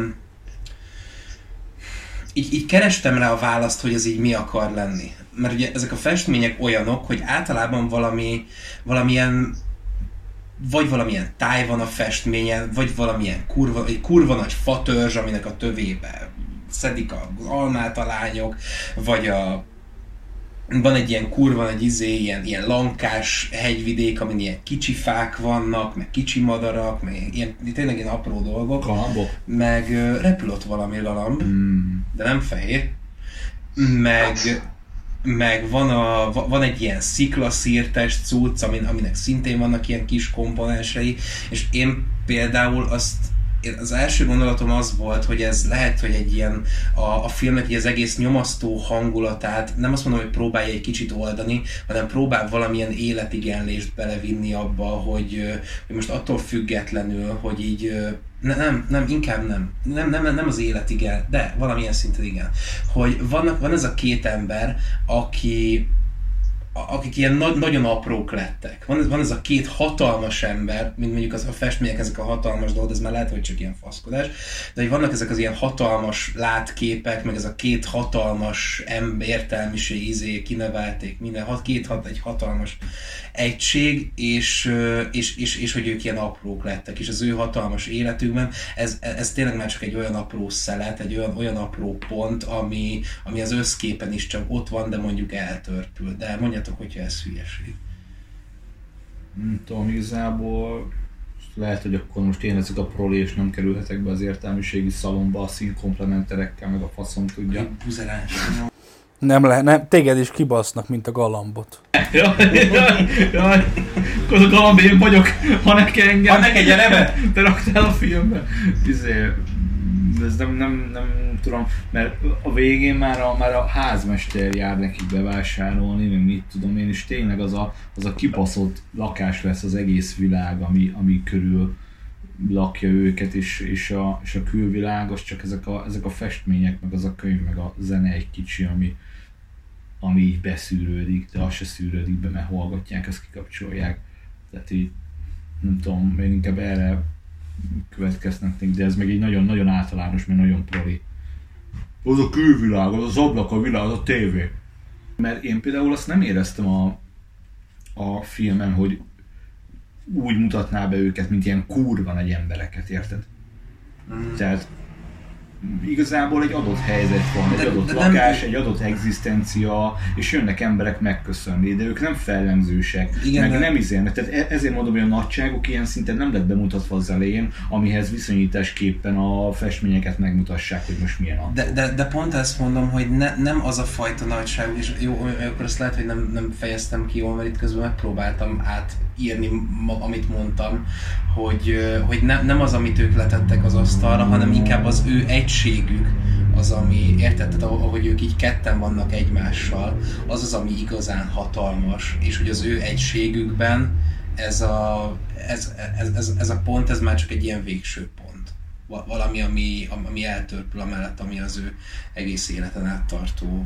így kerestem rá a választ, hogy ez így mi akar lenni. Mert ugye ezek a festmények olyanok, hogy általában valamilyen táj van a festményen, vagy valamilyen kurva nagy fatörzs, aminek a tövébe szedik az almát a lányok, vagy van egy ilyen kurva nagy ilyen lankás hegyvidék, amin ilyen kicsi fák vannak, meg kicsi madarak, meg tényleg ilyen apró dolgok. Galambok? Meg repül ott valami galamb, de nem fehér. Meg van egy ilyen sziklaszírtes cucc, aminek szintén vannak ilyen kis komponensei, és én például az első gondolatom az volt, hogy ez lehet, hogy egy ilyen a filmnek az egész nyomasztó hangulatát, nem azt mondom, hogy próbálja egy kicsit oldani, hanem próbál valamilyen életigenlést belevinni abba, hogy most attól függetlenül, hogy így inkább nem az életigen, de valamilyen szinten igen. Hogy van ez a 2 ember, akik ilyen nagyon aprók lettek. Van ez a 2 hatalmas ember, mint mondjuk a festmények, ezek a hatalmas dolgok, ez már lehet, hogy csak ilyen faszkodás, de hogy vannak ezek az ilyen hatalmas látképek, meg ez a 2 hatalmas értelmiség, kinevelték, egy hatalmas egység, és hogy ők ilyen aprók lettek, és az ő hatalmas életükben ez tényleg már csak egy olyan apró szelet, egy olyan apró pont, ami az összképen is csak ott van, de mondjuk eltörpül. De mondjatok, hogyha ez hülyeség. Nem tudom, igazából lehet, hogy akkor most én ezek a proli, és nem kerülhetek be az értelmiségi szalomba a színkomplementerekkel, meg a faszom tudja. Buzerás. Nem lehet, nem, téged is kibasznak, mint a galambot. Jaj, akkor a galamb én vagyok, ha ne kell engem. Ha ne kell gyere. Te raktál a filmbe. Ez nem tudom, mert a végén már a házmester jár nekik bevásárolni, meg mit tudom én, és tényleg az a kibaszott lakás lesz az egész világ, ami körül lakja őket, és a külvilág, az csak ezek a festmények, meg az a könyv, meg a zene egy kicsi, ami így beszűrődik, de az se szűrődik be, mert hallgatják, ezt kikapcsolják. Tehát így, nem tudom, én inkább erre következnek, de ez meg egy nagyon-nagyon általános, mert nagyon proli. Az a külvilág, az ablak, a világ, az a tévé. Mert én például azt nem éreztem a filmen, hogy úgy mutatná be őket, mint ilyen kurva nagy embereket, érted? Tehát igazából egy adott helyzet van, egy adott lakás, egy adott egzisztencia, és jönnek emberek megköszönni, de ők nem fellemzősek, igen, meg nem izélnek. Tehát ezért mondom, hogy a nagyságok ilyen szinten nem lett bemutatva az elején, amihez viszonyításképpen a festményeket megmutassák, hogy most milyen a. De pont ezt mondom, hogy nem az a fajta nagyság, és jó, akkor azt lehet, hogy nem fejeztem ki jól, mert itt közben megpróbáltam átírni, amit mondtam, hogy nem az, amit ők letettek az asztalra, hanem inkább az ő egységük az, ami, érted? Tehát ahogy ők így ketten vannak egymással, az, ami igazán hatalmas, és hogy az ő egységükben ez a pont, ez már csak egy ilyen végső pont. Valami, ami eltörpül amellett, ami az ő egész életen áttartó.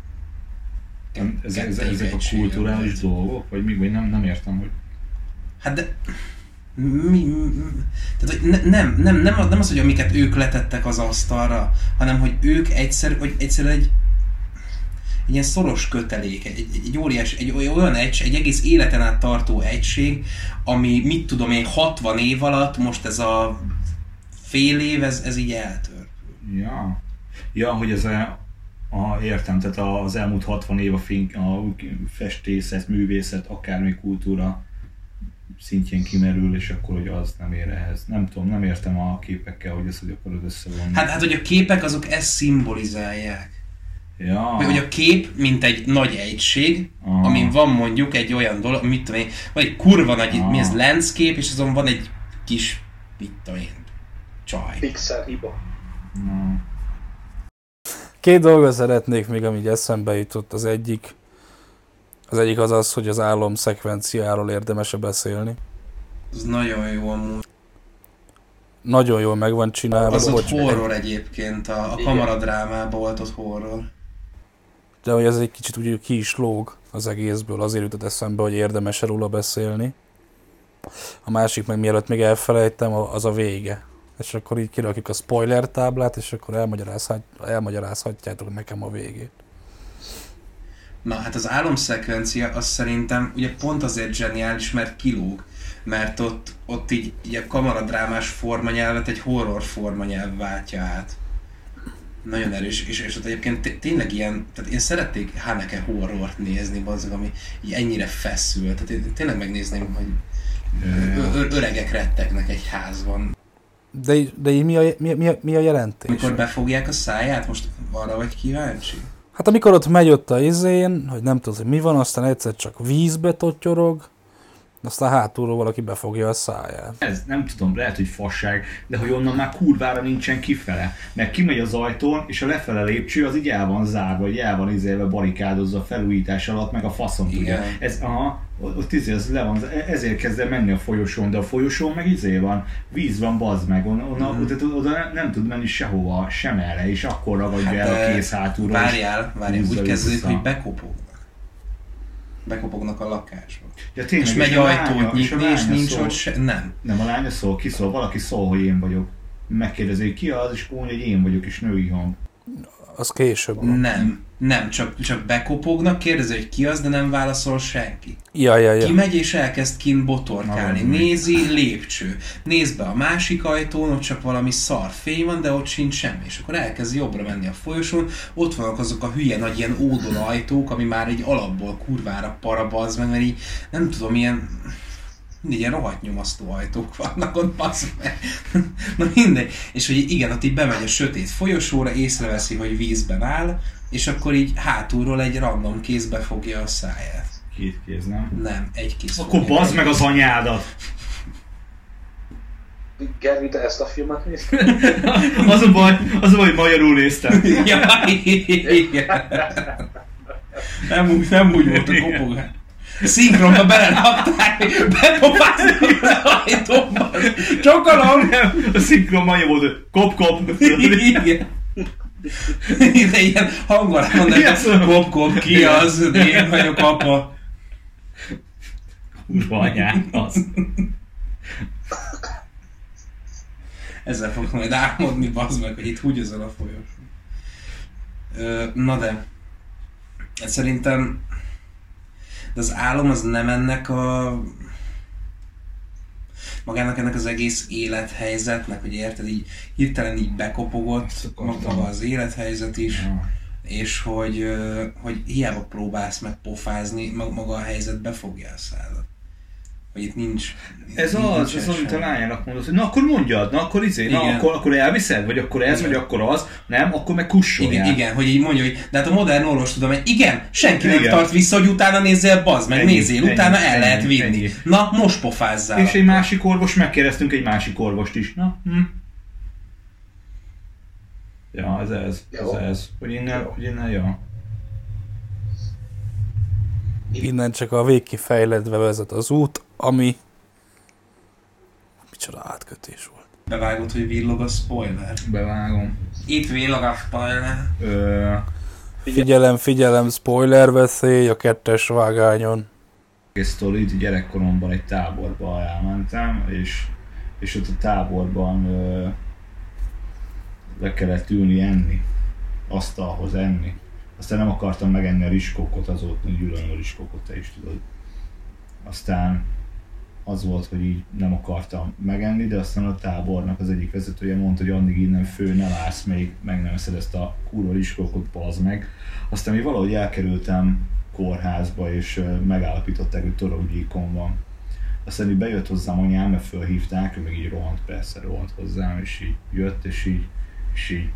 Ezek a kulturális dolgok? Vagy mi? Vagy nem értem, hogy... Hát de... Tehát, hogy nem az, hogy amiket ők letettek az asztalra, hanem hogy ők egyszerűen egy ilyen szoros kötelék, egy óriás, egy egész életen át tartó egység, ami, mit tudom én, 60 év alatt, most ez a fél év, ez így eltörpül. Ja, hogy ez értem, tehát az elmúlt 60 év a festészet, művészet, akármi kultúra szintjén kimerül, és akkor, hogy az nem ér ehhez. Nem tudom, nem értem a képekkel, hogy ezt hogy akarod összevonni. Hát, hogy a képek azok ezt szimbolizálják. Ja. Hogy a kép, mint egy nagy egység, amin van mondjuk egy olyan dolog, mit tudom én, vagy egy kurva nagy, mi ez, landscape, és azon van egy kis, mit tudom én, csaj. Pixel hiba. No. 2 dolgot szeretnék még, ami eszembe jutott. Az egyik az, hogy az álom szekvenciáról érdemes beszélni. Ez nagyon jó amúgy. Nagyon jól meg van csinálva. Az ott horror egyébként, a kamaradrámában volt ott horror. De hogy ez egy kicsit úgy ki is lóg az egészből, azért jutott eszembe, hogy érdemes róla beszélni. A másik meg, mielőtt még elfelejtem, az a vége. És akkor így kirakjuk a spoiler táblát, és akkor elmagyarázhatjátok nekem a végét. Na, hát az álomszekvencia az szerintem ugye pont azért zseniális, mert kilóg. Mert ott így a kamaradrámás formanyelvet egy horror formanyelv váltja át. Nagyon erős, és ott egyébként tényleg ilyen, tehát én szeretnék Haneke horrort nézni, bazzag, ami így ennyire feszül. Tehát én tényleg megnézném, hogy öregek rettegnek egy házban. De így mi a jelentés? Mikor befogják a száját? Most arra vagy kíváncsi? Hát amikor ott megy ott a izén, hogy nem tudod, hogy mi van, aztán egyszer csak vízbe tottyorog, aztán hátulról valaki befogja a száját. Ez nem tudom, lehet, hogy fasság, de hogy onnan már kurvára nincsen kifele. Mert kimegy az ajtón, és a lefele lépcső az így el van zárva, vagy el van felújításodozva a felújítás alatt, meg a faszom tudja. Ez, ott az le van, ezért kezd el menni a folyosón, de a folyosón meg van, víz van, bazd meg, oda nem tud menni sehova, sem erre, és akkor ragadja el a kész hátulról. Várjál, úgy kezdődik, hogy bekopognak a lakásba. Ja, tényleg, és megy ajtót nyitni, és nincs ott se... Nem. Nem, a lánya szól, ki szól, valaki szól, hogy én vagyok. Megkérdezi, hogy ki az, és mondja, hogy én vagyok, és női hang. Az később. Nem, csak bekopognak, kérdezi, hogy ki az, de nem válaszol senki. Ja. Kimegy és elkezd kint botorkálni. Nézi, lépcső. Nézd be a másik ajtón, ott csak valami szar fény van, de ott sincs semmi. És akkor elkezd jobbra menni a folyosón, ott vannak azok a hülye nagy ilyen ódon ajtók, ami már egy alapból kurvára parabazd meg, mert így nem tudom, ilyen rohadt nyomasztó ajtók vannak ott, bassz meg. Na mindegy. És hogy igen, ott így bemegy a sötét folyosóra, észreveszi, hogy vízben áll, és akkor így hátulról egy random kéz befogja a száját. 2 kéz, nem? Nem, egy kéz. Akkor bazd meg az anyádat! Gervi, te ezt a filmet nézted? az a baj, hogy magyarul néztem. Ja, igen. Nem úgy volt a kopogás. Szinkronba belerakták, bepopáztak az ajtóban. Csokolom! A szinkron magyar volt, kop-kop. Igen. De ilyen hanggal mondanak, kop-kop, ki az, én vagyok apa. Kurva anyád, az. Ezzel fogok majd álmodni, bazd meg, hogy itt húgyozol a folyosón. Na de, szerintem de az álom az nem ennek a... magának ennek az egész élethelyzetnek, hogy érted, így hirtelen így bekopogott maga az élethelyzet is, és hogy hiába próbálsz meg pofázni, maga a helyzet befogja a szádat. Hogy itt nincs... Ez amit a lányának mondod, hogy na akkor mondjad, na akkor akkor elviszed, vagy akkor ez, vagy akkor az, nem, akkor meg kussoljál. Igen, hogy így mondja, hogy de hát a modern orvostudomány, igen, senki nem tart vissza, hogy utána nézzél, bazd meg, nézzél, utána el lehet vinni. Na, most pofázzál. És egy másik orvos, megkérdeztünk egy másik orvost is. Na, Ja, ez. Hogy innen, ja. Innen csak a végkifejletve vezet az út, ami... Micsoda átkötés volt. Bevágod, hogy villog a spoiler? Bevágom. Itt villog a spoiler. Figyelem, spoiler veszély a 2-es vágányon. Egy sztorit, gyerekkoromban egy táborba elmentem, és ott a táborban le kellett ülni enni. Asztalhoz enni. Aztán nem akartam megenni a rizskókot, azóta gyűlölöm a rizskókot, te is tudod. Aztán az volt, hogy így nem akartam megenni, de aztán a tábornak az egyik vezetője mondta, hogy addig innen fő, ne vársz még, meg nem eszed ezt a kurva rizskókot, bazd meg. Aztán még valahogy elkerültem kórházba, és megállapították, hogy torokgyíkon van. Aztán így bejött hozzám anyám, mert fölhívták, ő meg így rohant hozzám, és így jött, és így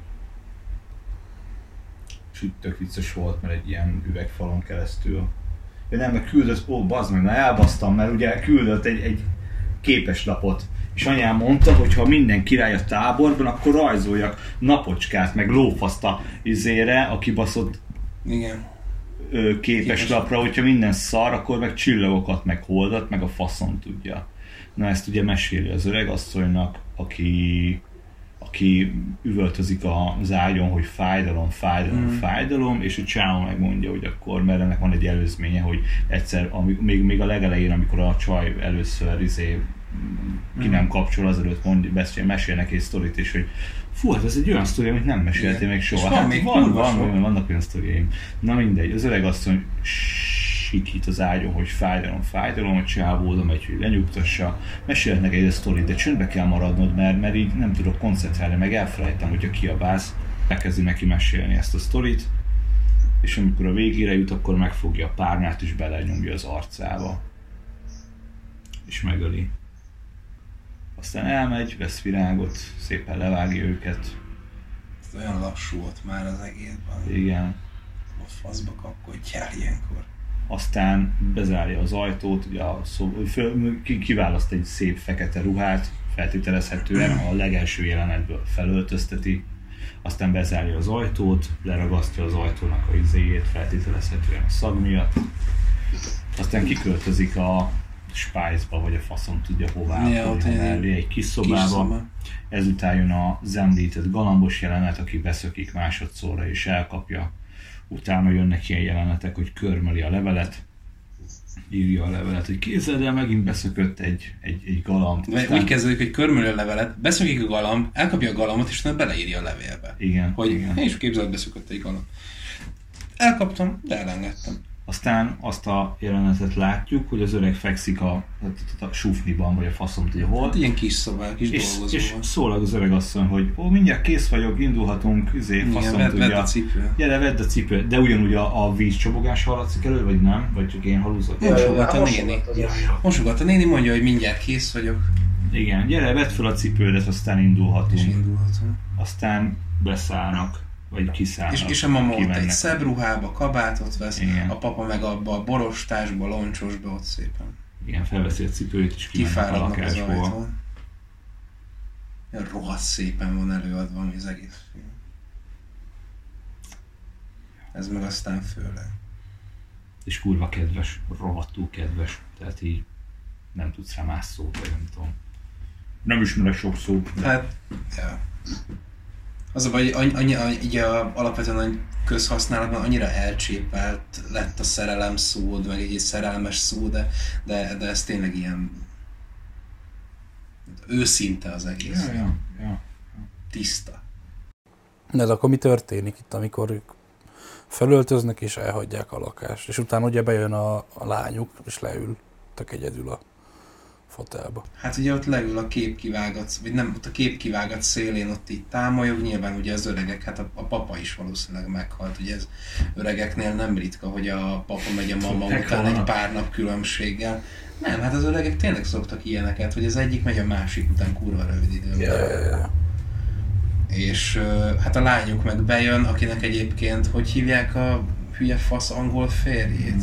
tök vicces volt, mert egy ilyen üvegfalon keresztül. Ja nem, mert küldött, bazd meg, na elbasztam, mert ugye küldött egy képeslapot. És anyám mondta, hogy ha minden király a táborban, akkor rajzoljak napocskát, meg lófaszt a a kibaszott képeslapra, hogyha minden szar, akkor meg csillagokat, meg holdat, meg a faszon tudja. Na ezt ugye meséli az öregasszonynak, aki üvöltözik az ágyon, hogy fájdalom, és a csávó megmondja, hogy akkor, mert ennek van egy előzménye, hogy egyszer, még a legelején, amikor a csaj először ki nem kapcsol, azelőtt mesélnek egy sztorit, és hogy fú, hát ez egy olyan sztori, amit nem meséltél még soha. Hát vannak olyan sztoriaim. Na mindegy, az öreg asszony sikít az ágyon, hogy fájdalom, a csávó oda megy, hogy lenyugtassa. Mesélnek egy sztorit, de csöndbe kell maradnod, mert így nem tudok koncentrálni, meg elfelejtem, hogyha kiabálsz. Elkezdi neki mesélni ezt a sztorit, és amikor a végére jut, akkor megfogja a párnát, és belenyomja az arcába. És megöli. Aztán elmegy, vesz virágot, szépen levágja őket. Ez olyan lassú volt már az egészben. Igen. A faszba kapkodjál ilyenkor. Aztán bezárja az ajtót, ugye kiválaszt egy szép fekete ruhát, feltételezhetően a legelső jelenetből felöltözteti. Aztán bezárja az ajtót, leragasztja az ajtónak a izéjét, feltételezhetően a szag miatt. Aztán kiköltözik a Spice-ba, vagy a faszom tudja hová, mellé, egy kis szobába. Ezután jön az említett galambos jelenet, aki beszökik másodszorra és elkapja. Utána jönnek ilyen jelenetek, hogy körmeli a levelet, írja a levelet, hogy kézzel, de megint beszökött egy galamb. Úgy kezdődik, hogy körmeli a levelet, beszökik a galamb, elkapja a galambot, és utána beleírja a levélbe. Igen. Hogy igen. Én is képzeld, beszökött egy galamb. Elkaptam, de elengedtem. Aztán azt a jelenetet látjuk, hogy az öreg fekszik a sufniban, vagy a faszom tudja hol. Hát ilyen kis szobán, kis dolgozóban. És szól az öreg asszony, hogy mindjárt kész vagyok, indulhatunk, faszom tudja. Vedd a cipő. Gyere, vedd a cipő. De ugyanúgy a vízcsobogás hallatszik elő, vagy nem? Vagy csak én halúzok? Mosogat a néni, mondja, hogy mindjárt kész vagyok. Igen, gyere, vedd fel a cipődet, aztán indulhatunk. És indulhatunk. Aztán beszállnak. Vagy kiszállnak. És a mama ott egy szebb ruhába, kabátot vesz, igen. A papa meg abba a borostásba, loncsosba ott szépen. Igen, felveszi a cipőjét és kimennek a lakásból. Rohadt szépen van előadva az egész film. Ez meg aztán főleg. És kurva kedves, rohadtul kedves, tehát így nem tudsz rá más szót, vagy nem tudom. Nem ismerek sok szót. De... Hát, ja. Az a baj, hogy alapvetően közhasználatban annyira elcsépelt lett a szerelem szó, meg egy szerelmes szó, de ez tényleg ilyen őszinte az egész. Ja. Tiszta. De akkor mi történik itt, amikor ők felöltöznek és elhagyják a lakást, és utána ugye bejön a lányuk, és leül tök egyedül a fotelba. Hát ugye ott leül a képkivágat, vagy nem, ott a képkivágat szélén ott így támolyog, nyilván ugye az öregek, hát a papa is valószínűleg meghalt, ugye ez öregeknél nem ritka, hogy a papa megy a mama után egy pár nap különbséggel. Nem, hát az öregek tényleg szoktak ilyeneket, hogy az egyik megy a másik után kurva rövid időben. Yeah. És hát a lányuk meg bejön, akinek egyébként, hogy hívják a hülye fasz angol férjét?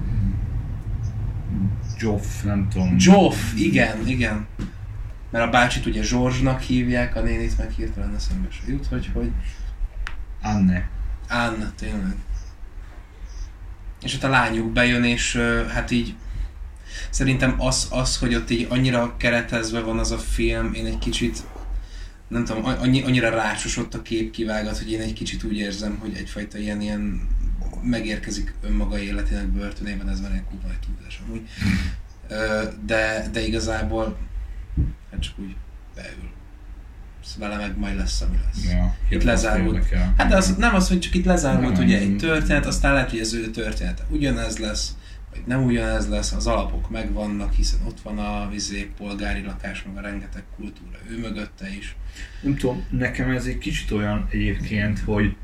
Joff, nem tudom. Joff, igen. Mert a bácsit ugye Zsorzsnak hívják, a nénit meg hirtelen eszembe se jut, hogy... Anne, tényleg. És hát a lányuk bejön, és hát így szerintem az, hogy ott így annyira keretezve van az a film, én egy kicsit, nem tudom, annyira rácsos ott a képkivágat, hogy én egy kicsit úgy érzem, hogy egyfajta ilyen megérkezik önmaga életének börtönében, ez van egy kurva nagy tudás amúgy. De igazából hát csak úgy beül. Vele meg majd lesz, ami lesz. Ja, itt lezárult. Hát de az, nem az, hogy csak itt lezárult ugye egy történet, aztán lehet, hogy az ő története ugyanez lesz, vagy nem ugyanez lesz, az alapok megvannak, hiszen ott van a polgári lakás, meg a rengeteg kultúra ő mögötte is. Nem tudom, nekem ez egy kicsit olyan egyébként, hogy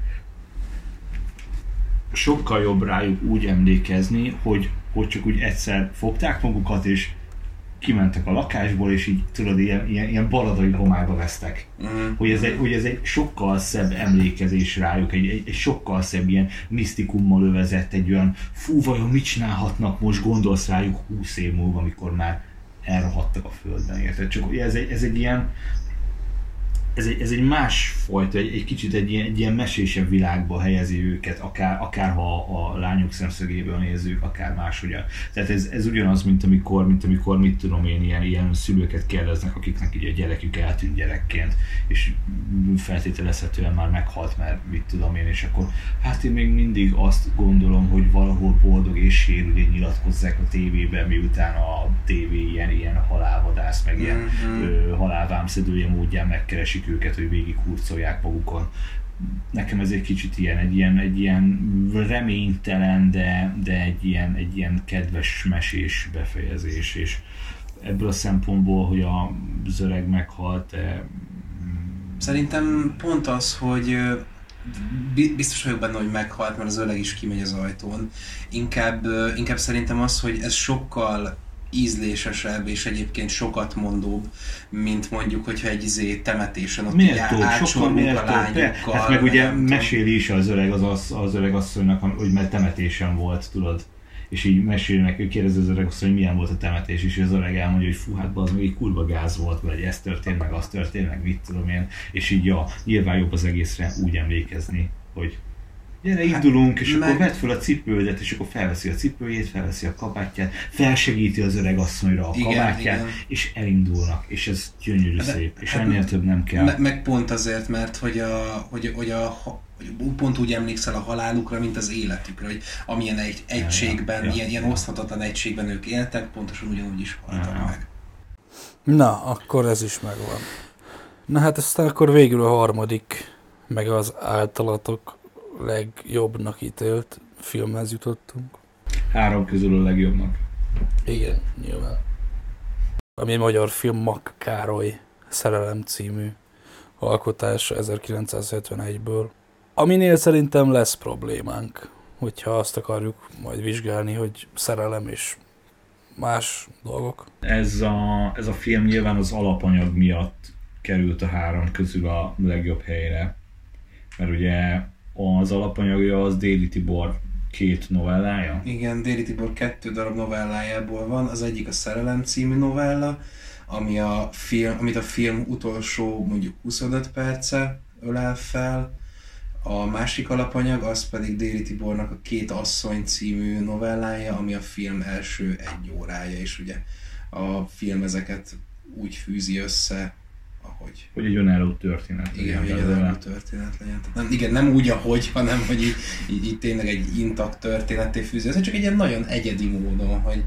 sokkal jobb rájuk úgy emlékezni, hogy csak úgy egyszer fogták magukat, és kimentek a lakásból, és így tudod, ilyen baladai homályba vesztek. Hogy ez egy sokkal szebb emlékezés rájuk, egy sokkal szebb ilyen misztikummal övezett, egy olyan fú, vajon mit csinálhatnak most, gondolsz rájuk 20 év múlva, amikor már elrohadtak a földben, érted? Csak ez egy ilyen ez egy másfajta, egy kicsit egy ilyen mesésebb világba helyezi őket, akár ha a lányok szemszögéből nézzük, akár máshogyan. Tehát ez ugyanaz, mint amikor mit tudom én, ilyen szülőket kérdeznek, akiknek így a gyerekük eltűnt gyerekként, és feltételezhetően már meghalt, mert mit tudom én, és akkor hát én még mindig azt gondolom, hogy valahol boldog és sérül, nyilatkozzák a tévében, miután a tévé ilyen halálvadász, meg ilyen halálvámszedője módján megkeresi őket, hogy végig hurcolják magukon. Nekem ez egy kicsit egy ilyen reménytelen, de egy ilyen kedves mesés befejezés, és ebből a szempontból, hogy az öreg meghalt, Szerintem pont az, hogy biztos vagyok benne, hogy meghalt, mert az öreg is kimegy az ajtón. Inkább szerintem az, hogy ez sokkal ízlésesebb és egyébként sokat mondóbb, mint mondjuk, hogyha egy temetésen ott átsorgunk a lányokkal. Hát meg ugye meséli is az öreg asszonynak, hogy mert temetésen volt, tudod. És így meséli neki, kérdezi az öreg asszony, hogy milyen volt a temetés, és az öreg elmondja, hogy fú, hát az még kurva gáz volt, vagy ez történt, meg az történt, meg mit tudom én. És így nyilván jobb az egészre úgy emlékezni, hogy gyere, indulunk, és akkor vedd fel a cipődet, és akkor felveszi a cipőjét, felveszi a kabátját, felsegíti az öreg asszonyra a kabátját, és elindulnak, és ez gyönyörű szép, és ennél több nem kell. Meg pont azért, mert hogy pont úgy emlékszel a halálukra, mint az életükre, hogy amilyen egy egységben, ilyen oszthatatlan egységben ők éltek, pontosan ugyanúgy is haltak meg. Na, akkor ez is megvan. Na hát aztán akkor végül a harmadik, meg az általatok legjobbnak ítélt filmhez jutottunk. 3 közül a legjobbnak. Igen, nyilván. Ami egy magyar film, Makk Károly Szerelem című alkotása 1971-ből. Aminél szerintem lesz problémánk, hogyha azt akarjuk majd vizsgálni, hogy szerelem és más dolgok. Ez a film nyilván az alapanyag miatt került a 3 közül a legjobb helyre. Mert ugye az alapanyagja az Déri Tibor 2 novellája? Igen, Déri Tibor 2 darab novellájából van. Az egyik a Szerelem című novella, amit a film utolsó mondjuk 25 perce ölel fel. A másik alapanyag az pedig Déri Tibornak a 2 asszony című novellája, ami a film első 1 órája, és ugye a film ezeket úgy fűzi össze, ahogy... Hogy egy önálló történet. Igen, hogy egy önálló történet legyen. Tehát nem úgy, ahogy, hanem hogy így tényleg egy intakt történetté fűzi össze, csak egy ilyen nagyon egyedi módon, hogy...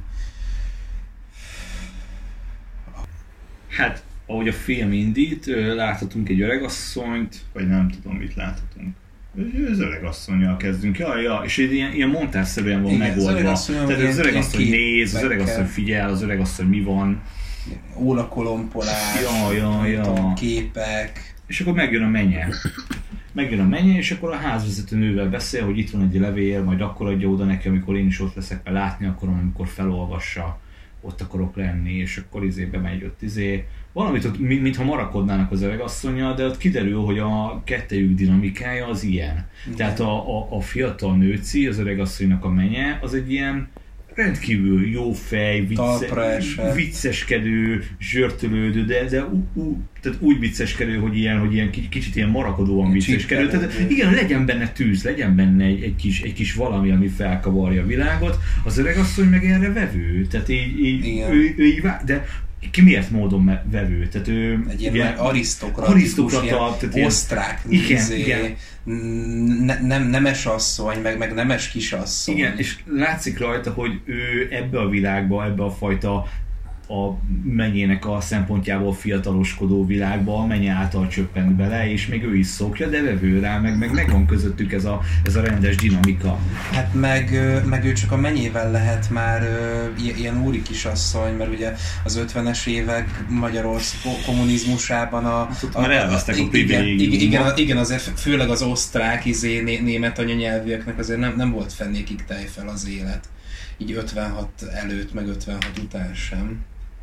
Hát, ahogy a film indít, láthatunk egy öregasszonyt, vagy nem tudom, mit láthatunk. Az öregasszonnyal kezdünk, és ilyen montázszerűen van megoldva. Tehát az öregasszony néz, az öregasszony figyel, az öregasszony mi van, Ólakolompolás, képek. És akkor megjön a menye, és akkor a házvezető nővel beszél, hogy itt van egy levél, majd akkor adja oda neki, amikor én is ott leszek, mert látni akarom, amikor felolvassa, ott akarok lenni, és akkor bemegy ott valamit ott, mintha marakodnának az öregasszonnyal, de ott kiderül, hogy a kettejük dinamikája az ilyen. Igen. Tehát a fiatal nőci, az öregasszonynak a menye, az egy ilyen rendkívül jó fej, vicceskedő, zsörtölődő, de tehát úgy vicceskedő, hogy ilyen kicsit ilyen marakodóan vicceskedő. Tehát igen, legyen benne tűz, legyen benne egy kis valami, ami felkavarja a világot. Az öregasszony meg erre vevő. Tehát így de ki miért módon vevő? Tehát ő egy ilyen arisztokrata, osztrák, igen. Nemes asszony, meg nemes kisasszony. Igen, és látszik rajta, hogy ő ebbe a világba, ebbe a fajta a menyének a szempontjából fiataloskodó világba a menye által csöppent bele, és még ő is szokja, de vevő rá, meg van közöttük ez a rendes dinamika. Hát meg ő csak a menyével lehet már ilyen úri kisasszony, mert ugye az 50-es évek Magyarország kommunizmusában már elvesztek a privilégiumot. Igen, azért főleg az osztrák, német anyanyelvűeknek azért nem volt fennékig tejfel az élet. Így 56 előtt, meg 56 után sem.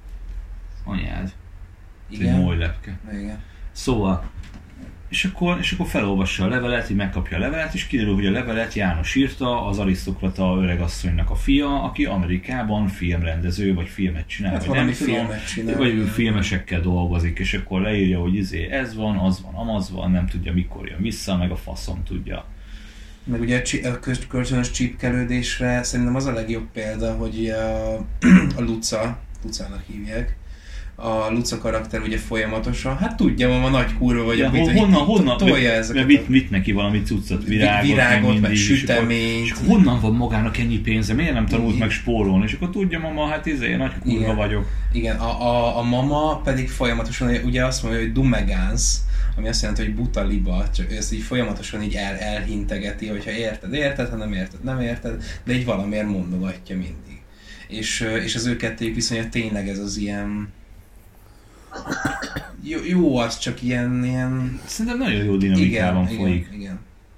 Anyád. Igen. Egy molylepke. Igen. Szóval, és akkor felolvassa a levelet, így megkapja a levelet, és kiderül, hogy a levelet János írta, az arisztokrata öregasszonynak a fia, aki Amerikában filmrendező, vagy filmet csinál, hát vagy nem tudom, vagy filmesekkel dolgozik, és akkor leírja, hogy ez van, az van, amaz van, nem tudja mikor jön vissza, meg a faszom tudja. Meg ugye a kölcsönös csípkelődésre szerintem az a legjobb példa, hogy a Lucának hívják, a Luca karakter ugye folyamatosan, hát tudja, mama nagy kurva vagyok, honnan tolja ezeket. Vitt neki valami cuccot, virágot meg süteményt. És honnan van magának ennyi pénze, miért nem tanult meg spórolni, és akkor tudja mama, hát nagy kurva vagyok. Igen, a mama pedig folyamatosan ugye azt mondja, hogy dumegánsz, ami azt jelenti, hogy buta liba, csak ezt így folyamatosan így elhintegeti, hogyha érted, ha nem érted, de így valamiért mondogatja mindig. És az ő kettőjük viszonya tényleg ez az ilyen... Jó, az csak ilyen... Szerintem nagyon jó dinamikában folyik. Igen.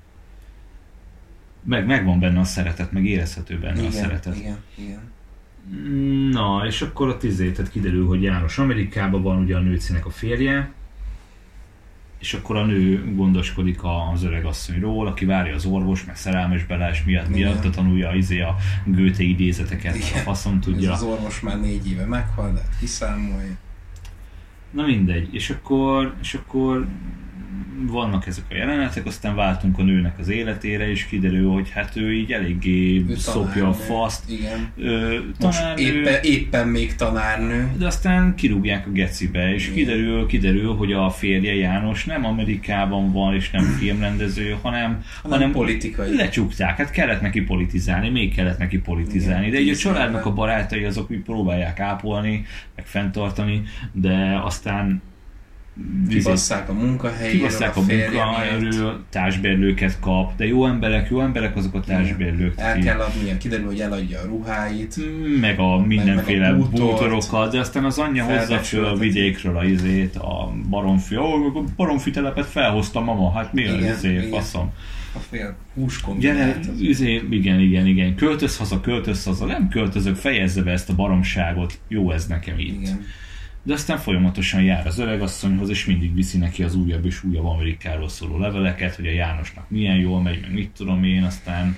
Megvan benne a szeretet, meg érezhető benne a szeretet. Igen. Na, és akkor a tehát kiderül, hogy János Amerikában van, ugye a nőcinek a férje, és akkor a nő gondoskodik az öregasszonyról, aki várja az orvos, meg szerelmes bele, és miatt tanulja a Goethe idézeteket, a faszom tudja. Ez az orvos már 4 éve meghal, de kiszámolja. Na mindegy, és akkor vannak ezek a jelenetek, aztán váltunk a nőnek az életére, és kiderül, hogy hát ő így eléggé szopja a faszt. Igen. Most éppen még tanárnő. De aztán kirúgják a gecibe, és kiderül, hogy a férje János nem Amerikában van, és nem filmrendező, hanem politikai. Lecsukták, hát kellett neki politizálni, még kellett neki politizálni, de így a családnak a barátai azok úgy próbálják ápolni, meg fenntartani, de aztán kibasszák a munkahelyről, társbérlőket kap, de jó emberek azok a társbérlők. El kell adnia, kiderül, hogy eladja a ruháit. Meg a mindenféle bútorokat, de aztán az anyja hozza föl a vidékről a baromfi. A baromfi telepet felhozta mama, hát mi az faszom. A fél húskombinát. Igen. Költöz haza, nem költözök, fejezze be ezt a baromságot, jó ez nekem itt. Igen. De aztán folyamatosan jár az öregasszonyhoz, és mindig viszi neki az újabb és újabb Amerikáról szóló leveleket, hogy a Jánosnak milyen jól megy, meg mit tudom én, aztán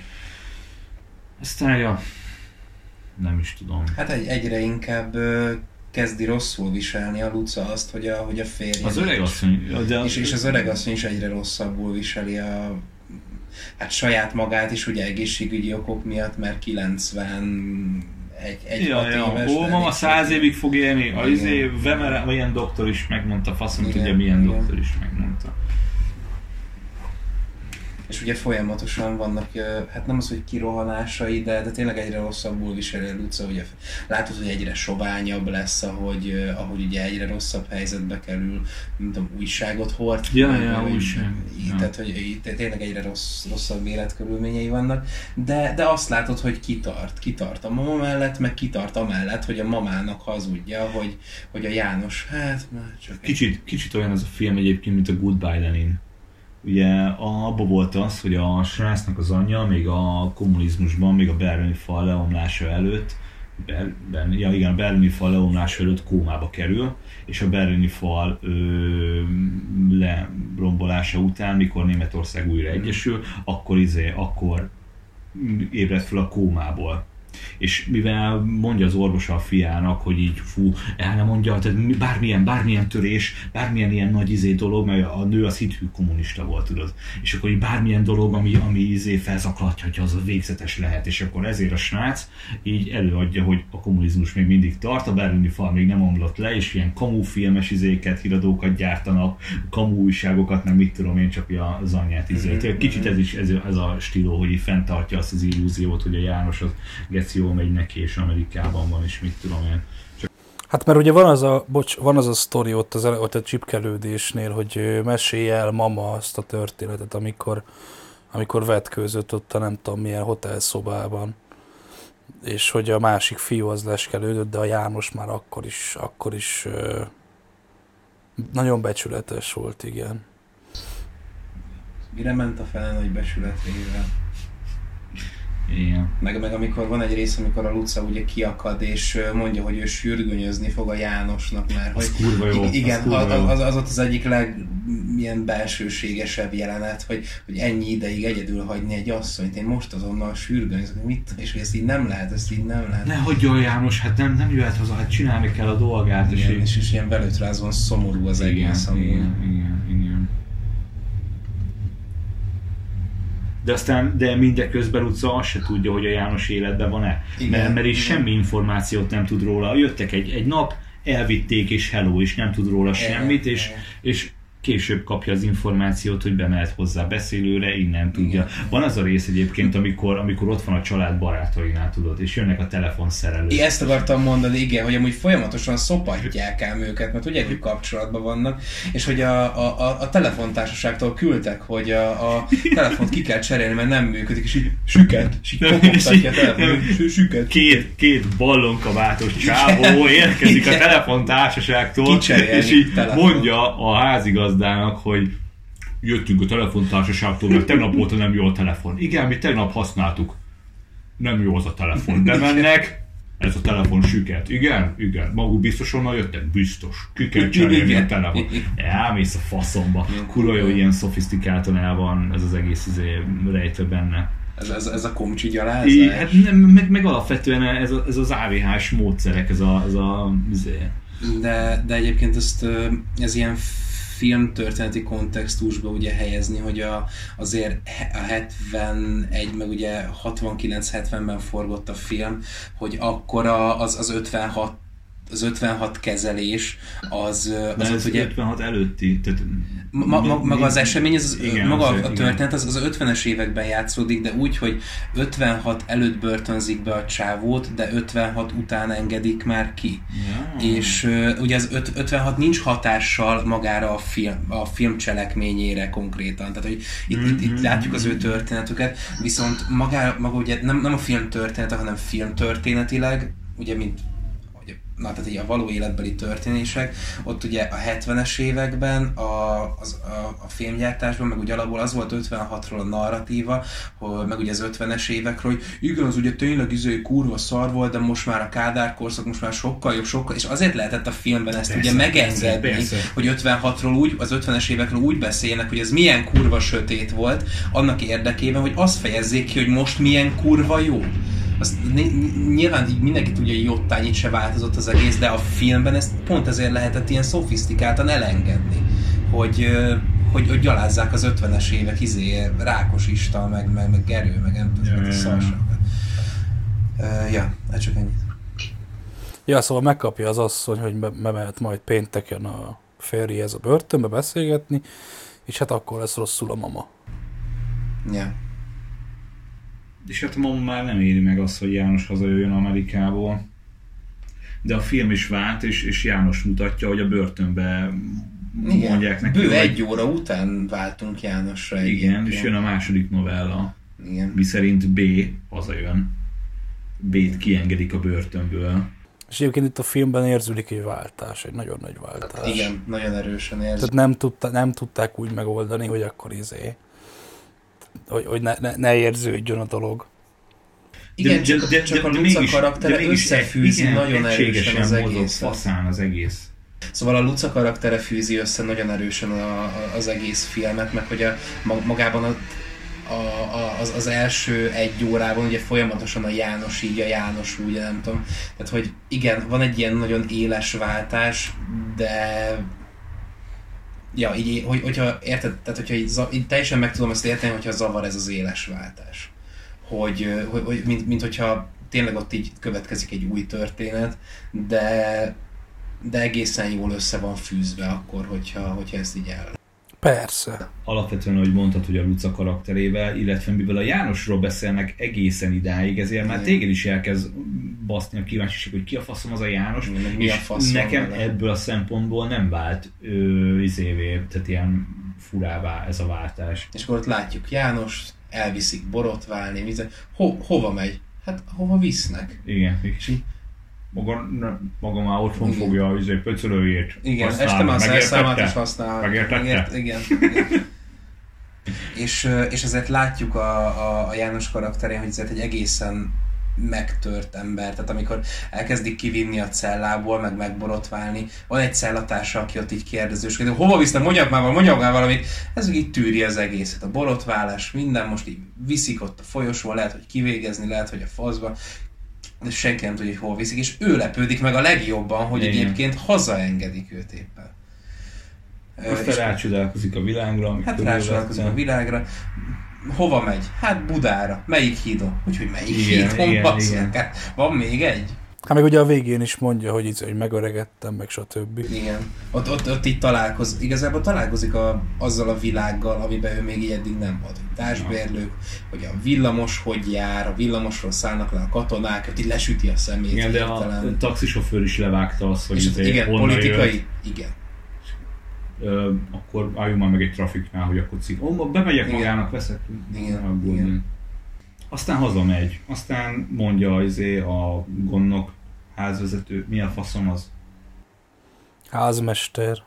nem is tudom. Hát egyre inkább kezdi rosszul viselni a Luca azt, hogy a férje... Az öregasszony... És az öregasszony is egyre rosszabbul viseli hát saját magát is, ugye egészségügyi okok miatt, mert 90... mama 100 évig fog élni, Vemere, ilyen doktor is megmondta, faszom tudja milyen doktor is megmondta. és ugye folyamatosan vannak, hát nem az, hogy kirohanásai, de tényleg egyre rosszabbul viseli a Luca, ugye látod, hogy egyre soványabb lesz, ahogy ugye egyre rosszabb helyzetbe kerül, nem tudom, újságot hord. Újság. Tehát, hogy tényleg egyre rosszabb életkörülményei vannak, de azt látod, hogy kitart a mama mellett, meg kitart amellett, hogy a mamának hazudja, hogy a János, hát már csak... Kicsit olyan ez a film egyébként, mint a Goodbye Lenin. Ugye abban volt az, hogy a srácnak az anyja még a kommunizmusban, még a berlini fal leomlása előtt, a berlini fal leomlása előtt kómába kerül, és a berlini fal lerombolása után, mikor Németország újra egyesül, akkor ébred fel a kómából. És mivel mondja az orvosa a fiának, hogy így el nem mondja, tehát bármilyen törés, bármilyen ilyen nagy dolog, mert a nő az hithű kommunista volt, tudod. És akkor így bármilyen dolog, ami felzaklatja, hogy az a végzetes lehet, és akkor ezért a srác így előadja, hogy a kommunizmus még mindig tart, a berlini fal még nem omlott le, és ilyen kamufilmes híradókat gyártanak, kamu újságokat, nem mit tudom én, csak az anyját Kicsit ez a stíló, hogy így fenntartja azt az illúziót, hogy a János az jól megy neki, és Amerikában van, és mit tudom én. Hát mert ugye van az a sztori ott a csipkelődésnél, hogy mesélj el mama azt a történetet, amikor vetkőzött ott a nem tudom milyen hotelszobában, és hogy a másik fiú az leskelődött, de a János már akkor is nagyon becsületes volt, igen. Mire ment a fele nagy becsületével? Igen. Meg amikor van egy rész, amikor a Luca ugye kiakad, és mondja, hogy ő sürgönyözni fog a Jánosnak, mert az hogy... kurva jó. Igen, az ott az egyik ilyen belsőségesebb jelenet, hogy ennyi ideig egyedül hagyni egy asszonyt, én most azonnal sürgönyözök, és ezt így nem lehet, Ne hagyja János, hát nem jöhet haza, hát csinálni kell a dolgát. Igen, és ilyen velőtrázon szomorú az egész amúgy. Igen. De mindeközben Luca azt se tudja, hogy a János életben van-e. Mert is semmi információt nem tud róla. Jöttek egy nap, elvitték, és hello, és nem tud róla semmit, és később kapja az információt, hogy bemehet hozzá beszélőre, innen tudja. Igen. Van az a rész egyébként, amikor ott van a család barátainál, tudod, és jönnek a telefonszerelők. Én ezt akartam mondani, igen, hogy amúgy folyamatosan szopatják ám őket, mert ugye, hogy kapcsolatban vannak, és hogy a telefontársaságtól küldtek, hogy a telefont ki kell cserélni, mert nem működik, és így süket, és így kopogtatja a telefon, süket. Két ballonkabátos csávó érkezik a telefontársaságtól, és így mondja a házigazdának, hogy jöttünk a telefontársaságtól, mert tegnap óta nem jó a telefon. Igen, mi tegnap használtuk. Nem jó az a telefon. De mennek, ez a telefon süket. Igen, maguk biztos onnan jöttek? Biztos. Ki kell cserélni a telefon. Elmész a faszomba. Kurva jó, ilyen szofisztikáltan el van ez az egész rejtve benne. Ez a komcsi gyalázás? Hát meg alapvetően ez az AVH-s módszerek, ez a De egyébként ez ilyen filmtörténeti kontextusba ugye helyezni, hogy azért a 71, meg ugye 69-70-ben forgott a film, hogy akkor az 56 kezelés, az ugye 56 előtti, tehát maga az esemény, igen, maga a történet az 50-es években játszódik, de úgy, hogy 56 előtt börtönzik be a csávót, de 56 után engedik már ki. Ja. És ugye az 56 nincs hatással magára a film cselekményére konkrétan, tehát hogy itt látjuk az ő történetüket, viszont maga ugye nem a film története, hanem filmtörténetileg, ugye mint tehát így a való életbeli történések, ott ugye a 70-es években a filmgyártásban, meg ugye alapból az volt 56-ról a narratíva, meg ugye az 50-es évekről, hogy igen, az ugye tényleg kurva szar volt, de most már a Kádár korszak most már sokkal jobb, és azért lehetett a filmben ezt persze, ugye megengedni, persze. Hogy 56-ról az 50-es évekről úgy beszélnek, hogy ez milyen kurva sötét volt, annak érdekében, hogy azt fejezzék ki, hogy most milyen kurva jó. Azt nyilván így mindenki tudja, hogy jottányit se változott az egész, de a filmben ezt pont ezért lehetett ilyen szofisztikáltan elengedni, hogy gyalázzák az 50-es évek Rákos István, meg Gerő, meg nem tudom, a szarságot. Hát csak ennyit. Ja, szóval megkapja az asszony, hogy bemehet majd pénteken a férjéhez a börtönbe beszélgetni, és hát akkor lesz rosszul a mama. Ja. És hát ma már nem éri meg azt, hogy János hazajöjjön Amerikából. De a film is vált, és János mutatja, hogy a börtönbe mondják neki. Bő egy óra után váltunk Jánosra. Igen, és jön a második novella. Igen. Miszerint B hazajön. B-t kiengedik a börtönből. És egyébként itt a filmben érződik egy váltás, egy nagyon nagy váltás. Igen, nagyon erősen érződik. Tehát nem tudták úgy megoldani, hogy akkor hogy ne érződjön a dolog. Igen, csak a Luca karaktere összefűzi nagyon erősen az egészet. Faszán az egész. Szóval a Luca karaktere fűzi össze nagyon erősen az egész filmet, meg hogy magában az első egy órában ugye folyamatosan a János így, a János úgy, nem tudom. Tehát, hogy igen, van egy ilyen nagyon éles váltás, de ja, így, hogyha érted, tehát hogyha így teljesen meg tudom ezt érteni, hogyha zavar ez az éles váltás. Hogy mint hogyha tényleg ott így következik egy új történet, de egészen jól össze van fűzve akkor, hogyha ezt így el. Persze. Alapvetően, ahogy mondtad, hogy a Luca karakterével, illetve mivel a Jánosról beszélnek egészen idáig, ezért már téged is elkezd baszni a kíváncsiság, hogy ki a faszom az a János, mi a faszom nekem vele? ebből a szempontból nem vált tehát ilyen furává ez a váltás. És akkor ott látjuk János, elviszik borotválni, hova megy? Hát hova visznek? Igen, maga már otthon fogja a pöcölőjét. Igen, használni. este már szerszámát is használ. Megértette? Igen. és ezért látjuk a János karakterén, hogy ezért egy egészen megtört ember. Tehát amikor elkezdik kivinni a cellából, meg megborotválni, van egy cellatársa, aki ott így kérdezősködik, hova visznek, mondjak már valamit, ez így tűri az egészet. A borotválás, minden most így viszik ott a folyosón, lehet, hogy kivégezni, lehet, hogy a faszba, de senki nem tudja, hogy hol viszik, és ő lepődik meg a legjobban, hogy egyébként hazaengedik őt éppen. Aztán rácsodálkozik a világra. Hát rácsodálkozik a világra. Hova megy? Hát Budára. Melyik hídon? Úgyhogy melyik hídon basszak? Hát van még egy? Hát meg ugye a végén is mondja, hogy megöregettem, meg stb. Igen. Ott így igazából találkozik azzal a világgal, amiben ő még így eddig nem volt. Társbérlők, hogy a villamos hogy jár, a villamosról szállnak le a katonák, hogy így lesüti a szemét. Igen, de a taxisofőr is levágta azt, hogy igen, politikai, igen. Akkor álljunk már meg egy trafiknál, hogy akkor bemegyek magának, veszek. Igen. Aztán hazamegy. Aztán mondja a gondnok házvezető, mi a faszom az? Házmester.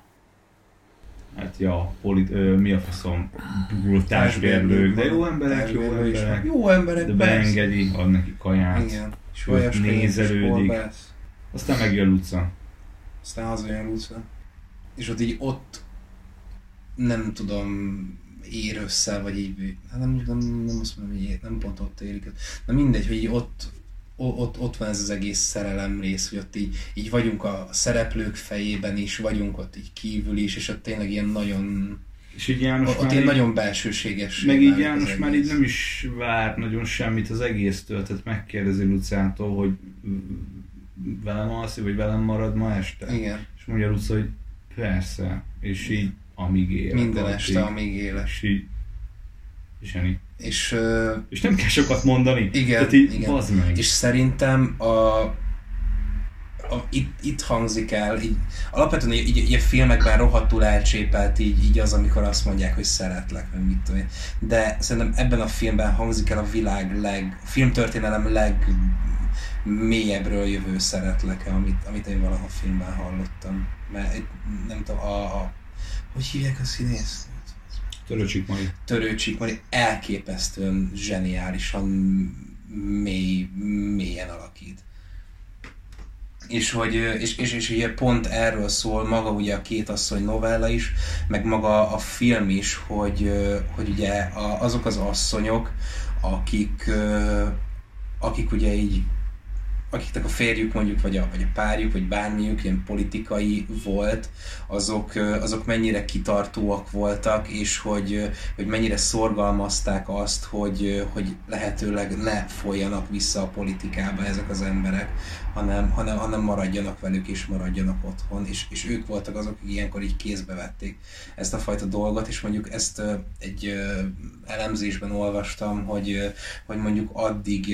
Hát ja, mi a faszom? Társbérlők, de jó emberek. Jó emberek, de beengedi, ad neki kaját. Igen. És nézelődik. Aztán megjön Luca. Aztán hazajön Luca. És ott nem tudom, ér össze, vagy így, hát nem azt mondom, hogy nem pont ott érik. Na mindegy, hogy így ott van ez az egész szerelem rész, hogy ott így vagyunk a szereplők fejében is, vagyunk ott így kívül is, és ott tényleg ilyen nagyon... És így János ott ilyen nagyon belsőséges. Meg így János már így nem is vár nagyon semmit az egésztől, tehát megkérdezi Lucától, hogy velem alszik, vagy velem marad ma este? Igen. És mondja Luca, hogy persze, és így amíg él. Minden este, amíg él. És így... És ennyi. És nem kell sokat mondani. Igen, igen. És szerintem itt hangzik el, így, alapvetően így a filmekben rohadtul elcsépelt így az, amikor azt mondják, hogy szeretlek, meg mit tudom én. De szerintem ebben a filmben hangzik el a filmtörténelem legmélyebbről jövő szeretleke, amit én valaha filmben hallottam. Mert nem tudom, hogy hívják a színészt? Törőcsik Mari elképesztően zseniálisan mélyen alakít. És ugye pont erről szól maga ugye a Két asszony novella is, meg maga a film is, hogy ugye azok az asszonyok, akik ugye így akiknek a férjük mondjuk, vagy a párjuk, vagy bármiük ilyen politikai volt, azok mennyire kitartóak voltak, és hogy mennyire szorgalmazták azt, hogy lehetőleg ne folyjanak vissza a politikába ezek az emberek, hanem maradjanak velük, és maradjanak otthon, és ők voltak azok, akik ilyenkor így kézbe vették ezt a fajta dolgot, és mondjuk ezt egy elemzésben olvastam, hogy mondjuk addig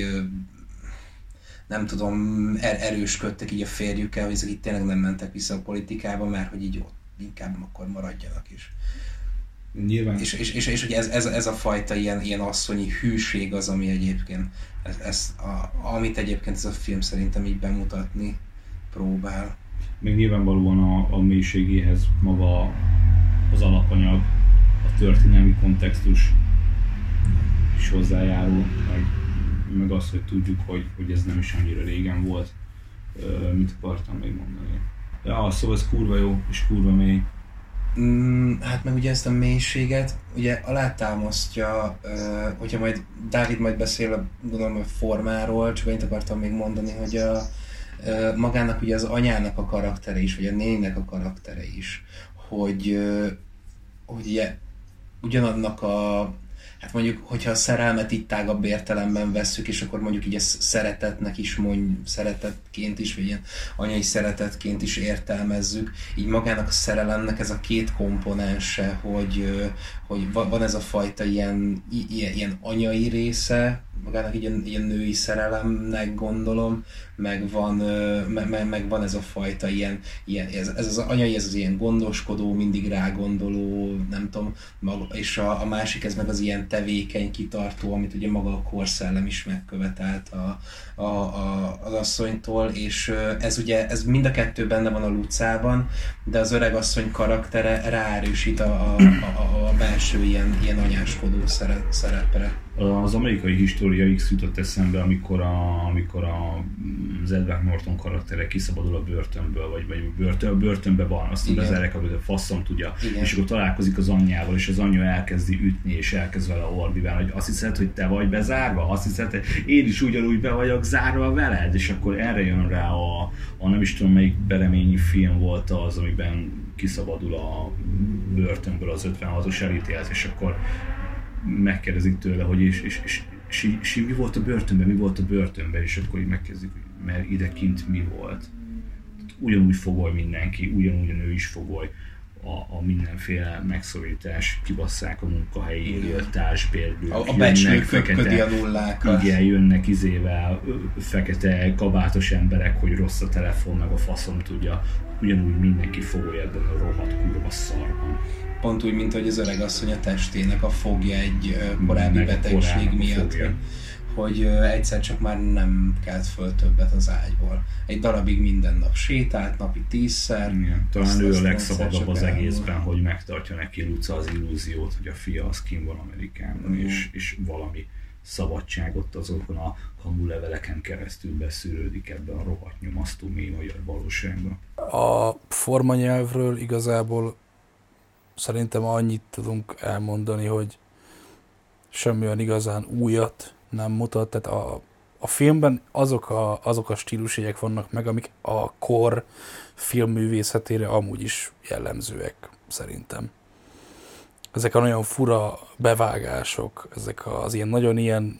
nem tudom, erősködtek így a férjükkel, hogy ezek itt tényleg nem mentek vissza a politikába, mert hogy így ott inkább akkor maradjanak is. Nyilván. És hogy ez a fajta ilyen asszonyi hűség az, ami egyébként, amit egyébként ez a film szerintem így bemutatni próbál. Még nyilvánvalóan a mélységéhez maga az alapanyag, a történelmi kontextus is hozzájárul, meg az, hogy tudjuk, hogy ez nem is annyira régen volt, mit akartam még mondani. Ja, szóval ez kurva jó, és kurva mély. Hát meg ugye ezt a mélységet, ugye alátámasztja, hogyha majd Dávid majd beszél gondolom a formáról, csak annyit akartam még mondani, hogy magának ugye az anyának a karaktere is, vagy a néninek a karaktere is, hogy ugye ugyanannak hát mondjuk, hogyha a szerelmet itt tágabb értelemben vesszük, és akkor mondjuk így ezt szeretetnek is szeretetként is, vagy ilyen anyai szeretetként is értelmezzük, így magának a szerelemnek ez a két komponense, hogy van ez a fajta ilyen anyai része, magának ilyen női szerelemnek gondolom, meg van ez a fajta ez az anyai, ez az ilyen gondoskodó, mindig rágondoló, nem tudom, és a másik ez meg az ilyen tevékeny, kitartó, amit ugye maga a korszellem is megkövetelt az asszonytól, és ez mind a kettő benne van a Lucában, de az öreg asszony karaktere ráerősít a belső ilyen anyáskodó szerepre. Az Amerikai History X jutott eszembe, amikor az Edward Norton karaktere kiszabadul a börtönből, vagy börtönbe van, azt mondja az erek, hogy a faszom tudja, igen. És akkor találkozik az anyjával, és az anyja elkezdi ütni, és elkezd vele ordibálni, hogy azt hiszed, hogy te vagy bezárva? Azt hiszed, hogy én is ugyanúgy be vagyok zárva veled? És akkor erre jön rá a nem is tudom melyik bereményi film volt az, amiben kiszabadul a börtönből az 56-os elítélt, és akkor megkérdezik tőle, hogy és mi volt a börtönben, és akkor így megkezdik, hogy mert ide kint mi volt. Ugyanúgy fogoly mindenki, ugyanúgy a nő is fogoly, a mindenféle megszorítás, kibasszák a munkahelyéről, társbérből. A becslő köpködi a nullákat. Igen, jönnek fekete kabátos emberek, hogy rossz a telefon, meg a faszom tudja. Ugyanúgy mindenki fogoly ebben a rohadt kurva szarban. Pont úgy, mint hogy az öreg asszony a testének a fogja egy korábbi betegség miatt, hogy egyszer csak már nem kelt föl többet az ágyból. Egy darabig minden nap sétált, napi 10-szer. Igen, talán ő a legszabadabb az egészben, hogy megtartja neki Luca az illúziót, hogy a fia az kint van Amerikában, és valami szabadságot azokon a hamuleveleken keresztül beszűrődik ebben a rohadt nyomasztó mély magyar valóságban. A formanyelvről igazából szerintem annyit tudunk elmondani, hogy semmi olyan igazán újat nem mutat. Tehát a filmben azok a stílusjegyek vannak meg, amik a kor filmművészetére amúgy is jellemzőek szerintem. Ezek a nagyon fura bevágások, ezek az ilyen nagyon ilyen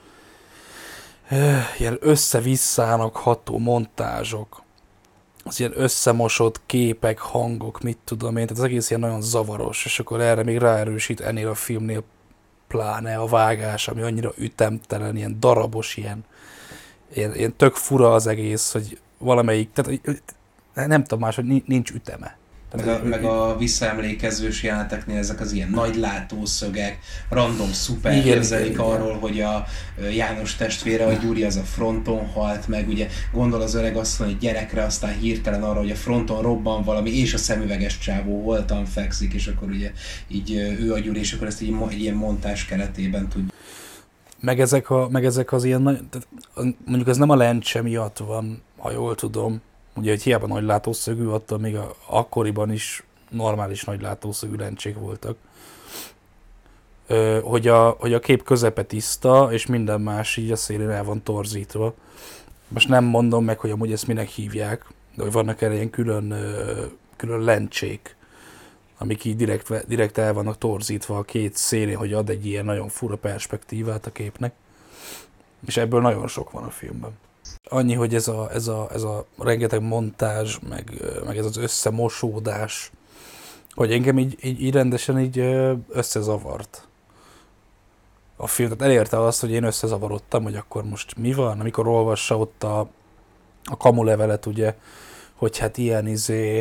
össze-visszának ható montázsok, az ilyen összemosott képek, hangok, mit tudom én, tehát az egész ilyen nagyon zavaros, és akkor erre még ráerősít ennél a filmnél pláne a vágás, ami annyira ütemtelen, ilyen darabos, ilyen tök fura az egész, hogy valamelyik, tehát nem tudom más, hogy nincs üteme. Meg a visszaemlékezős jeleneteknél ezek az ilyen nagy látószögek, random szuperérzelik arról, hogy a János testvére, a Gyuri az a fronton halt meg, ugye gondol az öreg asszony egy gyerekre, aztán hirtelen arra, hogy a fronton robban valami, és a szemüveges csávó holtan fekszik, és akkor ugye így ő a Gyuri, és akkor ezt egy ilyen montás keretében tudja. Meg ezek az ilyen, tehát mondjuk ez nem a lencse miatt van, ha jól tudom, ugye, hogy hiába nagy látószögű, attól még akkoriban is normális nagy látószögű lencsék voltak. Hogy a kép közepe tiszta, és minden más így a szélén el van torzítva. Most nem mondom meg, hogy amúgy ezt minek hívják, de hogy vannak erre ilyen külön lencsék, amik így direkt el vannak torzítva a két szélén, hogy ad egy ilyen nagyon fura perspektívát a képnek. És ebből nagyon sok van a filmben. Annyi, hogy ez a rengeteg montázs, meg ez az összemosódás, hogy engem így rendesen így összezavart a film. Tehát elérte azt, hogy én összezavarodtam, hogy akkor most mi van, amikor olvassa ott a kamulevelet, ugye, hogy hát ilyen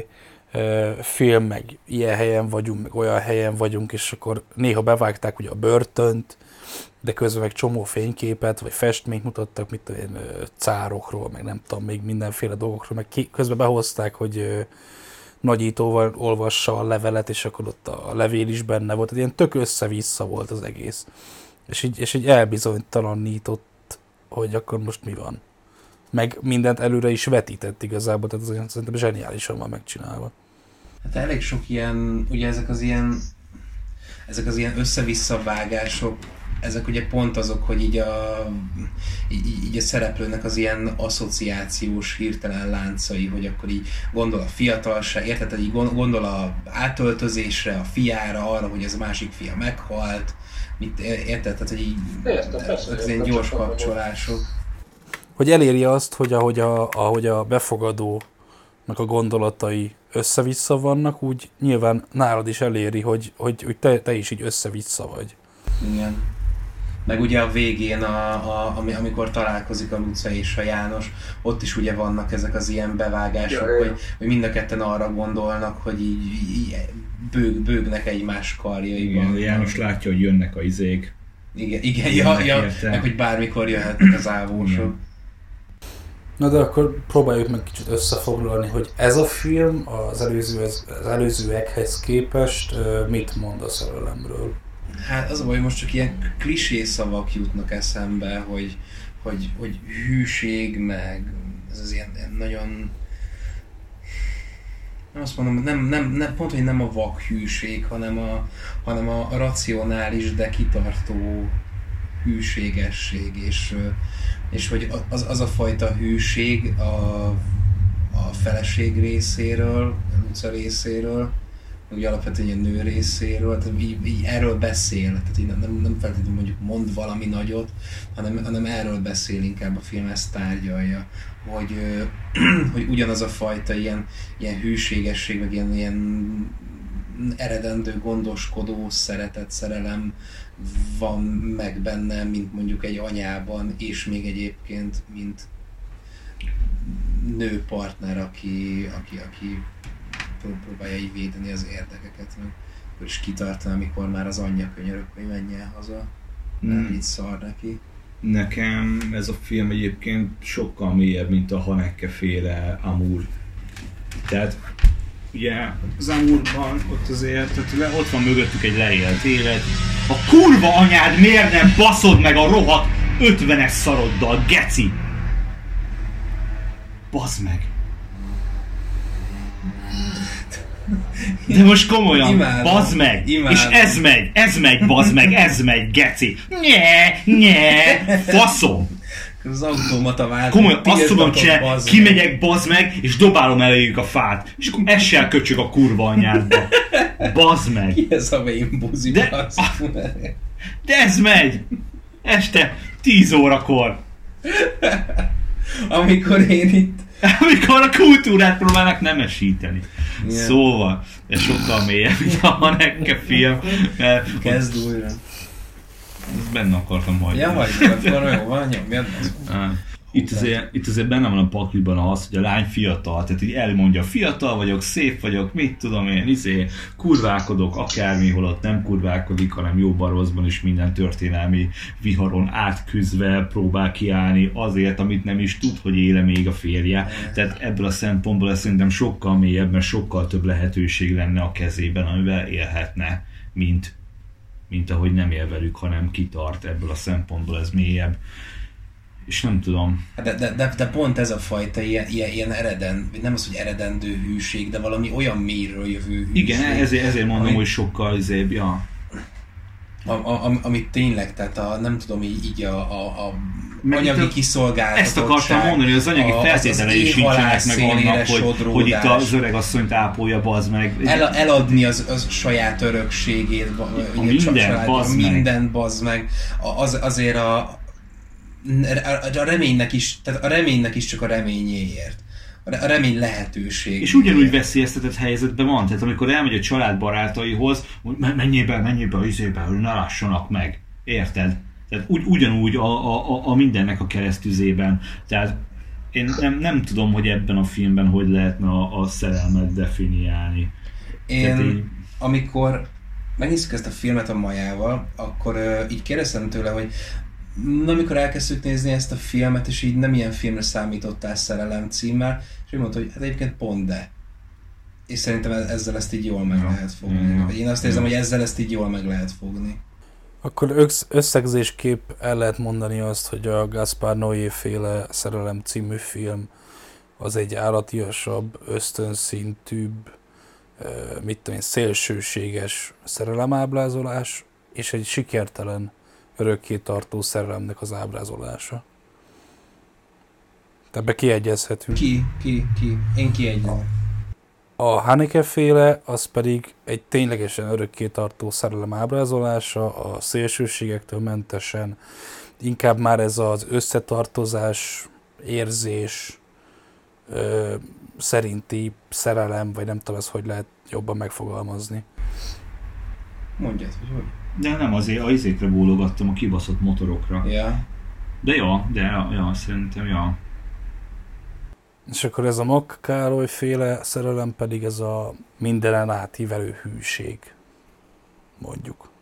film, meg ilyen helyen vagyunk, meg olyan helyen vagyunk, és akkor néha bevágták ugye a börtönt, de közben meg csomó fényképet, vagy festményt mutattak, mit tudom én, cárokról, meg nem tudom, még mindenféle dolgokról, meg közben behozták, hogy nagyítóval olvassa a levelet, és akkor ott a levél is benne volt, tehát ilyen tök össze-vissza volt az egész. És így elbizonytalanított, hogy akkor most mi van. Meg mindent előre is vetített igazából, tehát ez szerintem zseniálisan van megcsinálva. Hát elég sok ilyen, ugye ezek az ilyen össze-vissza vágások, ezek ugye pont azok, hogy így a szereplőnek az ilyen asszociációs hirtelen láncai, hogy akkor így gondol a fiatalság, érted, hogy így gondol a átöltözésre, a fiára, arra, hogy ez a másik fia meghalt, érted, tehát hogy így az ilyen gyors kapcsolások. Hogy eléri azt, hogy ahogy a befogadó meg a gondolatai össze-vissza vannak, úgy nyilván nálad is eléri, hogy te is így össze-vissza vagy. Igen. Meg ugye a végén, amikor találkozik a Luca és a János, ott is ugye vannak ezek az ilyen bevágások, hogy mind a ketten arra gondolnak, hogy így bőgnek egymás karjaiban. Igen, János látja, hogy jönnek a izék. Igen, meg hogy bármikor jöhetnek az ávósok. Igen. Na de akkor próbáljuk meg kicsit összefoglalni, hogy ez a film az előzőekhez képest mit mond a szerelemről? Hát az a baj, hogy most csak ilyen klisé szavak jutnak eszembe, hogy hűség, meg ez az ilyen nagyon... Nem azt mondom, nem pont, hogy nem a vak hűség, hanem a racionális, de kitartó hűségesség, és hogy az a fajta hűség a feleség részéről, a Luca részéről, ugye alapvetően a nő részéről, tehát így erről beszél, tehát így nem feltétlenül mondjuk mond valami nagyot, hanem erről beszél inkább a film, ezt tárgyalja, hogy ugyanaz a fajta ilyen hűségesség, meg ilyen eredendő, gondoskodó szeretet, szerelem van meg benne, mint mondjuk egy anyában, és még egyébként, mint nőpartner, aki próbálja így védeni az érdekeket, meg akkor is kitartani, amikor már az anyja könyörög, hogy menjen haza, mert így szar neki. Nekem ez a film egyébként sokkal mélyebb, mint a Haneke-féle Amour. Tehát ugye az Amourban ott azért, ott van mögöttük egy leélt élet. A kurva anyád miért nem baszod meg a rohadt 50-es szaroddal, geci! Baszd meg! De most komolyan, bazd meg! Imádom. És ez megy, bazd meg, ez megy, geci! Nye, faszom! Az automata vált. Komolyan, azt tudom csinálni, kimegyek, bazd meg, és dobálom eléjük a fát. És akkor essel köcsög a kurva anyádba. Bazd meg! Ki ez a vén buzi, de ez megy! Este 10 órakor. Amikor a kultúrát próbálnak nemesíteni. Yeah. Szóval, ez sokkal mélyebb, mint a Haneke film. Kezd újra. Ezt benne akartam hagyni. Ja, hagyd, akkor jó van, nyomjad. Itt azért benne van a pakliban az, hogy a lány fiatal, tehát így elmondja, fiatal vagyok, szép vagyok, mit tudom én, kurválkodok akármi, holott nem kurválkodik, hanem jóban rosszban is minden történelmi viharon átküzve próbál kiállni azért, amit nem is tud, hogy éle még a férje. Tehát ebből a szempontból ez szerintem sokkal mélyebb, mert sokkal több lehetőség lenne a kezében, amivel élhetne, mint ahogy nem él velük, hanem kitart. Ebből a szempontból ez mélyebb. És nem tudom. De pont ez a fajta ilyen nem az, hogy eredendő hűség, de valami olyan mélyről jövő hűség. Igen, ezért mondom, hogy sokkal izébb, ja. Amit tényleg, tehát nem tudom, így a anyagi kiszolgáltatottság. Ezt akartam mondani, hogy az anyagi feltételei sincsenek meg annak, hogy itt az öregasszonyt ápolja, bazd meg. Eladni az saját örökségét, mindent, bazd meg. Azért a reménynek is, tehát a reménynek is csak a reményéért. A remény lehetőség. És ugyanúgy veszélyeztetett helyzetben van, tehát amikor elmegy a családbarátaihoz, menjél be az izébe, hogy ne lássanak meg. Érted? Tehát ugyanúgy a mindennek a keresztüzében. Tehát én nem tudom, hogy ebben a filmben hogy lehetne a szerelmet definiálni. Amikor megnézzük ezt a filmet a Majával, akkor így kérdeztem tőle, hogy amikor elkezdtük nézni ezt a filmet, és így nem ilyen filmre számítottál Szerelem címmel, és ő mondta, hogy hát egyébként pont de. És szerintem ezzel ezt így jól meg lehet fogni. Én azt érzem, hogy ezzel ezt így jól meg lehet fogni. Akkor összegzésképp el lehet mondani azt, hogy a Gaspar Noé féle Szerelem című film az egy állatiasabb, ösztönszintűbb, szélsőséges szerelemábrázolás, és egy sikertelen, örökké tartó szerelemnek az ábrázolása. Ebbe kiegyezhetünk. Ki? Én kiegyezem. A Haneke féle az pedig egy ténylegesen örökké tartó szerelem ábrázolása, a szélsőségektől mentesen, inkább már ez az összetartozás, érzés szerinti szerelem, vagy nem tudom, ez hogy lehet jobban megfogalmazni. Mondjad, hogy? De nem, azért az izékre bólogattam, a kibaszott motorokra. Ja. De szerintem, ja. És akkor ez a Makk Károly féle szerelem pedig ez a mindenen átívelő hűség, mondjuk.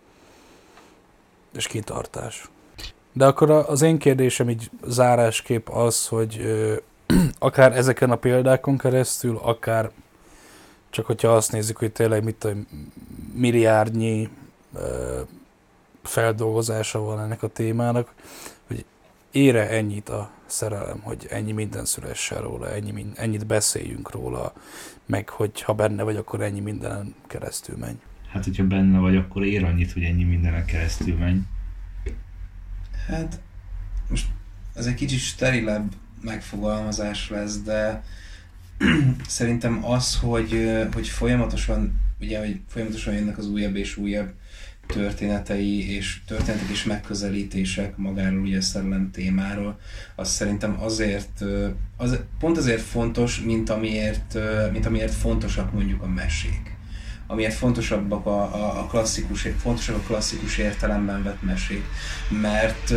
És kitartás. De akkor az én kérdésem így zárásképp az, hogy akár ezeken a példákon keresztül, akár csak hogyha azt nézzük, hogy tényleg milliárdnyi feldolgozása van ennek a témának, hogy ér-e ennyit a szerelem, hogy ennyi minden szülessen róla, ennyit beszéljünk róla, meg hogy ha benne vagy, akkor ennyi mindenen keresztül menj. Hát, hogyha benne vagy, akkor ér annyit, hogy ennyi mindenen keresztül menj. Hát, most ez egy kicsit sterilebb megfogalmazás lesz, de szerintem az, hogy folyamatosan jönnek az újabb és újabb történetek és megközelítések magáról ugye a szerelem témáról, az szerintem pont azért fontos, mint amiért fontosak mondjuk a mesék. Amiért fontosabbak a klasszikus értelemben vett mesék. Mert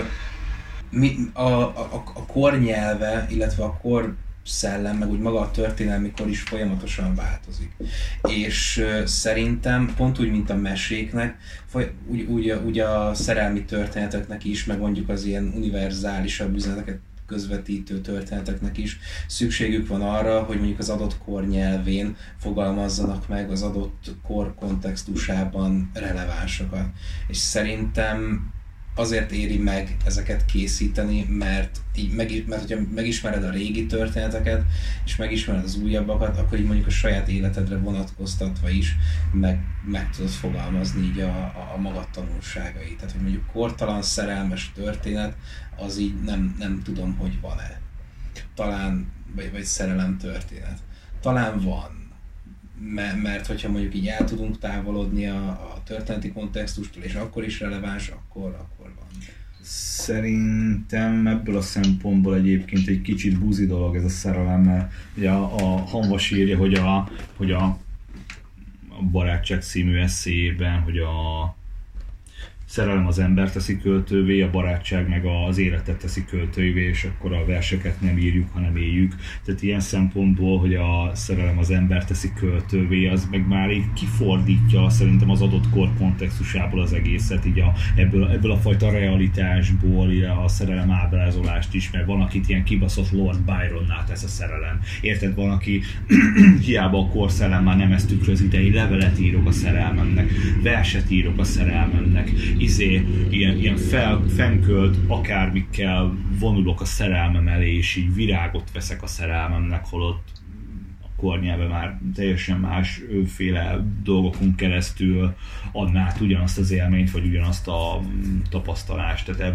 a kor nyelve, illetve a kor szellem, meg úgy maga a történelmi kor is folyamatosan változik. És szerintem pont úgy, mint a meséknek, úgy a szerelmi történeteknek is, meg mondjuk az ilyen univerzálisabb üzeneteket közvetítő történeteknek is szükségük van arra, hogy mondjuk az adott kor nyelvén fogalmazzanak meg az adott kor kontextusában relevánsokat. És szerintem azért éri meg ezeket készíteni, mert hogyha megismered a régi történeteket, és megismered az újabbakat, akkor így mondjuk a saját életedre vonatkoztatva is meg tudod fogalmazni így a magad tanulságait. Tehát, hogy mondjuk kortalan szerelmes történet, az így nem tudom, hogy van-e. Talán, vagy szerelem történet. Talán van. Mert hogyha mondjuk így el tudunk távolodni a történeti kontextustól, és akkor is releváns, akkor van. Szerintem ebből a szempontból egyébként egy kicsit buzi dolog ez a szerelem, mert ugye a Hamvas írja, hogy a Barátság című eszéjében, hogy a szerelem az ember teszi költővé, a barátság meg az életet teszi költővé, és akkor a verseket nem írjuk, hanem éljük. Tehát ilyen szempontból, hogy a szerelem az ember teszi költővé, az meg már így kifordítja szerintem az adott kor kontextusából az egészet, így ebből a fajta realitásból a szerelem ábrázolást is, mert van, akit ilyen kibaszott Lord Byron-nál tesz a szerelem. Érted, van, aki hiába a korszellem már nem ezt tükrözi, de egy levelet írok a szerelmemnek, verset írok a szerelmemnek, ilyen fenkölt akármikkel vonulok a szerelmem elé, és így virágot veszek a szerelmemnek, holott a kornyelve már teljesen másféle dolgokon keresztül adná át ugyanazt az élményt, vagy ugyanazt a tapasztalást. Tehát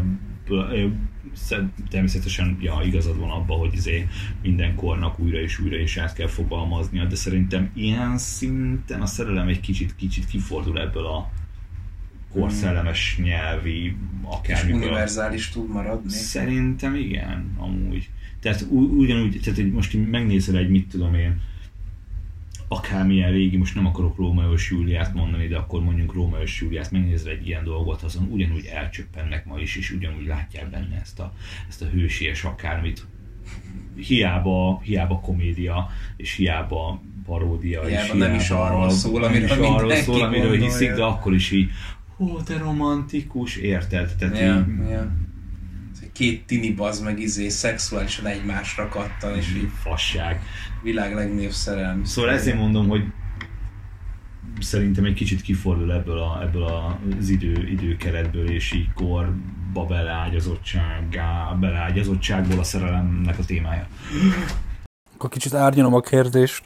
természetesen igazad van abban, hogy minden kornak újra és át kell fogalmaznia, de szerintem ilyen szinten a szerelem egy kicsit kifordul ebből a korszellemes nyelvi akármiből. És univerzális tud maradni? Szerintem igen, amúgy. Tehát ugyanúgy, tehát most megnézel egy, mit tudom én, akármilyen régi, most nem akarok Rómeó és Júliát mondani, de akkor mondjuk Rómeó és Júliát, megnézel egy ilyen dolgot, azon ugyanúgy elcsöppennek ma is, és ugyanúgy látják benne ezt a hősies akármit. Hiába komédia, és hiába paródia, hiába és nem is arról szól, amiről hiszik, de akkor is így, de romantikus, érted? Tehát két tini bazd meg szexuálisan egymásra kattan, és így fasság. Világ legnagyobb szerelmi. Szóval ezért mondom, hogy szerintem egy kicsit kifordul ebből az időkeretből, és így korba beleágyazottságból a szerelemnek a témája. Akkor kicsit árnyalom a kérdést.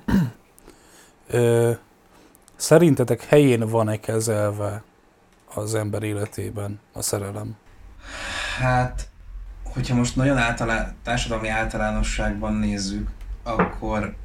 Szerintetek helyén van-e kezelve az ember életében a szerelem? Hát, hogyha most nagyon társadalmi általánosságban nézzük, akkor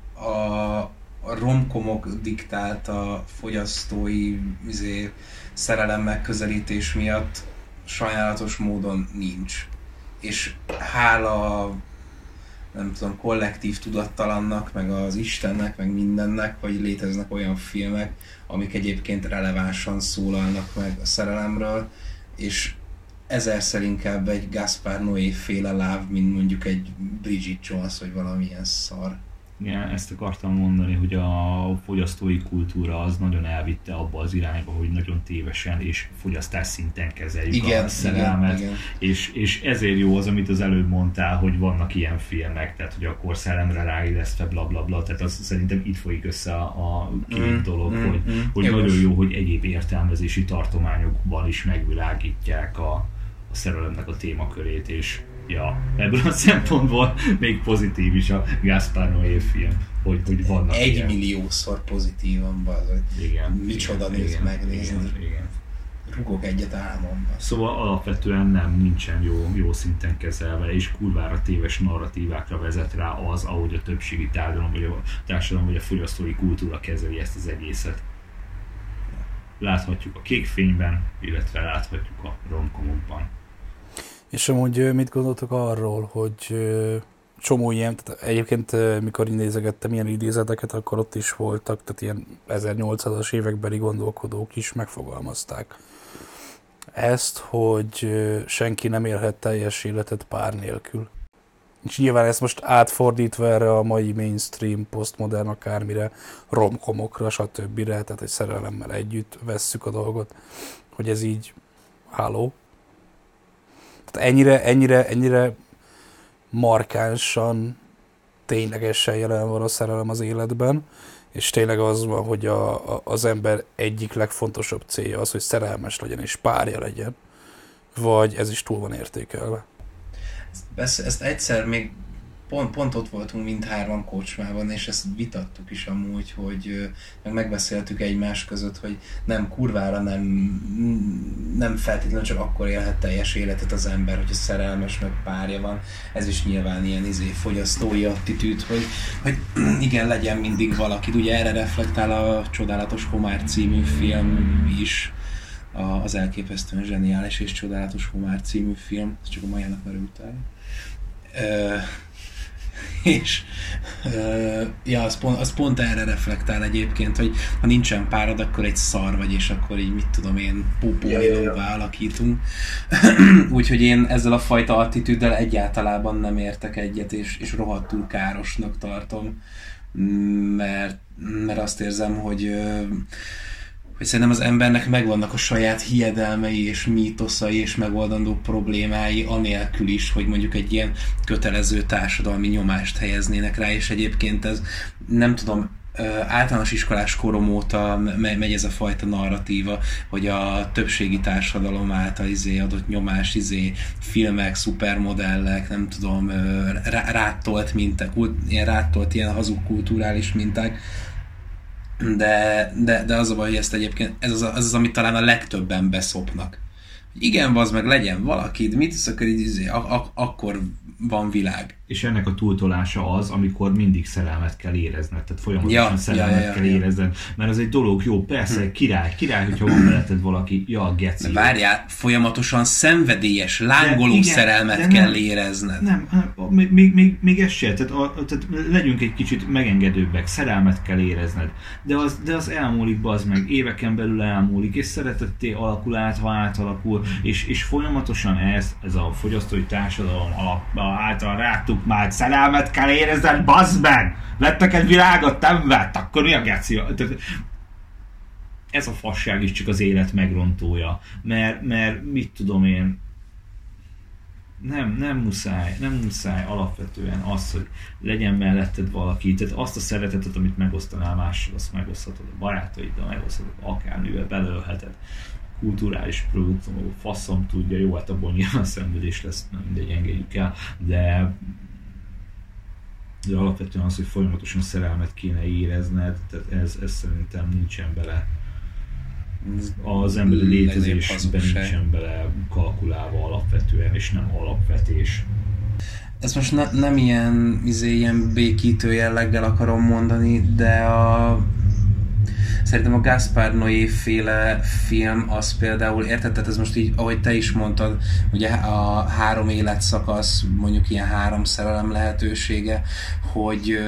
a romkomok diktálta fogyasztói szerelem megközelítés miatt sajnálatos módon nincs. És hála, nem tudom, kollektív tudattalannak, meg az Istennek, meg mindennek, hogy léteznek olyan filmek, amik egyébként relevánsan szólalnak meg a szerelemről, és ezerszer inkább egy Gaspar Noé féle láv, mint mondjuk egy Bridget Jones, vagy valamilyen szar. Igen, ezt akartam mondani, hogy a fogyasztói kultúra az nagyon elvitte abba az irányba, hogy nagyon tévesen és fogyasztás szinten kezeljük a szerelmet. Igen. És ezért jó az, amit az előbb mondtál, hogy vannak ilyen filmek, tehát hogy a korszellemre ráillesztve blablabla, tehát az szerintem itt folyik össze a két dolog, hogy nagyon jó, hogy egyéb értelmezési tartományokban is megvilágítják a szerelemnek a témakörét, és ebből a szempontból még pozitív is a Gaspar Noé film, hogy vannak 1 milliószor pozitívan, bazd. Igen. Micsoda nézd megnézni. Igen. Rugok egyet álmomban. Szóval alapvetően nincsen jó szinten kezelve, és kurvára téves narratívákra vezet rá az, ahogy a többségi társadalom vagy a fogyasztói kultúra kezeli ezt az egészet. Láthatjuk a kékfényben, illetve láthatjuk a romkomokban. És amúgy mit gondoltok arról, hogy csomó ilyen, tehát egyébként mikor nézegettem ilyen idézeteket, akkor ott is voltak, tehát ilyen 1800-as évekbeli gondolkodók is megfogalmazták ezt, hogy senki nem élhet teljes életet pár nélkül. És nyilván ezt most átfordítva erre a mai mainstream, postmodern akármire, romkomokra, stb. Tehát egy szerelemmel együtt vesszük a dolgot, hogy ez így háló. Tehát ennyire markánsan, ténylegesen jelen van a szerelem az életben, és tényleg az van, hogy az ember egyik legfontosabb célja az, hogy szerelmes legyen és párja legyen, vagy ez is túl van értékelve. Ezt egyszer még pont ott voltunk mindhárman kocsmában, és ezt vitattuk is amúgy, hogy meg megbeszéltük egymás között, hogy nem kurvára nem feltétlenül csak akkor élhet teljes életet az ember, hogyha szerelmes, meg párja van. Ez is nyilván ilyen fogyasztói attitűd, hogy igen, legyen mindig valaki. Ugye erre reflektál a Csodálatos Homár című film is, az elképesztően zseniális és Csodálatos Homár című film, ez csak a Majának merült el. És az pont erre reflektál egyébként, hogy ha nincsen párad, akkor egy szar vagy, és akkor így mit tudom én, pópónilóvá alakítunk. Úgyhogy én ezzel a fajta attitűddel egyáltalában nem értek egyet, és rohadtul károsnak tartom, mert azt érzem, hogy szerintem az embernek megvannak a saját hiedelmei és mítoszai és megoldandó problémái, anélkül is, hogy mondjuk egy ilyen kötelező társadalmi nyomást helyeznének rá, és egyébként ez, nem tudom, általános iskolás korom óta megy ez a fajta narratíva, hogy a többségi társadalom által adott nyomás, filmek, szupermodellek, nem tudom, rátolt minták, ilyen hazug kulturális minták, de az a baj, hogy ezt egyébként, ez az, amit talán a legtöbben beszopnak. Igen, bazd meg, legyen valakid, mit tesz, akkor így akkor van világ. És ennek a túltolása az, amikor mindig szerelmet kell érezned, tehát folyamatosan szerelmet kell érezned, mert az egy dolog, jó, persze, király, hogyha van veleted valaki, geci. De várjál, folyamatosan szenvedélyes, lángoló szerelmet kell érezned. Nem, még ez se, tehát legyünk egy kicsit megengedőbbek, szerelmet kell érezned, de az elmúlik, bazd meg, éveken belül elmúlik, és szeretetté alakul át, ha átalakul, és folyamatosan ez a fogyasztói társadalom által rátuk már szerelmet kell érezned, bazd meg! Vettek egy világot, nem vett, akkor mi a geci? Ez a fasság is csak az élet megrontója, mert mit tudom én, nem muszáj alapvetően az, hogy legyen melletted valaki, tehát azt a szeretetet, amit megosztanál mással, azt megoszthatod a barátaiddal, megoszthatod akármivel, belőlheted. Kulturális produktum, faszom tudja, jó, hát abból nyilván szenvedés lesz, nem mindegy, engedjük el, de alapvetően az, hogy folyamatosan szerelmet kéne érezned, tehát ez szerintem nincsen bele. Az emberi létezésben nincsen bele kalkulálva alapvetően, és nem alapvetés. Ezt most nem ilyen békítő jelleggel akarom mondani, de szerintem a Gaspar Noé féle film az például, érted? Tehát ez most így, ahogy te is mondtad, ugye a 3 életszakasz, mondjuk ilyen 3 szerelem lehetősége, hogy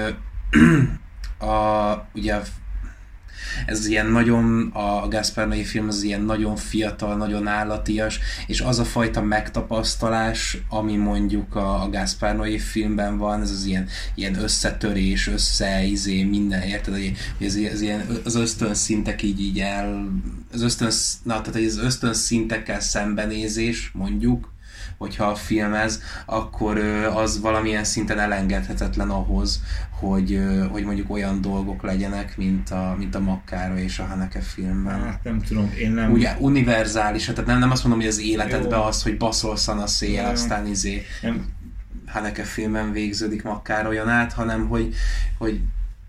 ugye ez ilyen nagyon, a Gaspar Noé film az ilyen nagyon fiatal, nagyon állatias, és az a fajta megtapasztalás, ami mondjuk a Gaspar Noé filmben van, ez az ilyen összetörés, minden, érted? Hogy ez ilyen, az ösztönszintek így tehát az ösztönszintekkel szembenézés, mondjuk, hogyha a film ez, akkor az valamilyen szinten elengedhetetlen ahhoz, hogy mondjuk olyan dolgok legyenek, mint a Makkara és a Haneke filmben. Hát nem tudom, én nem... Ugye univerzális, tehát nem azt mondom, hogy az életedben az, hogy baszolsz a széjjel, aztán Haneke filmben végződik Makkara olyan át, hanem hogy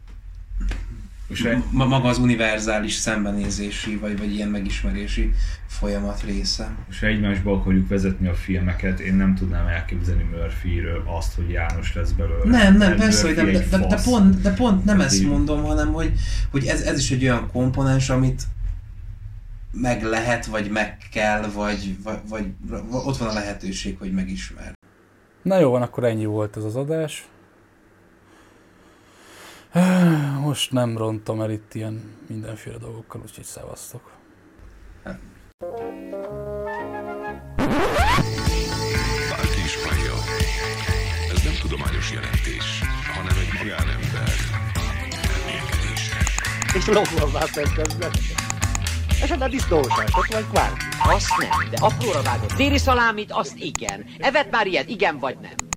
maga az univerzális szembenézési, vagy ilyen megismerési folyamat része. És ha egymásba akarjuk vezetni a filmeket, én nem tudnám elképzelni Murphyről azt, hogy János lesz belőle. Nem, persze, hogy de pont nem ezt mondom, hanem hogy ez is egy olyan komponens, amit meg lehet, vagy meg kell, vagy ott van a lehetőség, hogy megismer. Na jó van, akkor ennyi volt ez az adás. Most nem rontom el itt ilyen mindenféle dolgokkal, úgyhogy szevasztok. Bárki is hallja, ez nem tudományos jelentés, hanem egy magánember elmélkedése. És lopva már tettem. Esetleg disznóságot vagy kvárki. Azt nem, de apróra vágott téli szalámit, azt igen. Evet már ilyet, igen vagy nem.